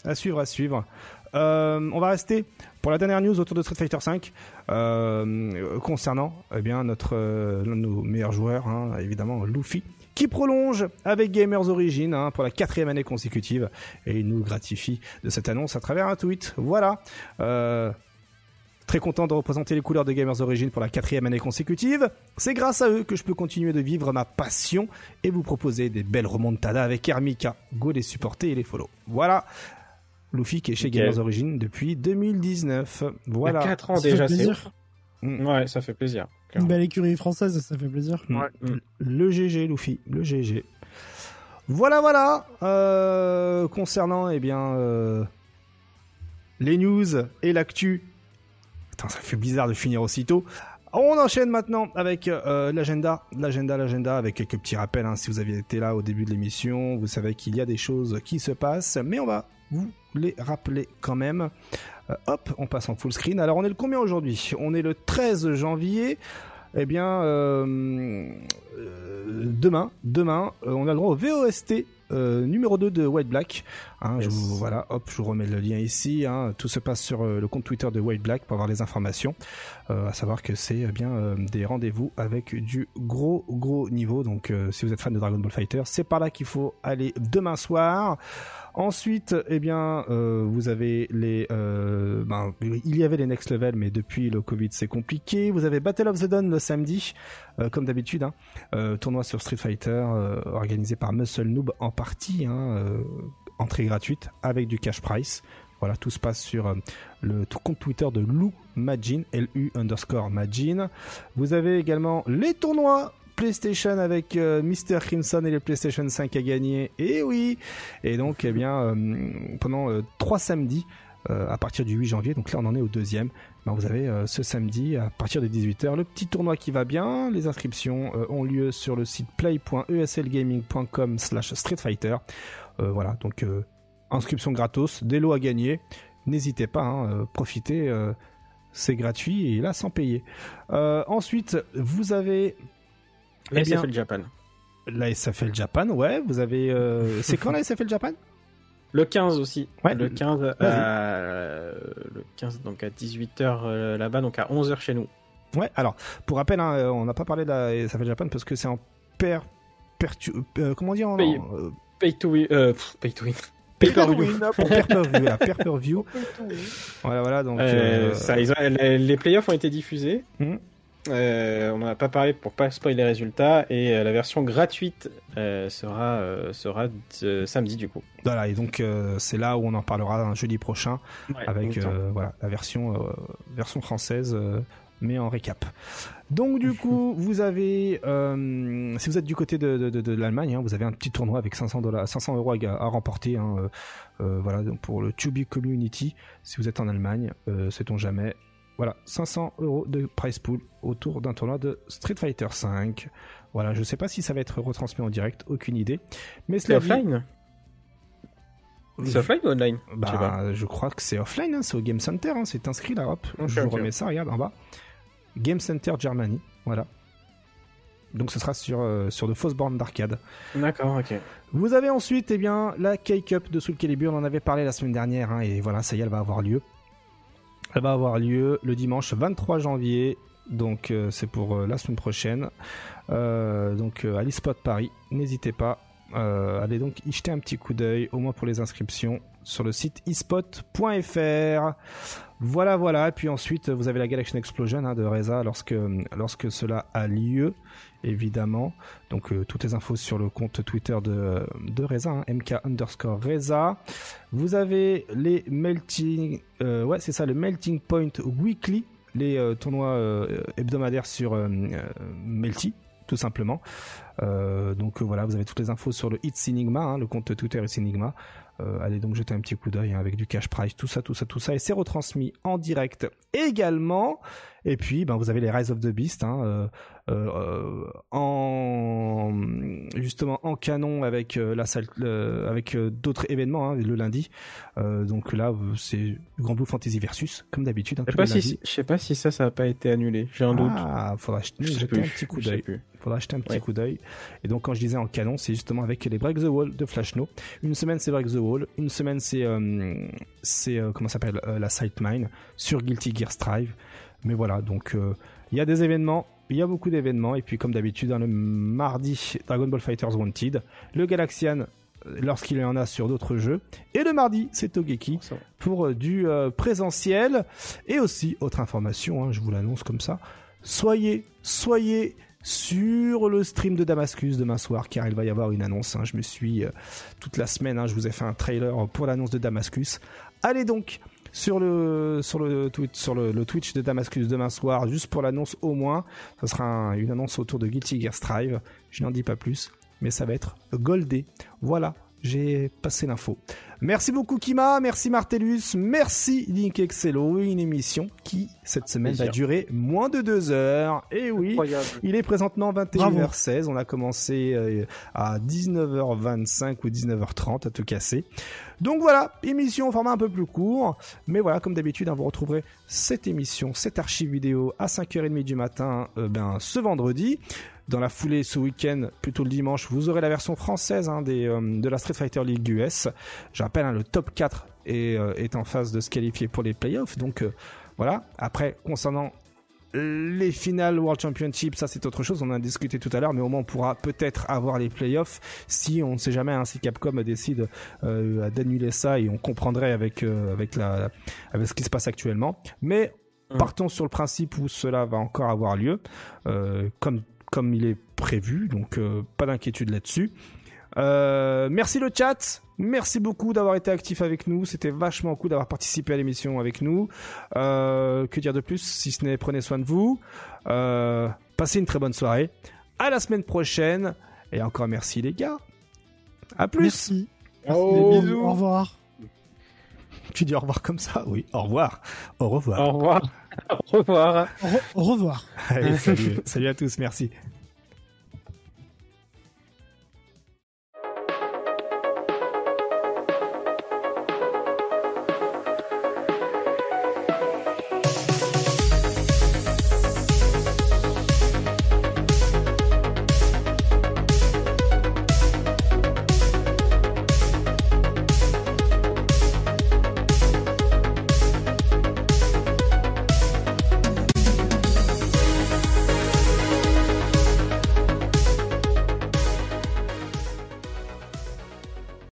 On va rester pour la dernière news autour de Street Fighter 5 concernant l'un de nos meilleurs joueurs, évidemment Luffy, qui prolonge avec Gamers Origin pour la 4e année consécutive et il nous gratifie de cette annonce à travers un tweet. Voilà. Très content de représenter les couleurs de Gamers Origin pour la 4e année consécutive. C'est grâce à eux que je peux continuer de vivre ma passion et vous proposer des belles remontadas avec Hermika. Go les supporter et les follow. Voilà. Luffy qui est chez Gamers Origin depuis 2019. Voilà. 4 ans déjà, c'est ouf. Ouais, ça fait plaisir. Une belle écurie française, ça fait plaisir. Le GG, Luffy. Le GG. Voilà. Concernant, les news et l'actu. Putain, ça fait bizarre de finir aussitôt. On enchaîne maintenant avec l'agenda avec quelques petits rappels. Si vous aviez été là au début de l'émission, vous savez qu'il y a des choses qui se passent, mais on va vous les rappeler quand même. Hop, on passe en full screen. Alors on est le combien aujourd'hui ? On est le 13 janvier. Demain, on a le droit au VOST numéro 2 de White Black. Hein, yes. Voilà, hop, je vous remets le lien ici. Hein, tout se passe sur le compte Twitter de White Black pour avoir les informations. À savoir que c'est bien des rendez-vous avec du gros niveau. Donc si vous êtes fan de Dragon Ball Fighter, c'est par là qu'il faut aller demain soir. Ensuite, eh bien, vous avez il y avait les Next Level, mais depuis le Covid, c'est compliqué. Vous avez Battle of the Dawn le samedi, comme d'habitude, hein, tournoi sur Street Fighter organisé par Muscle Noob en partie, hein, entrée gratuite avec du cash price. Voilà, tout se passe sur le compte Twitter de Lou Majin, LU_Majin. Vous avez également les tournois PlayStation avec Mr. Crimson et les PlayStation 5 à gagner. Et oui. Et donc, eh bien, pendant 3 samedis, à partir du 8 janvier, donc là on en est au 2e, ben, vous avez ce samedi à partir de 18h le petit tournoi qui va bien. Les inscriptions ont lieu sur le site play.eslgaming.com/streetfighter. Voilà, donc inscription gratos, des lots à gagner. N'hésitez pas, hein, profitez, c'est gratuit et là sans payer. Ensuite, vous avez la SFL Japan. La SFL Japan, ouais, vous avez... c'est quand la SFL Japan ? Le 15 aussi. Ouais. Le 15 donc à 18h là-bas, donc à 11h chez nous. Ouais, alors, pour rappel, hein, on n'a pas parlé de la SFL Japan parce que c'est en comment dire Pay to win. Pay-per-view. Voilà, donc... les playoffs ont été diffusés. On n'en a pas parlé pour pas spoiler les résultats, et la version gratuite sera samedi du coup. Voilà, et donc c'est là où on en parlera un jeudi prochain, avec voilà, la version française, mais en récap. Donc du coup, vous avez, si vous êtes du côté de l'Allemagne, hein, vous avez un petit tournoi avec 500 € à remporter, hein, voilà, donc pour le Tubi Community. Si vous êtes en Allemagne, sait-on jamais. Voilà, 500 € de prize pool autour d'un tournoi de Street Fighter 5. Voilà, je sais pas si ça va être retransmis en direct, aucune idée. Mais c'est offline. C'est offline ou online? Je crois que c'est offline, hein, c'est au Game Center, hein, c'est inscrit là, hop. Je vous remets ça, regarde en bas. Game Center Germany, voilà. Donc ce sera sur de fausses bornes d'arcade. D'accord, ok. Vous avez ensuite, eh bien, la K-Cup de Soul Calibur, on en avait parlé la semaine dernière, hein, et voilà, ça y est, elle va avoir lieu. Elle va avoir lieu le dimanche 23 janvier, donc c'est pour la semaine prochaine, donc à l'eSpot Paris. N'hésitez pas, allez donc y jeter un petit coup d'œil, au moins pour les inscriptions, sur le site espot.fr. Voilà, et puis ensuite vous avez la Galaxian Explosion, hein, de Reza lorsque cela a lieu, évidemment. Donc toutes les infos sur le compte Twitter de Reza, hein, MK_Reza. Vous avez les Melting, le Melting Point Weekly, les tournois hebdomadaires sur Melty, tout simplement. Donc voilà, vous avez toutes les infos sur le It's Enigma, hein, le compte Twitter It's Enigma. Allez donc jeter un petit coup d'œil, hein, avec du cash prize, tout ça, et c'est retransmis en direct également. Et puis vous avez les Rise of the Beast, hein, justement en canon avec la salle, avec d'autres événements, hein, le lundi. Donc là c'est du Grand Blue Fantasy Versus, comme d'habitude, hein, je sais pas si ça n'a pas été annulé, j'ai un doute. Faudra jeter un petit coup d'œil. Coup d'œil. Et donc quand je disais en canon, c'est justement avec les Break the Wall de Flashno. Une semaine c'est Break the Wall, une semaine c'est comment ça s'appelle, la Sight Mine sur Guilty Gear Strive. Mais voilà, donc il y a des événements, il y a beaucoup d'événements, et puis comme d'habitude, hein, le mardi Dragon Ball FighterZ Wanted, le Galaxian lorsqu'il y en a sur d'autres jeux, et le mardi c'est Togeki pour du présentiel. Et aussi autre information, hein, je vous l'annonce comme ça, soyez sur le stream de Damascus demain soir, car il va y avoir une annonce, hein. Je me suis toute la semaine, hein, je vous ai fait un trailer pour l'annonce de Damascus. Allez donc sur le Twitch de Damascus demain soir, juste pour l'annonce au moins. Ça sera une annonce autour de Guilty Gear Strive, je n'en dis pas plus, mais ça va être goldé. Voilà, j'ai passé l'info. Merci beaucoup Kima, merci Martellus, merci Link Excello, une émission qui cette semaine va durer moins de 2 heures. Et oui, incroyable. Il est présentement 21h16, on a commencé à 19h25 ou 19h30 à tout casser. Donc voilà, émission au format un peu plus court, mais voilà, comme d'habitude, hein, vous retrouverez cette émission, cette archive vidéo à 5h30 du matin ce vendredi. Dans la foulée, ce week-end, plutôt le dimanche, vous aurez la version française de la Street Fighter League US. Je rappelle, le top 4 est en phase de se qualifier pour les playoffs. Donc voilà. Après, concernant les finales World Championship, ça c'est autre chose, on en a discuté tout à l'heure, mais au moins on pourra peut-être avoir les playoffs si on ne sait jamais, si Capcom décide d'annuler ça, et on comprendrait avec ce qui se passe actuellement. Mais partons sur le principe où cela va encore avoir lieu, comme il est prévu, donc pas d'inquiétude là-dessus. Merci le chat, merci beaucoup d'avoir été actif avec nous, c'était vachement cool d'avoir participé à l'émission avec nous. Que dire de plus si ce n'est prenez soin de vous, passez une très bonne soirée, à la semaine prochaine, et encore merci les gars, à plus. Merci. Bisous. Au revoir. Tu dis au revoir comme ça? Oui, au revoir. Au revoir. Au revoir. Au revoir. Au revoir. Allez, salut à tous, merci.